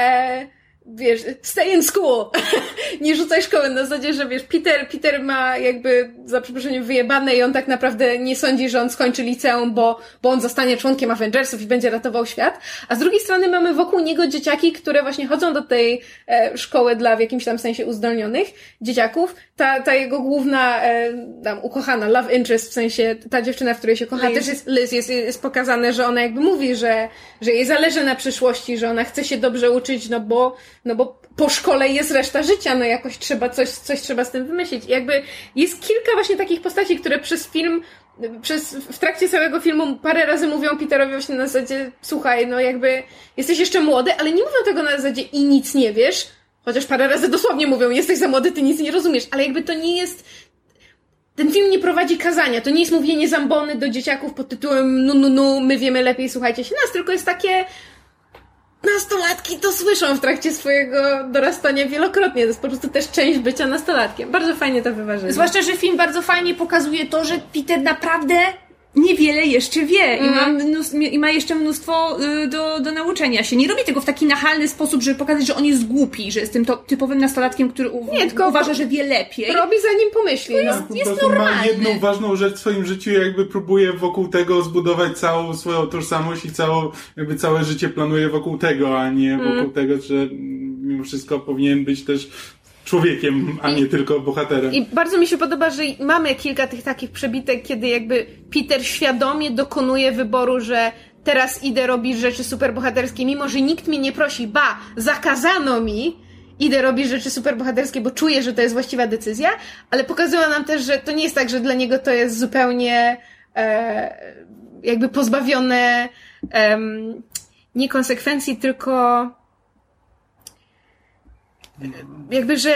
stay in school. Nie rzucaj szkoły, na zasadzie, że Peter ma jakby, za przeproszeniem, wyjebane i on tak naprawdę nie sądzi, że on skończy liceum, bo on zostanie członkiem Avengersów i będzie ratował świat. A z drugiej strony mamy wokół niego dzieciaki, które właśnie chodzą do tej szkoły dla w jakimś tam sensie uzdolnionych dzieciaków. Ta jego główna ukochana love interest, w sensie ta dziewczyna, w której się kocha, też jest Liz, jest pokazane, że ona jakby mówi, że jej zależy na przyszłości, że ona chce się dobrze uczyć, no bo po szkole jest reszta życia, jakoś trzeba coś trzeba z tym wymyślić. I jakby jest kilka właśnie takich postaci, które w trakcie całego filmu parę razy mówią Peterowi właśnie na zasadzie, słuchaj, jakby jesteś jeszcze młody, ale nie mówią tego na zasadzie i nic nie wiesz, chociaż parę razy dosłownie mówią, jesteś za młody, ty nic nie rozumiesz, ale jakby to nie jest... Ten film nie prowadzi kazania, to nie jest mówienie zambony do dzieciaków pod tytułem my wiemy lepiej, słuchajcie się nas, tylko jest takie... Nastolatki to słyszą w trakcie swojego dorastania wielokrotnie. To jest po prostu też część bycia nastolatkiem. Bardzo fajnie to wyważyli. Zwłaszcza, że film bardzo fajnie pokazuje to, że Peter naprawdę niewiele jeszcze wie i ma jeszcze mnóstwo do nauczenia się. Nie robi tego w taki nachalny sposób, żeby pokazać, że on jest głupi, że jest tym typowym nastolatkiem, który uważa, że wie lepiej. Robi zanim pomyśli. Jest normalny. Ma jedną ważną rzecz w swoim życiu, jakby próbuje wokół tego zbudować całą swoją tożsamość i całe życie planuje wokół tego, a nie wokół tego, że mimo wszystko powinien być też człowiekiem, a nie tylko bohaterem. I bardzo mi się podoba, że mamy kilka tych takich przebitek, kiedy jakby Peter świadomie dokonuje wyboru, że teraz idę robić rzeczy superbohaterskie, mimo że nikt mnie nie prosi, zakazano mi, idę robić rzeczy superbohaterskie, bo czuję, że to jest właściwa decyzja, ale pokazuje nam też, że to nie jest tak, że dla niego to jest zupełnie jakby pozbawione nie konsekwencji, tylko jakby, że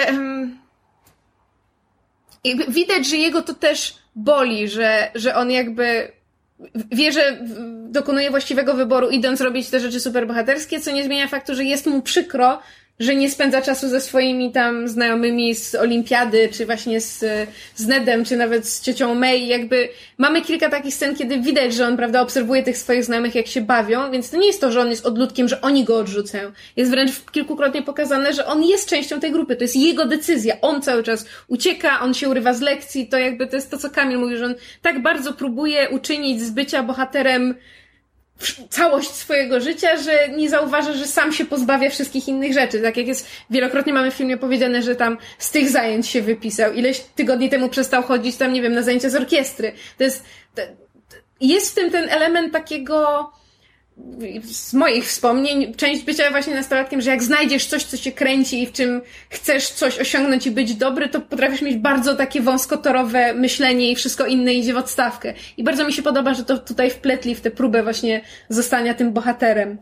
jakby widać, że jego to też boli, że on jakby wie, że dokonuje właściwego wyboru, idąc robić te rzeczy superbohaterskie, co nie zmienia faktu, że jest mu przykro, że nie spędza czasu ze swoimi tam znajomymi z olimpiady, czy właśnie z Nedem, czy nawet z ciocią May. Jakby mamy kilka takich scen, kiedy widać, że on, prawda, obserwuje tych swoich znajomych, jak się bawią, więc to nie jest to, że on jest odludkiem, że oni go odrzucają. Jest wręcz kilkukrotnie pokazane, że on jest częścią tej grupy. To jest jego decyzja. On cały czas ucieka, on się urywa z lekcji. To jakby to jest to, co Kamil mówi, że on tak bardzo próbuje uczynić z bycia bohaterem całość swojego życia, że nie zauważa, że sam się pozbawia wszystkich innych rzeczy. Tak jak jest, wielokrotnie mamy w filmie powiedziane, że tam z tych zajęć się wypisał. Ileś tygodni temu przestał chodzić tam, nie wiem, na zajęcia z orkiestry. Jest w tym ten element takiego, z moich wspomnień, część bycia właśnie nastolatkiem, że jak znajdziesz coś, co cię kręci i w czym chcesz coś osiągnąć i być dobry, to potrafisz mieć bardzo takie wąskotorowe myślenie i wszystko inne idzie w odstawkę. I bardzo mi się podoba, że to tutaj wpletli w tę próbę właśnie zostania tym bohaterem.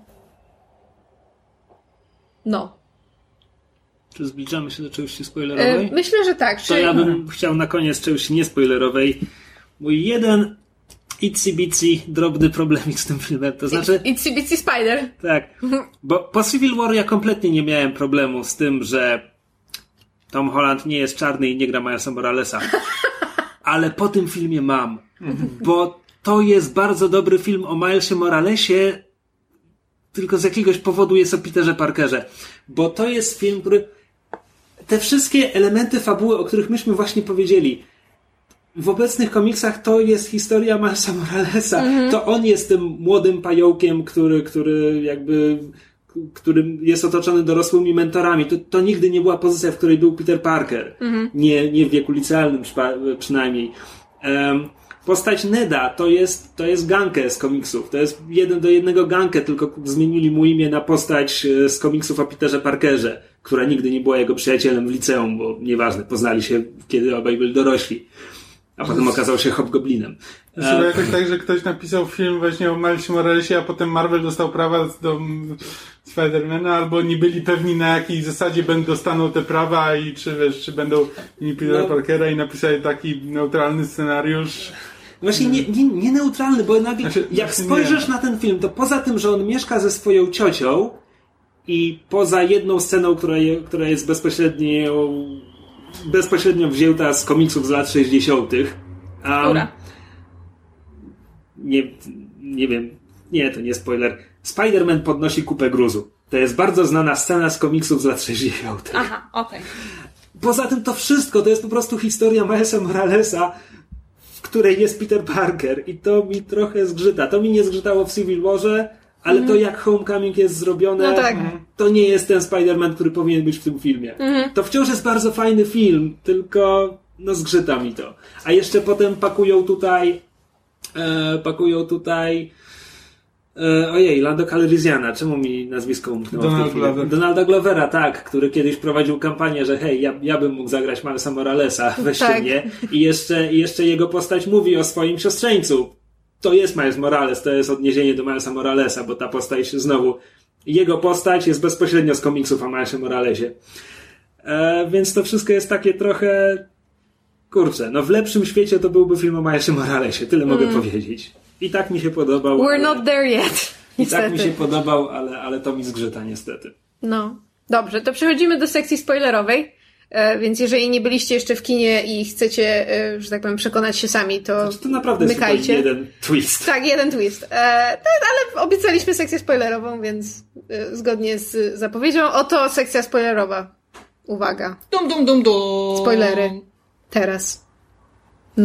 No. Czy zbliżamy się do części spoilerowej? Myślę, że tak. To ja bym chciał na koniec części niespoilerowej. Mój jeden itsy-bitsy, drobny problemik z tym filmem, to znaczy... Itsy-bitsy Spider. Tak, bo po Civil War ja kompletnie nie miałem problemu z tym, że Tom Holland nie jest czarny i nie gra Milesa Moralesa. Ale po tym filmie mam. Bo to jest bardzo dobry film o Milesie Moralesie, tylko z jakiegoś powodu jest o Peterze Parkerze. Bo to jest film, który... Te wszystkie elementy fabuły, o których myśmy właśnie powiedzieli, w obecnych komiksach to jest historia Milesa Moralesa. To on jest tym młodym pająkiem, który jakby, którym jest otoczony dorosłymi mentorami. To nigdy nie była pozycja, w której był Peter Parker. Nie w wieku licealnym przynajmniej. Postać Neda to jest Ganke z komiksów. To jest 1:1 Ganke, tylko zmienili mu imię na postać z komiksów o Peterze Parkerze, która nigdy nie była jego przyjacielem w liceum, bo nieważne, poznali się, kiedy obaj byli dorośli. A potem okazał się Hobgoblinem. Chyba jakoś tak, że ktoś napisał film właśnie o Milesie Moralesie, a potem Marvel dostał prawa do Spidermana, albo nie byli pewni, na jakiej zasadzie dostaną te prawa i czy będą Petera Parkera i napisali taki neutralny scenariusz. Właśnie nie neutralny, bo nagle, jak spojrzysz na ten film, to poza tym, że on mieszka ze swoją ciocią i poza jedną sceną, która jest bezpośrednio wzięta z komiksów z lat 60. Nie wiem. Nie, to nie spoiler. Spider-Man podnosi kupę gruzu. To jest bardzo znana scena z komiksów z lat 60. Aha, okej. Poza tym to wszystko to jest po prostu historia Milesa Moralesa, w której jest Peter Parker i to mi trochę zgrzyta. To mi nie zgrzytało w Civil Warze, ale to jak Homecoming jest zrobione, to nie jest ten Spider-Man, który powinien być w tym filmie. To wciąż jest bardzo fajny film, tylko zgrzyta mi to. A jeszcze potem pakują tutaj Lando Calrissiana, czemu mi nazwisko umknęło? Donalda Glovera, tak, który kiedyś prowadził kampanię, że hej, ja bym mógł zagrać Milesa Moralesa, weźcie mnie. I jeszcze jego postać mówi o swoim siostrzeńcu. To jest Miles Morales, to jest odniesienie do Milesa Moralesa, bo ta postać znowu, jego postać jest bezpośrednio z komiksów o Milesie Moralesie. Więc to wszystko jest takie trochę, kurczę, w lepszym świecie to byłby film o Milesie Moralesie, tyle mogę powiedzieć. I tak mi się podobał. We're not there yet. I tak mi się podobał, ale to mi zgrzyta niestety. No, dobrze, to przechodzimy do sekcji spoilerowej. Więc jeżeli nie byliście jeszcze w kinie i chcecie, że tak powiem, przekonać się sami, to naprawdę mykajcie. jest jeden twist. Tak, jeden twist. Ale obiecaliśmy sekcję spoilerową, więc zgodnie z zapowiedzią, oto sekcja spoilerowa. Uwaga. Dum, dum, dum, dum. Spoilery. Teraz. No.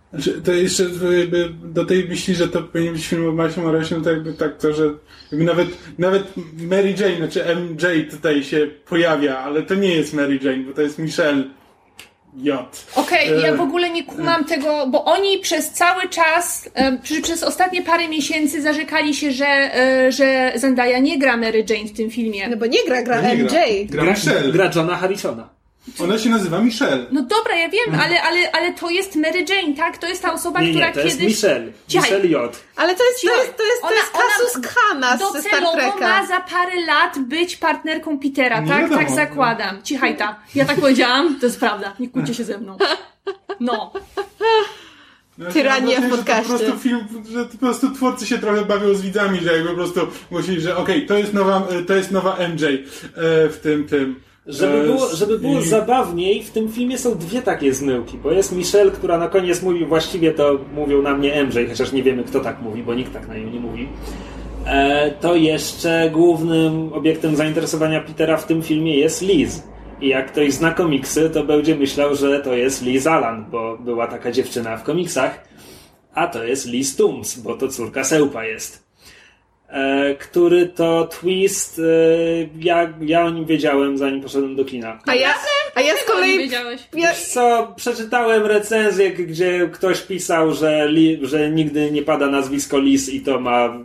Znaczy, to jeszcze jakby do tej myśli, że to powinien być film o Milesie Morasie, to jakby tak to, że jakby nawet Mary Jane, znaczy MJ tutaj się pojawia, ale to nie jest Mary Jane, bo to jest Michelle J. Okej, ja w ogóle nie kumam tego, bo oni przez cały czas, przez ostatnie parę miesięcy zarzekali się, że Zendaya nie gra Mary Jane w tym filmie. No bo nie gra Nie MJ. Gra Michelle. Gra Johna Harrisona. Ona się nazywa Michelle. No dobra, ja wiem, ale to jest Mary Jane, tak? To jest ta osoba, która to jest kiedyś... Michelle. Cichaj. Michelle J. Ale to jest kasus Kana ze Star docelowo Treka. ma za parę lat być partnerką Petera, Nie tak? wiadomo. Tak zakładam. Cichajta. Ja tak powiedziałam, to jest prawda. Nie kłóćcie się ze mną. No. Ja Tyrania mam w wrażenie, podcaście. że to po prostu twórcy się trochę bawią z widzami, że jakby po prostu głosili, że okej, to jest nowa MJ w tym. Żeby było zabawniej, w tym filmie są dwie takie zmyłki, bo jest Michelle, która na koniec mówi, właściwie to mówią na mnie MJ, chociaż nie wiemy, kto tak mówi, bo nikt tak na nią nie mówi. To jeszcze głównym obiektem zainteresowania Petera w tym filmie jest Liz. I jak ktoś zna komiksy, to będzie myślał, że to jest Liz Allan, bo była taka dziewczyna w komiksach, a to jest Liz Toombs, bo to córka Seupa jest. Który to twist, ja o nim wiedziałem, zanim poszedłem do kina. A ja z kolei... Wiedziałeś. Wiesz co, przeczytałem recenzję, gdzie ktoś pisał, że nigdy nie pada nazwisko Liz i to ma...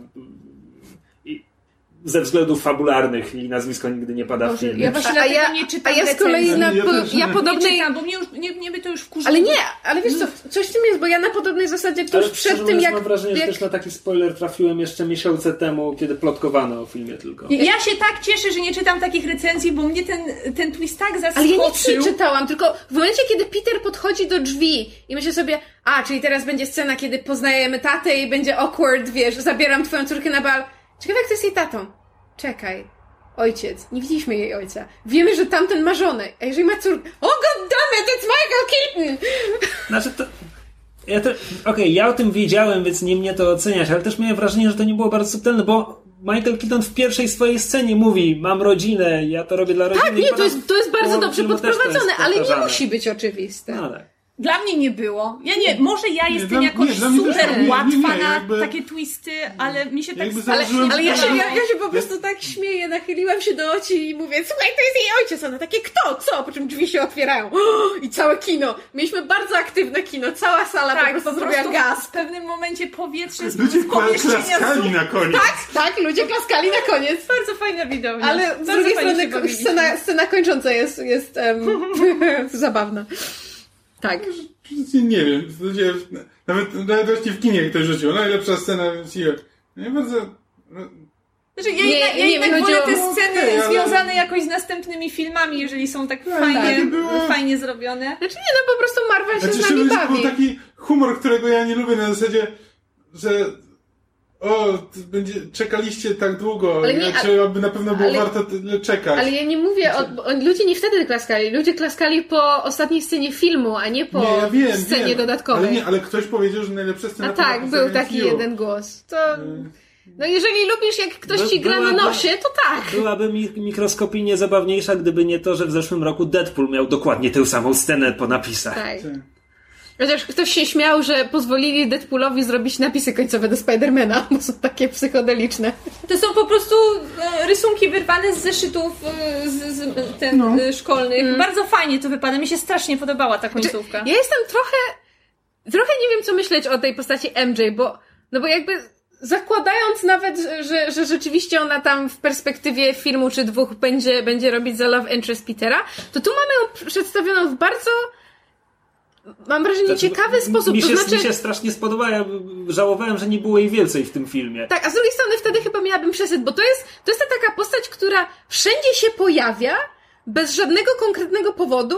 ze względów fabularnych i nazwisko nigdy nie pada w filmie. Ja właśnie dlatego nie czytam A ja z kolei recenzji. ja podobnej... Nie czytam, bo mnie by to już wkurzyło. Ale nie, ale wiesz co, coś w tym jest, bo ja na podobnej zasadzie tuż przed tym, jak... Mam wrażenie, że też na taki spoiler trafiłem jeszcze miesiące temu, kiedy plotkowano o filmie tylko. Ja się tak cieszę, że nie czytam takich recenzji, bo mnie ten twist tak zaskoczył. Ale ja nic nie czytałam, tylko w momencie, kiedy Peter podchodzi do drzwi i myślę sobie, czyli teraz będzie scena, kiedy poznajemy tatę i będzie awkward, wiesz, zabieram twoją córkę na bal. Ciekawe, jak to jest jej tatą. Czekaj. Ojciec. Nie widzieliśmy jej ojca. Wiemy, że tamten ma żonę. A jeżeli ma córkę... God damn it, it's Michael Keaton! Znaczy to... Ja o tym wiedziałem, więc nie mnie to oceniać, ale też miałem wrażenie, że to nie było bardzo subtelne, bo Michael Keaton w pierwszej swojej scenie mówi, mam rodzinę, ja to robię dla rodziny. Tak, nie, to jest bardzo dobrze podprowadzone, ale nie powtarzane. musi być oczywiste. No tak. Dla mnie nie było. Może ja jestem jakoś dla mnie też super nie, łatwa na jakby... takie twisty, ale mi się tak... Ale ja się po prostu tak śmieję, nachyliłam się do oci i mówię, słuchaj, to jest jej ojciec. Ona takie, kto? Co? Po czym drzwi się otwierają. I całe kino. Mieliśmy bardzo aktywne kino. Cała sala po prostu zrobiła gaz. W pewnym momencie powietrze Ludzie klaskali na koniec. Tak, ludzie klaskali na koniec. Bardzo fajna widownia. Ale z drugiej strony scena kończąca jest zabawna. Tak. Nie wiem, nawet właśnie w kinie ktoś rzucił. Najlepsza scena, więc nie bardzo... Znaczy, ja jednak wolę te sceny ale... związane jakoś z następnymi filmami, jeżeli są tak fajnie zrobione. Znaczy po prostu Marvel się z nami bawi. Był taki humor, którego ja nie lubię, na zasadzie, że czekaliście tak długo, aby na pewno było warto tyle czekać. Ale ja nie mówię, ludzie nie wtedy klaskali, ludzie klaskali po ostatniej scenie filmu, a nie po scenie dodatkowej. Ale ktoś powiedział, że najlepsza scena... A tak, był taki jeden głos. To... No jeżeli lubisz, jak ktoś ci gra na nosie, to tak. Byłaby mikroskopijnie zabawniejsza, gdyby nie to, że w zeszłym roku Deadpool miał dokładnie tę samą scenę po napisach. Tak. Chociaż ktoś się śmiał, że pozwolili Deadpoolowi zrobić napisy końcowe do Spidermana, bo są takie psychodeliczne. To są po prostu rysunki wyrwane z zeszytów szkolnych. Bardzo fajnie to wypada. Mi się strasznie podobała ta końcówka. Ja jestem trochę nie wiem, co myśleć o tej postaci MJ, bo jakby zakładając nawet, że rzeczywiście ona tam w perspektywie filmu czy dwóch będzie robić za love interest Petera, to tu mamy ją przedstawioną w bardzo... Mam wrażenie, ciekawy sposób. Mi się strasznie spodoba, ja żałowałem, że nie było jej więcej w tym filmie. Tak, a z drugiej strony wtedy chyba miałabym przesyt, bo to jest ta taka postać, która wszędzie się pojawia, bez żadnego konkretnego powodu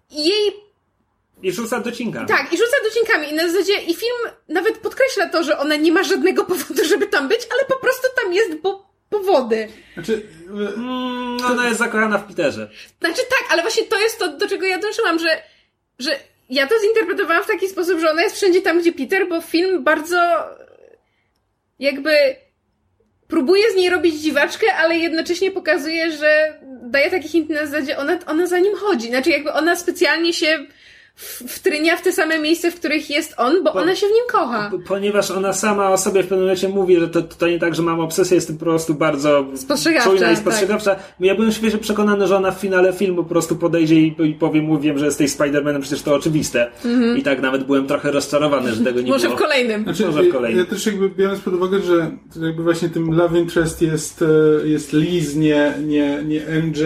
i rzuca docinkami. Tak, i rzuca docinkami. I na zasadzie i film nawet podkreśla to, że ona nie ma żadnego powodu, żeby tam być, ale po prostu tam jest, bo powody. Znaczy... Ona jest zakochana w Peterze. Znaczy tak, ale właśnie to jest to, do czego ja dążyłam, że ja to zinterpretowałam w taki sposób, że ona jest wszędzie tam, gdzie Peter, bo film bardzo jakby próbuje z niej robić dziwaczkę, ale jednocześnie pokazuje, że daje taki hint na zasadzie, ona za nim chodzi. Znaczy jakby ona specjalnie się wtrynia w te same miejsce, w których jest on, bo ona się w nim kocha. Ponieważ ona sama o sobie w pewnym momencie mówi, że to nie tak, że mam obsesję, jestem po prostu bardzo czujna i spostrzegawcza. Tak. Ja byłem świeżo przekonany, że ona w finale filmu po prostu podejdzie i powie mu, wiem, że jesteś Spider-Manem, przecież to oczywiste. I tak nawet byłem trochę rozczarowany, że tego nie Może było. W kolejnym. Może w kolejnym. Ja też jakby biorąc pod uwagę, że jakby właśnie tym love interest jest Liz, nie MJ.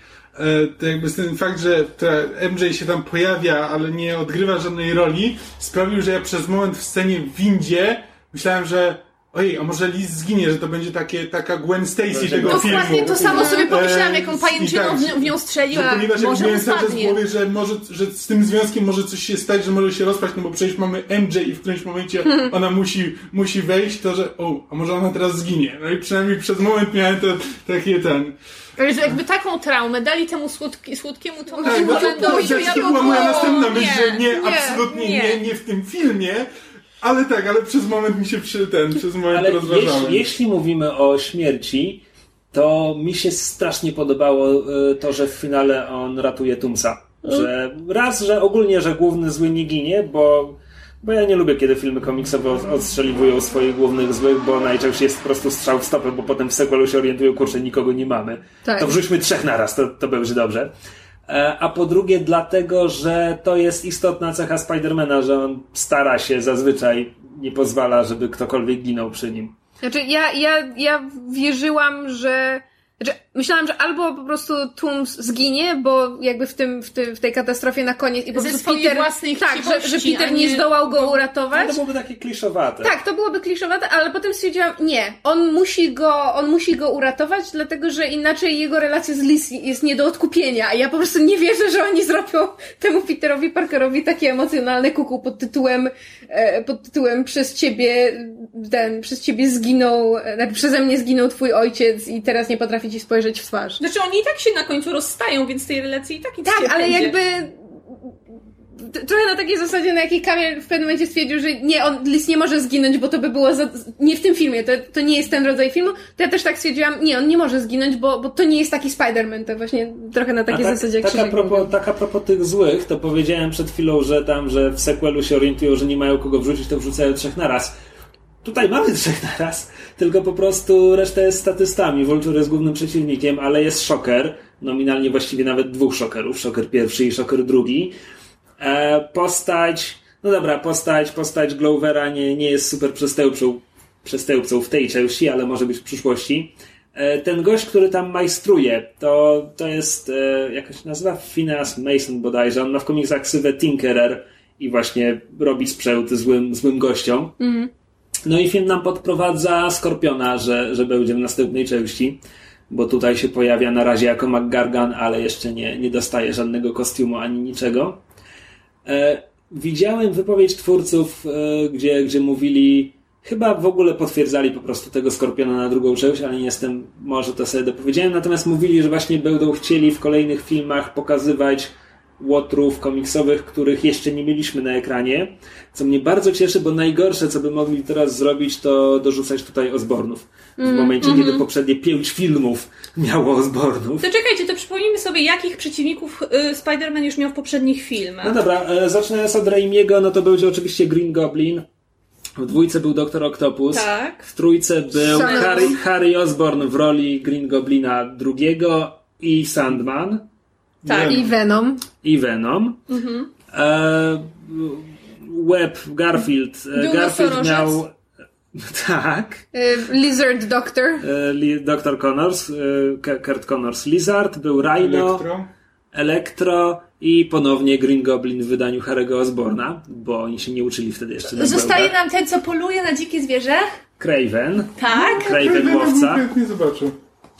To jakby ten fakt, że MJ się tam pojawia, ale nie odgrywa żadnej roli, sprawił, że ja przez moment w scenie w windzie myślałem, że ojej, a może Liz zginie, że to będzie taka Gwen Stacy tego filmu. Dokładnie to samo sobie pomyślałam, jaką pajęczyną w nią strzeliła. Ponieważ może miałem cały czas w głowie, że z tym związkiem może coś się stać, że może się rozpaść, no bo przecież mamy MJ i w którymś momencie ona musi wejść, to że a może ona teraz zginie. No i przynajmniej przez moment miałem takie Ale że jakby taką traumę dali temu słodkiemu to tak, to była moja następna myśl, że absolutnie nie w tym filmie, ale przez moment mi się przez moment rozważałem. Jeśli mówimy o śmierci, to mi się strasznie podobało to, że w finale on ratuje Tumsa. Że ogólnie, że główny zły nie ginie, bo ja nie lubię, kiedy filmy komiksowe odstrzeliwują swoich głównych złych, bo najczęściej jest po prostu strzał w stopę, bo potem w sequelu się orientują, kurczę, nikogo nie mamy. Tak. To wrzućmy 3 naraz, to będzie dobrze. A po drugie dlatego, że to jest istotna cecha Spidermana, że on stara się zazwyczaj, nie pozwala, żeby ktokolwiek ginął przy nim. Znaczy ja wierzyłam, że... Znaczy, myślałam, że albo po prostu Toomes zginie, bo jakby w tej katastrofie na koniec i po prostu Peter, że Peter nie zdołał go uratować. To byłoby takie kliszowate. Tak, to byłoby kliszowate, ale potem stwierdziłam, nie, on musi go uratować, dlatego że inaczej jego relacja z Liz jest nie do odkupienia, a ja po prostu nie wierzę, że oni zrobią temu Peterowi Parkerowi takie emocjonalne kuku pod tytułem przez ciebie zginął, znaczy przeze mnie zginął twój ojciec i teraz nie potrafi ci spojrzeć w twarz. Znaczy oni i tak się na końcu rozstają, więc tej relacji i tak nic tak, nie ale będzie. jakby trochę na takiej zasadzie, na jakiej Kamil w pewnym momencie stwierdził, że nie, Liz nie może zginąć, bo to by było nie w tym filmie, to nie jest ten rodzaj filmu, to ja też tak stwierdziłam, nie, on nie może zginąć, bo to nie jest taki Spider-Man, to właśnie trochę na takiej zasadzie jak Krzysiek mówił. Tak a propos tych złych, to powiedziałem przed chwilą, że w sequelu się orientują, że nie mają kogo wrzucić, to wrzucają 3 naraz. Tutaj mamy 3 naraz, tylko po prostu reszta jest statystami. Vulture jest głównym przeciwnikiem, ale jest Shocker, nominalnie właściwie nawet 2 Shockerów, Shocker pierwszy i Shocker drugi. Postać Glovera nie jest super przestępcą w tej części, ale może być w przyszłości. Ten gość, który tam majstruje, to jest, jak się nazywa? Phineas Mason bodajże. On ma w komiksach ksywę Tinkerer i właśnie robi sprzęt złym gościom. No i film nam podprowadza Skorpiona, że będzie w następnej części, bo tutaj się pojawia na razie jako McGargan, ale jeszcze nie dostaje żadnego kostiumu ani niczego. Widziałem wypowiedź twórców, gdzie mówili, chyba w ogóle potwierdzali po prostu tego Skorpiona na drugą część, ale nie jestem, może to sobie dopowiedziałem, natomiast mówili, że właśnie będą chcieli w kolejnych filmach pokazywać łotrów komiksowych, których jeszcze nie mieliśmy na ekranie, co mnie bardzo cieszy, bo najgorsze, co by mogli teraz zrobić, to dorzucać tutaj Osbornów. W momencie, kiedy poprzednie 5 filmów miało Osbornów. To czekajcie, to przypomnijmy sobie, jakich przeciwników Spider-Man już miał w poprzednich filmach. No dobra, zaczynając od Raimiego, no to będzie oczywiście Green Goblin. W 2 był Doktor Octopus. Tak. W 3 był Harry Osborn w roli Green Goblina drugiego i Sandman. Tak, i Venom. Webb, Garfield miał... Tak. Lizard Doctor. Dr. Connors, Kurt Connors Lizard, był Rhino, Electro i ponownie Green Goblin w wydaniu Harry'ego Osborna, bo oni się nie uczyli wtedy jeszcze. Zostaje nam ten, co poluje na dzikie zwierzę? Kraven. Tak. Kraven łowca. Nie zobaczył.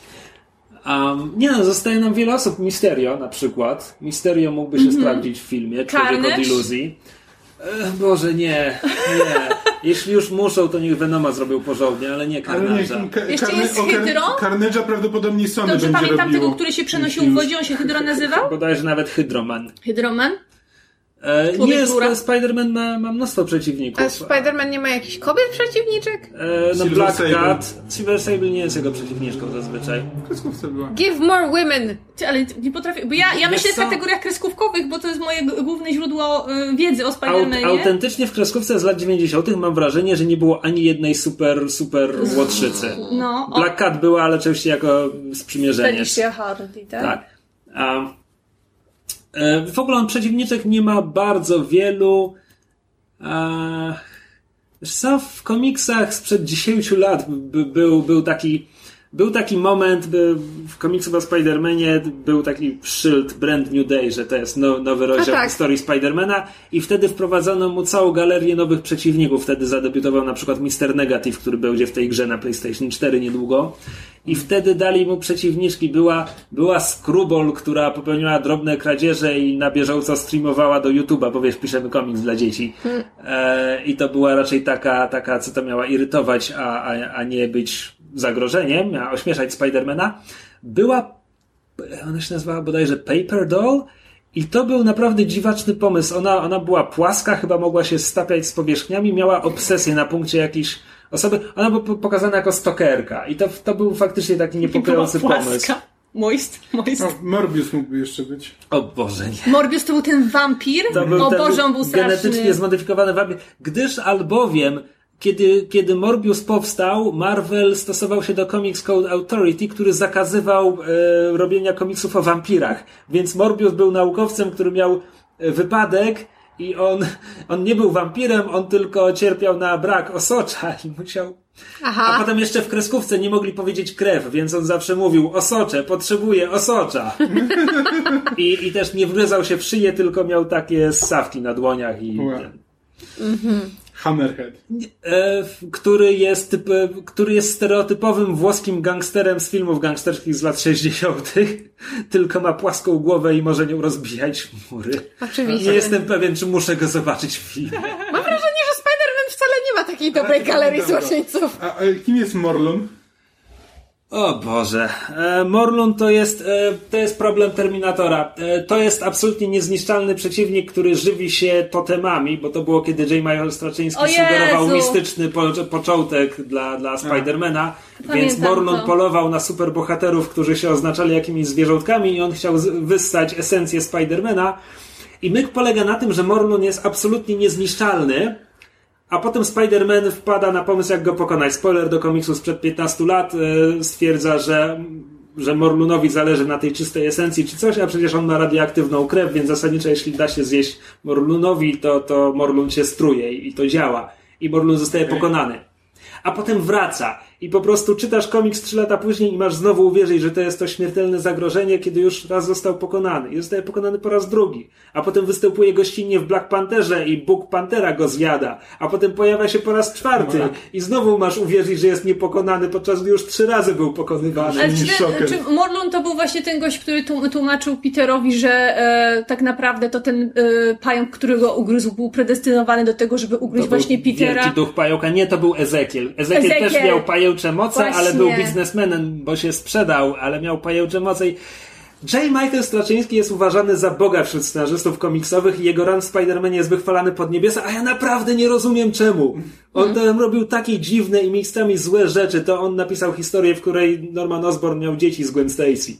Zostaje nam wiele osób. Mysterio na przykład. Mysterio mógłby się sprawdzić w filmie. Człowiek od iluzji. Boże, nie. Jeśli już muszą, to niech Venoma zrobią porządnie, ale nie Carnage'a. Jeszcze jest Hydro? Carnage'a prawdopodobnie Sony Dobrze będzie pamiętam robiło. Tego, który się przenosił w wodzie, on się Hydro nazywał? Bodajże nawet Hydroman. Hydroman? Nie, Spider-Man ma mnóstwo przeciwników. A Spider-Man nie ma jakichś kobiet przeciwniczek? No Black Cat. Silver Sable nie jest jego przeciwniczką zazwyczaj. Kreskówce była. Give more women! Ale nie potrafię, bo ja myślę w kategoriach kreskówkowych, bo to jest moje główne źródło wiedzy o Spider-Manie. Autentycznie w kreskówce z lat 90. mam wrażenie, że nie było ani jednej super łotrzycy. No, Black Cat była, ale oczywiście jako sprzymierzeniec. Felicia Hardy, tak? Tak. W ogóle on przeciwniczek nie ma bardzo wielu. Wiesz co, w komiksach sprzed 10 lat był taki moment, w komiksu o Spider-Manie był taki szyld Brand New Day, że to jest nowy rozdział historii Spider-Mana i wtedy wprowadzono mu całą galerię nowych przeciwników. Wtedy zadebiutował na przykład Mr. Negative, który będzie w tej grze na PlayStation 4 niedługo. I wtedy dali mu przeciwniczki. Była Screwball, która popełniła drobne kradzieże i na bieżąco streamowała do YouTube'a, bo wiesz, piszemy komiks dla dzieci. I to była raczej taka, co to miała irytować, a nie być zagrożeniem, miała ośmieszać Spidermana. Ona się nazywała bodajże Paper Doll i to był naprawdę dziwaczny pomysł. Ona była płaska, chyba mogła się stapiać z powierzchniami, miała obsesję na punkcie jakiejś osoby. Ona była pokazana jako stalkerka i to był faktycznie taki niepokojący pomysł. Moist. O, Morbius mógłby jeszcze być. O Boże, nie. Morbius to był ten wampir? O Boże, on był straszny. Genetycznie zmodyfikowany wampir. Gdyż albowiem kiedy Morbius powstał, Marvel stosował się do Comics Code Authority, który zakazywał robienia komiksów o wampirach. Więc Morbius był naukowcem, który miał wypadek i on nie był wampirem, on tylko cierpiał na brak osocza i musiał... Aha. A potem jeszcze w kreskówce nie mogli powiedzieć krew, więc on zawsze mówił osocze, potrzebuję osocza. I też nie wgryzał się w szyję, tylko miał takie ssawki na dłoniach i... Hammerhead. Który jest stereotypowym włoskim gangsterem z filmów gangsterskich z lat 60. Tylko ma płaską głowę i może nią rozbijać mury. Oczywiście. Nie jestem pewien, czy muszę go zobaczyć w filmie. Mam wrażenie, że Spider-Man wcale nie ma takiej dobrej galerii złoczyńców. A kim jest Morlun? O Boże. Morlun to jest problem Terminatora. To jest absolutnie niezniszczalny przeciwnik, który żywi się totemami, bo to było kiedy J. Michael Straczyński sugerował mistyczny początek dla Spidermana. Więc Morlun polował na superbohaterów, którzy się oznaczali jakimiś zwierzątkami i on chciał wyssać esencję Spidermana. I myk polega na tym, że Morlun jest absolutnie niezniszczalny, a potem Spider-Man wpada na pomysł, jak go pokonać. Spoiler do komiksu sprzed 15 lat. Stwierdza, że Morlunowi zależy na tej czystej esencji czy coś, a przecież on ma radioaktywną krew, więc zasadniczo jeśli da się zjeść Morlunowi, to Morlun się struje i to działa. I Morlun zostaje pokonany. A potem wraca i po prostu czytasz komiks 3 lata później i masz znowu uwierzyć, że to jest to śmiertelne zagrożenie, kiedy już raz został pokonany. I zostaje pokonany po raz drugi. A potem występuje gościnnie w Black Pantherze i Bóg Pantera go zjada. A potem pojawia się po raz 4. I znowu masz uwierzyć, że jest niepokonany, podczas gdy już 3 razy był pokonywany. Ale czy Morlun to był właśnie ten gość, który tłumaczył Peterowi, że tak naprawdę to ten pająk, który go ugryzł, był predestynowany do tego, żeby ugryźć właśnie Petera. Wielki duch pająka. Nie, to był Ezekiel. Ezekiel też miał pajęcze moce, właśnie. Ale był biznesmenem, bo się sprzedał, ale miał pajęcze moce i J. Michael Straczyński jest uważany za boga wśród scenarzystów komiksowych i jego run w Spider-Manie jest wychwalany pod niebiosa, a ja naprawdę nie rozumiem czemu. On tam robił takie dziwne i miejscami złe rzeczy. To on napisał historię, w której Norman Osborn miał dzieci z Gwen Stacy.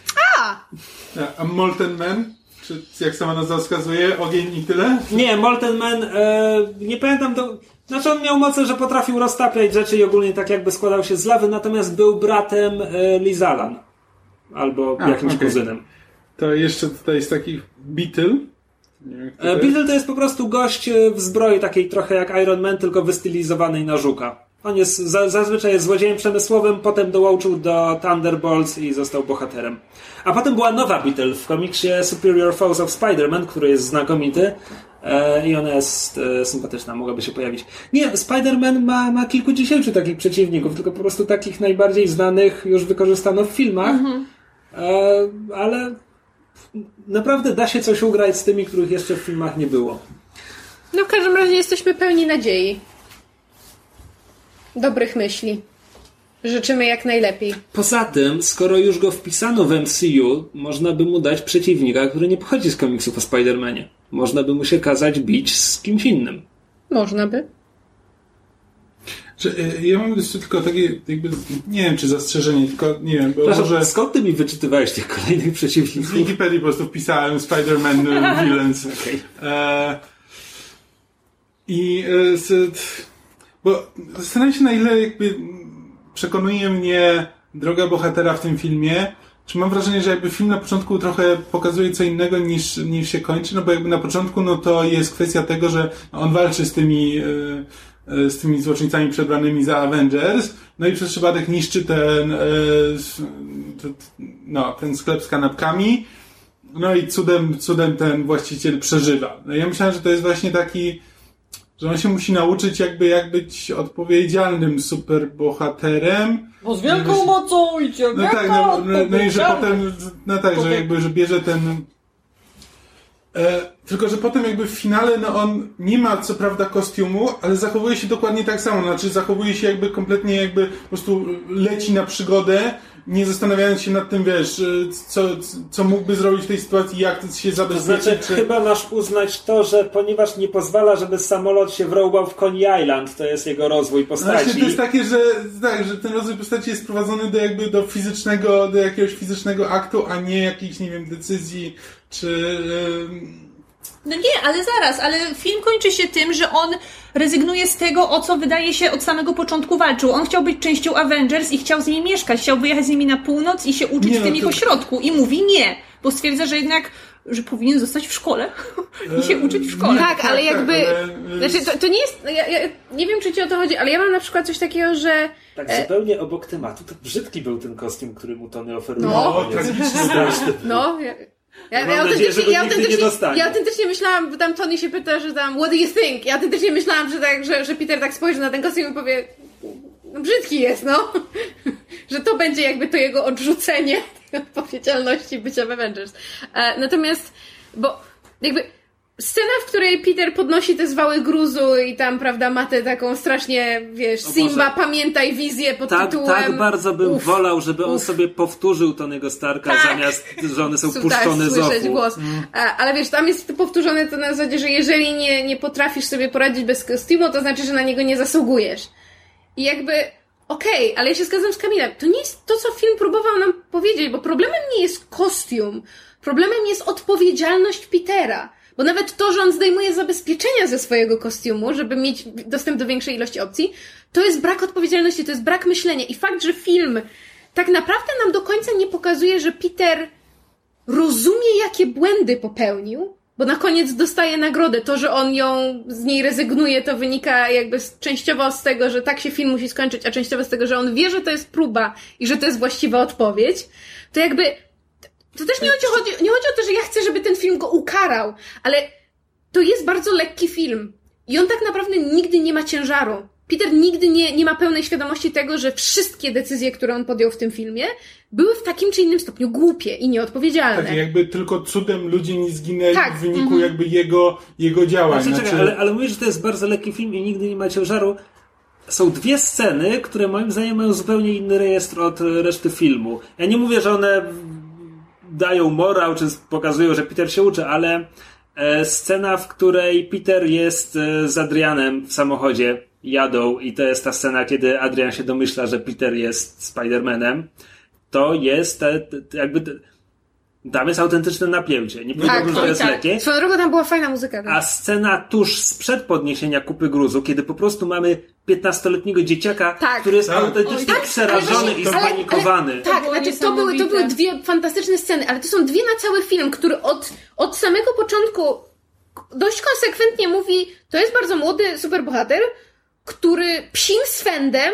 A Molten Man? Czy jak sama nazwa wskazuje, ogień i tyle? Nie, Molten Man, nie pamiętam Znaczy on miał moce, że potrafił roztapiać rzeczy i ogólnie tak jakby składał się z lawy, natomiast był bratem Liz Allan. Albo jakimś kuzynem. To jeszcze tutaj jest taki Beetle. Beetle to jest po prostu gość w zbroi takiej trochę jak Iron Man, tylko wystylizowanej na żuka. On jest zazwyczaj jest złodziejem przemysłowym, potem dołączył do Thunderbolts i został bohaterem. A potem była nowa Beetle w komiksie Superior Foes of Spider-Man, który jest znakomity. I ona jest sympatyczna, mogłaby się pojawić. Nie, Spider-Man ma kilkudziesięciu takich przeciwników, tylko po prostu takich najbardziej znanych już wykorzystano w filmach. Ale naprawdę da się coś ugrać z tymi, których jeszcze w filmach nie było. No w każdym razie jesteśmy pełni nadziei. Dobrych myśli. życzymy jak najlepiej. Poza tym, skoro już go wpisano w MCU, można by mu dać przeciwnika, który nie pochodzi z komiksów o Spider-Manie. Można by mu się kazać bić z kimś innym. Można by. Że, ja mam jeszcze tylko takie, jakby, nie wiem czy zastrzeżenie, tylko nie wiem, bo może... Skąd ty mi wyczytywałeś tych kolejnych Z przeciwników? Wikipedii po prostu wpisałem Spider-Man Villains. Okay. Bo zastanawiam się, na ile jakby przekonuje mnie droga bohatera w tym filmie. Czy mam wrażenie, że jakby film na początku trochę pokazuje co innego niż się kończy? No bo jakby na początku no to jest kwestia tego, że on walczy z tymi złoczyńcami przebranymi za Avengers, no i przez przypadek niszczy ten sklep z kanapkami, no i cudem ten właściciel przeżywa. No ja myślałem, że to jest właśnie taki, że on się musi nauczyć jak być odpowiedzialnym superbohaterem. Bo z wielką mocą idzie no tak, no i że potem, no tak, że jakby, że bierze ten... tylko, że potem jakby w finale, no on nie ma co prawda kostiumu, ale zachowuje się dokładnie tak samo, znaczy zachowuje się jakby kompletnie jakby po prostu leci na przygodę, nie zastanawiając się nad tym, wiesz, co mógłby zrobić w tej sytuacji, jak się zabezpieczyć. To znaczy, chyba masz uznać to, że ponieważ nie pozwala, żeby samolot się wrąbał w Coney Island, to jest jego rozwój postaci. Właśnie to jest takie, że ten rozwój postaci jest prowadzony do jakiegoś fizycznego aktu, a nie jakichś, nie wiem, decyzji, czy... No nie, ale zaraz, ale film kończy się tym, że on rezygnuje z tego, o co wydaje się od samego początku walczył. On chciał być częścią Avengers i chciał z nimi mieszkać, chciał wyjechać z nimi na północ i się uczyć w tym ich ośrodku. I mówi nie, bo stwierdza, że jednak, że powinien zostać w szkole i się uczyć w szkole. Tak, ale jakby... Znaczy, to nie jest... Ja nie wiem, czy ci o to chodzi, ale ja mam na przykład coś takiego, że... Tak zupełnie obok tematu, to brzydki był ten kostium, który mu Tony oferuje. Ja autentycznie myślałam, bo tam Tony się pyta, że tam what do you think? Ja autentycznie myślałam, że Peter tak spojrzy na ten kostium i powie no brzydki jest, no. Że to będzie jakby to jego odrzucenie tej odpowiedzialności bycia w Avengers. Natomiast, bo jakby scena, w której Peter podnosi te zwały gruzu i tam, prawda, ma tę taką strasznie, wiesz, Simba, pamiętaj wizję pod tytułem... Tak bardzo bym wolał, żeby on sobie powtórzył Tonego Starka, zamiast, że one są puszczone z ofu. Głos. Ale wiesz, tam jest powtórzone to na zasadzie, że jeżeli nie potrafisz sobie poradzić bez kostiumu, to znaczy, że na niego nie zasługujesz. I jakby... Okej, ale ja się zgadzam z Kamilem. To nie jest to, co film próbował nam powiedzieć, bo problemem nie jest kostium. Problemem jest odpowiedzialność Petera. Bo nawet to, że on zdejmuje zabezpieczenia ze swojego kostiumu, żeby mieć dostęp do większej ilości opcji, to jest brak odpowiedzialności, to jest brak myślenia. I fakt, że film tak naprawdę nam do końca nie pokazuje, że Peter rozumie, jakie błędy popełnił, bo na koniec dostaje nagrodę. To, że on z niej rezygnuje, to wynika jakby częściowo z tego, że tak się film musi skończyć, a częściowo z tego, że on wie, że to jest próba i że to jest właściwa odpowiedź. To jakby... To też nie chodzi o to, że ja chcę, żeby ten film go ukarał, ale to jest bardzo lekki film. I on tak naprawdę nigdy nie ma ciężaru. Peter nigdy nie ma pełnej świadomości tego, że wszystkie decyzje, które on podjął w tym filmie, były w takim czy innym stopniu głupie i nieodpowiedzialne. Tak, jakby tylko cudem ludzie nie zginęli w wyniku jakby jego działań. Ale mówisz, że to jest bardzo lekki film i nigdy nie ma ciężaru. Są dwie sceny, które moim zdaniem mają zupełnie inny rejestr od reszty filmu. Ja nie mówię, że one dają morał, czy pokazują, że Peter się uczy, ale scena, w której Peter jest z Adrianem w samochodzie, jadą i to jest ta scena, kiedy Adrian się domyśla, że Peter jest Spider-Manem, to jest tam jest autentyczne napięcie. Nie powiedziałbym, że to jest lekkie. Swoją drogą tam była fajna muzyka. Tak? A scena tuż sprzed podniesienia kupy gruzu, kiedy po prostu mamy 15-letniego dzieciaka, który jest autentycznie przerażony i spanikowany. To były dwie fantastyczne sceny, ale to są dwie na cały film, który od samego początku dość konsekwentnie mówi, to jest bardzo młody superbohater, który psim swędem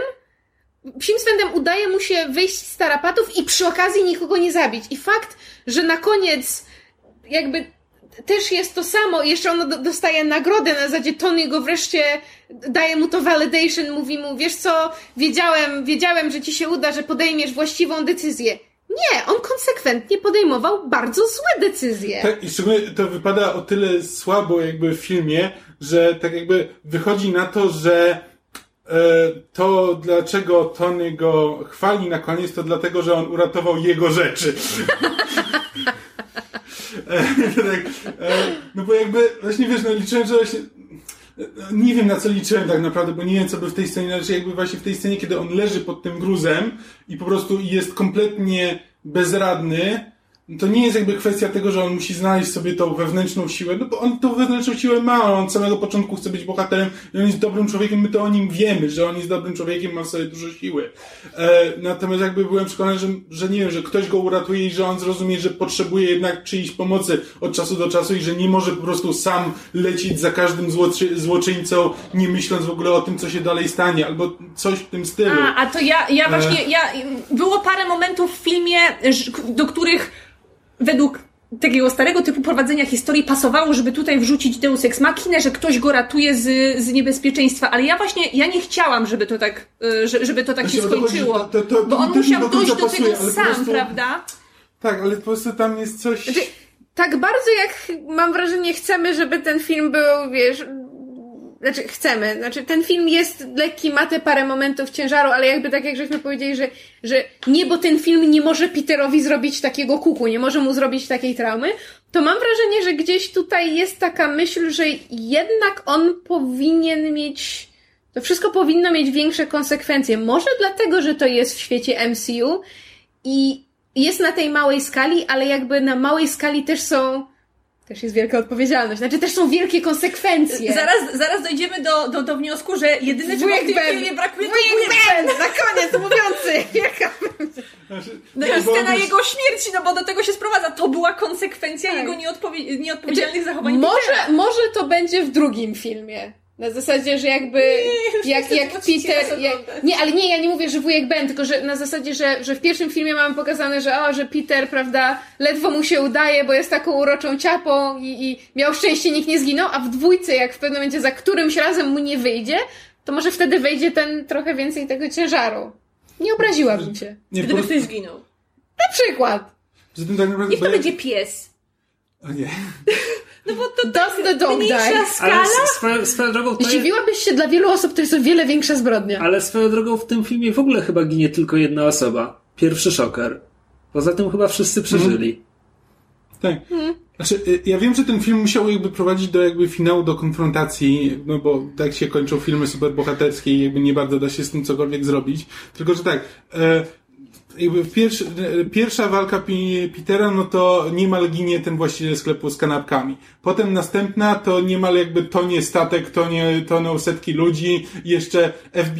udaje mu się wyjść z tarapatów i przy okazji nikogo nie zabić. I fakt, że na koniec jakby też jest to samo, jeszcze on dostaje nagrodę na zasadzie Tony go wreszcie daje mu to validation, mówi mu, wiesz co, wiedziałem, że ci się uda, że podejmiesz właściwą decyzję. Nie, on konsekwentnie podejmował bardzo złe decyzje. Tak, i szczególnie to wypada o tyle słabo jakby w filmie, że tak jakby wychodzi na to, że to dlaczego Tony go chwali na koniec, to dlatego, że on uratował jego rzeczy. No bo jakby, właśnie wiesz, no liczyłem, że właśnie nie wiem, na co liczyłem tak naprawdę, bo nie wiem, co by w tej scenie, ale jakby właśnie w tej scenie, kiedy on leży pod tym gruzem i po prostu jest kompletnie bezradny, to nie jest jakby kwestia tego, że on musi znaleźć sobie tą wewnętrzną siłę, no bo on tą wewnętrzną siłę ma, on od samego początku chce być bohaterem i on jest dobrym człowiekiem, my to o nim wiemy, że on jest dobrym człowiekiem, ma w sobie dużo siły. Natomiast jakby byłem przekonany, że nie wiem, że ktoś go uratuje i że on zrozumie, że potrzebuje jednak czyjejś pomocy od czasu do czasu i że nie może po prostu sam lecieć za każdym złoczyńcą, nie myśląc w ogóle o tym, co się dalej stanie, albo coś w tym stylu. A to ja właśnie, było parę momentów w filmie, do których według takiego starego typu prowadzenia historii pasowało, żeby tutaj wrzucić Deus Ex Machinę, że ktoś go ratuje z niebezpieczeństwa, ale ja nie chciałam, żeby to tak, żeby to tak się skończyło, bo on musiał dojść do tego sam, prostu, prawda? Tak, ale po prostu tam jest coś... Znaczy, tak bardzo jak mam wrażenie chcemy, żeby ten film był, wiesz... ten film jest lekki, ma te parę momentów ciężaru, ale jakby tak jak żeśmy powiedzieli, że nie, bo ten film nie może Peterowi zrobić takiego kuku, nie może mu zrobić takiej traumy, to mam wrażenie, że gdzieś tutaj jest taka myśl, że jednak on powinien mieć, to wszystko powinno mieć większe konsekwencje. Może dlatego, że to jest w świecie MCU i jest na tej małej skali, ale jakby na małej skali też jest wielka odpowiedzialność. Znaczy też są wielkie konsekwencje. Zaraz dojdziemy do wniosku, że jedyne czego w tym filmie brakuje to wujek Ben! Na koniec mówiący! No i scena jego śmierci, no bo do tego się sprowadza. To była konsekwencja jego nieodpowiedzialnych zachowań. Może to będzie w drugim filmie. Na zasadzie, że jakby jak Peter... ja nie mówię, że wujek Ben, tylko że na zasadzie, że w pierwszym filmie mamy pokazane, że Peter, prawda, ledwo mu się udaje, bo jest taką uroczą ciapą i miał szczęście, nikt nie zginął, a w dwójce, jak w pewnym momencie za którymś razem mu nie wyjdzie, to może wtedy wejdzie ten trochę więcej tego ciężaru. Nie obraziłabym się. Gdyby ktoś zginął. Na przykład. Niech to będzie pies. O nie. No bo to Does the dog die? Skala? Ale swoją drogą to zdziwiłabyś się dla wielu osób, to jest o wiele większa zbrodnia. Ale swoją drogą w tym filmie w ogóle chyba ginie tylko jedna osoba. Pierwszy szoker. Poza tym chyba wszyscy przeżyli. Tak. Znaczy, ja wiem, że ten film musiał jakby prowadzić do jakby finału, do konfrontacji, no bo tak się kończą filmy superbohaterskie i jakby nie bardzo da się z tym cokolwiek zrobić. Tylko, że tak, jakby pierwsza walka Petera, no to niemal ginie ten właściciel sklepu z kanapkami. Potem następna to niemal jakby tonie statek, toną setki ludzi. Jeszcze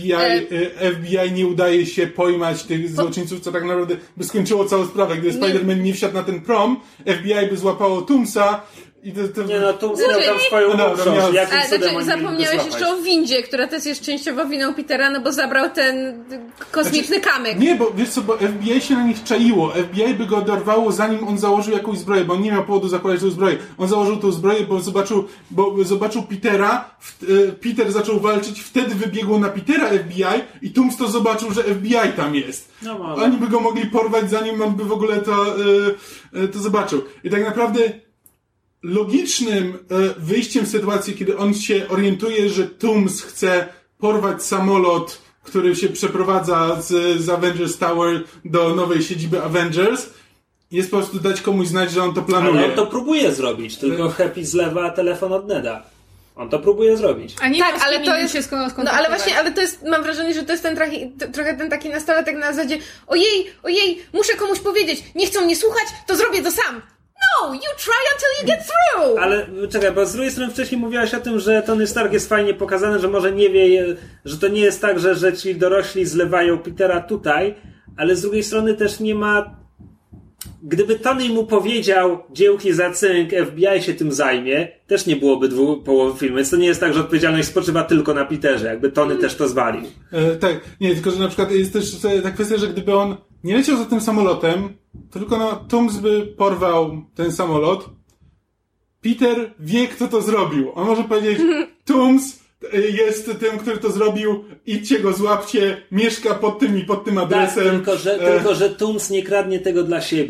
FBI nie udaje się pojmać tych złoczyńców, co tak naprawdę by skończyło całą sprawę. Gdyby Spider-Man nie wsiadł na ten prom, FBI by złapało Tombsa. Nie no, Tooms miał tam swoją mądrość. Zapomniałeś jeszcze o windzie, która też jest częściowo winą Petera, no bo zabrał ten kosmiczny kamyk. Nie, bo wiesz co, bo FBI się na nich czaiło. FBI by go dorwało, zanim on założył jakąś zbroję, bo on nie miał powodu zakładać tą zbroję. On założył tą zbroję, bo zobaczył Petera, Peter zaczął walczyć, wtedy wybiegło na Petera FBI i Tooms to zobaczył, że FBI tam jest. No, oni by go mogli porwać, zanim on by w ogóle to zobaczył. I tak naprawdę logicznym wyjściem z sytuacji, kiedy on się orientuje, że Tooms chce porwać samolot, który się przeprowadza z Avengers Tower do nowej siedziby Avengers, jest po prostu dać komuś znać, że on to planuje. Ale on to próbuje zrobić, tylko Happy zlewa telefon od Neda. On to próbuje zrobić. A nie tak, ale to jest... No ale właśnie, ale to jest, mam wrażenie, że to jest trochę ten taki nastolatek na zasadzie ojej, muszę komuś powiedzieć, nie chcą mnie słuchać, to zrobię to sam. No, you try until you get through! Ale czekaj, bo z drugiej strony wcześniej mówiłaś o tym, że Tony Stark jest fajnie pokazany, że może nie wie, że to nie jest tak, że ci dorośli zlewają Petera tutaj, ale z drugiej strony też nie ma... Gdyby Tony mu powiedział dzięki za cynk, FBI się tym zajmie, też nie byłoby połowy filmu, więc to nie jest tak, że odpowiedzialność spoczywa tylko na Peterze, jakby Tony też to zwalił. Tak, nie, tylko że na przykład jest też ta kwestia, że gdyby on nie leciał za tym samolotem, to tylko Tooms by porwał ten samolot. Peter wie, kto to zrobił. On może powiedzieć, Tooms jest tym, który to zrobił, idźcie go, złapcie, mieszka pod tym i pod tym adresem. Tak, tylko że Tooms nie kradnie tego dla siebie.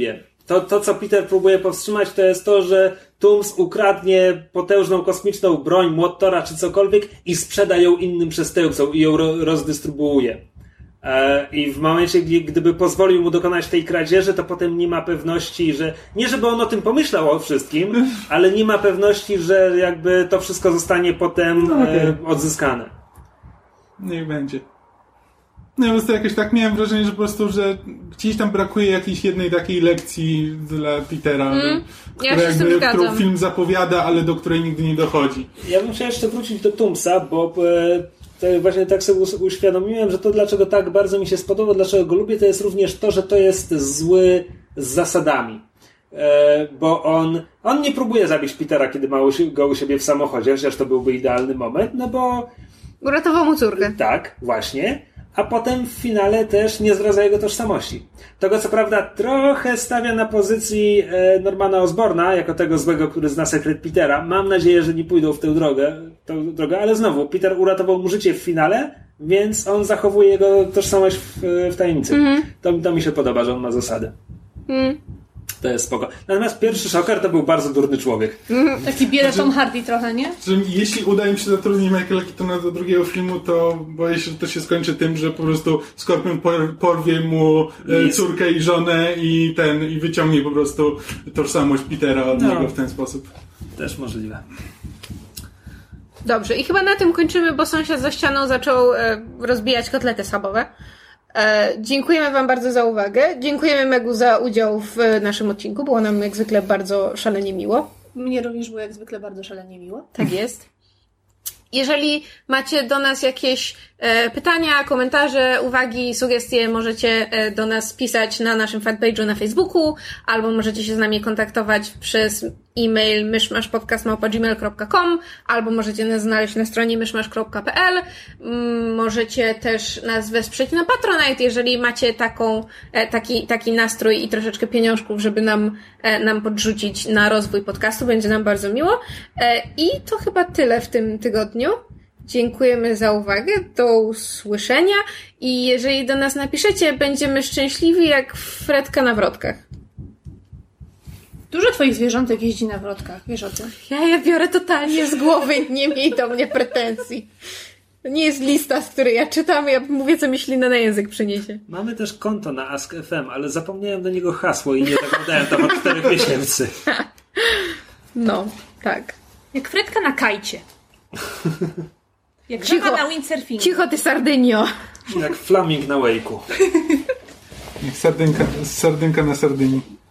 To, co Peter próbuje powstrzymać, to jest to, że Toomes ukradnie potężną kosmiczną broń, młot Tora czy cokolwiek i sprzeda ją innym przestępcom i ją rozdystrybuuje. I w momencie, gdyby pozwolił mu dokonać tej kradzieży, to potem nie ma pewności, że... Nie żeby on o tym pomyślał o wszystkim, ale nie ma pewności, że jakby to wszystko zostanie potem odzyskane. Niech będzie. No po prostu jakoś tak miałem wrażenie, że po prostu, że gdzieś tam brakuje jakiejś jednej takiej lekcji dla Petera, którą film zapowiada, ale do której nigdy nie dochodzi. Ja bym chciał jeszcze wrócić do Toomesa, bo właśnie tak sobie uświadomiłem, że to dlaczego tak bardzo mi się spodoba, dlaczego go lubię, to jest również to, że to jest zły z zasadami. Bo on nie próbuje zabić Petera, kiedy ma go u siebie w samochodzie, chociaż to byłby idealny moment, no bo... Uratował mu córkę. Tak, właśnie. A potem w finale też nie zdradza jego tożsamości. Tego co prawda trochę stawia na pozycji Normana Osborna, jako tego złego, który zna sekret Petera. Mam nadzieję, że nie pójdą w tę drogę, ale znowu, Peter uratował mu życie w finale, więc on zachowuje jego tożsamość w tajemnicy. To mi się podoba, że on ma zasady. To jest spoko. Natomiast pierwszy Shocker to był bardzo durny człowiek. Taki bieda Tom Hardy trochę, nie? Że jeśli uda im się zatrudnić Michaela Keatona do drugiego filmu, to boję się, że to się skończy tym, że po prostu Skorpion porwie mu córkę i żonę i wyciągnie po prostu tożsamość Petera od niego w ten sposób. Też możliwe. Dobrze, i chyba na tym kończymy, bo sąsiad za ścianą zaczął rozbijać kotlety schabowe. Dziękujemy wam bardzo za uwagę. Dziękujemy Megu za udział w naszym odcinku. Było nam jak zwykle bardzo szalenie miło. Mnie również było jak zwykle bardzo szalenie miło. Tak jest. Jeżeli macie do nas jakieś pytania, komentarze, uwagi, sugestie, możecie do nas pisać na naszym fanpage'u na Facebooku, albo możecie się z nami kontaktować przez e-mail myszmaszpodcast@gmail.com, albo możecie nas znaleźć na stronie myszmasz.pl. Możecie też nas wesprzeć na Patronite, jeżeli macie taki nastrój i troszeczkę pieniążków, żeby nam podrzucić na rozwój podcastu. Będzie nam bardzo miło. I to chyba tyle w tym tygodniu. Dziękujemy za uwagę, do usłyszenia i jeżeli do nas napiszecie, będziemy szczęśliwi jak Fredka na wrotkach. Dużo twoich zwierzątek jeździ na wrotkach, wiesz o tym? Ja biorę totalnie z głowy, nie miej do mnie pretensji. To nie jest lista, z której ja czytam, ja mówię, co mi ślina na język przyniesie. Mamy też konto na Ask.fm, ale zapomniałem do niego hasło i nie zaglądałem tam od 4 miesięcy. No, tak. Jak Fredka na kajcie. Jak żaba na windsurfingu. Cicho ty, Sardynio. Jak Flaming na Wake'u. Jak sardynka na Sardynii.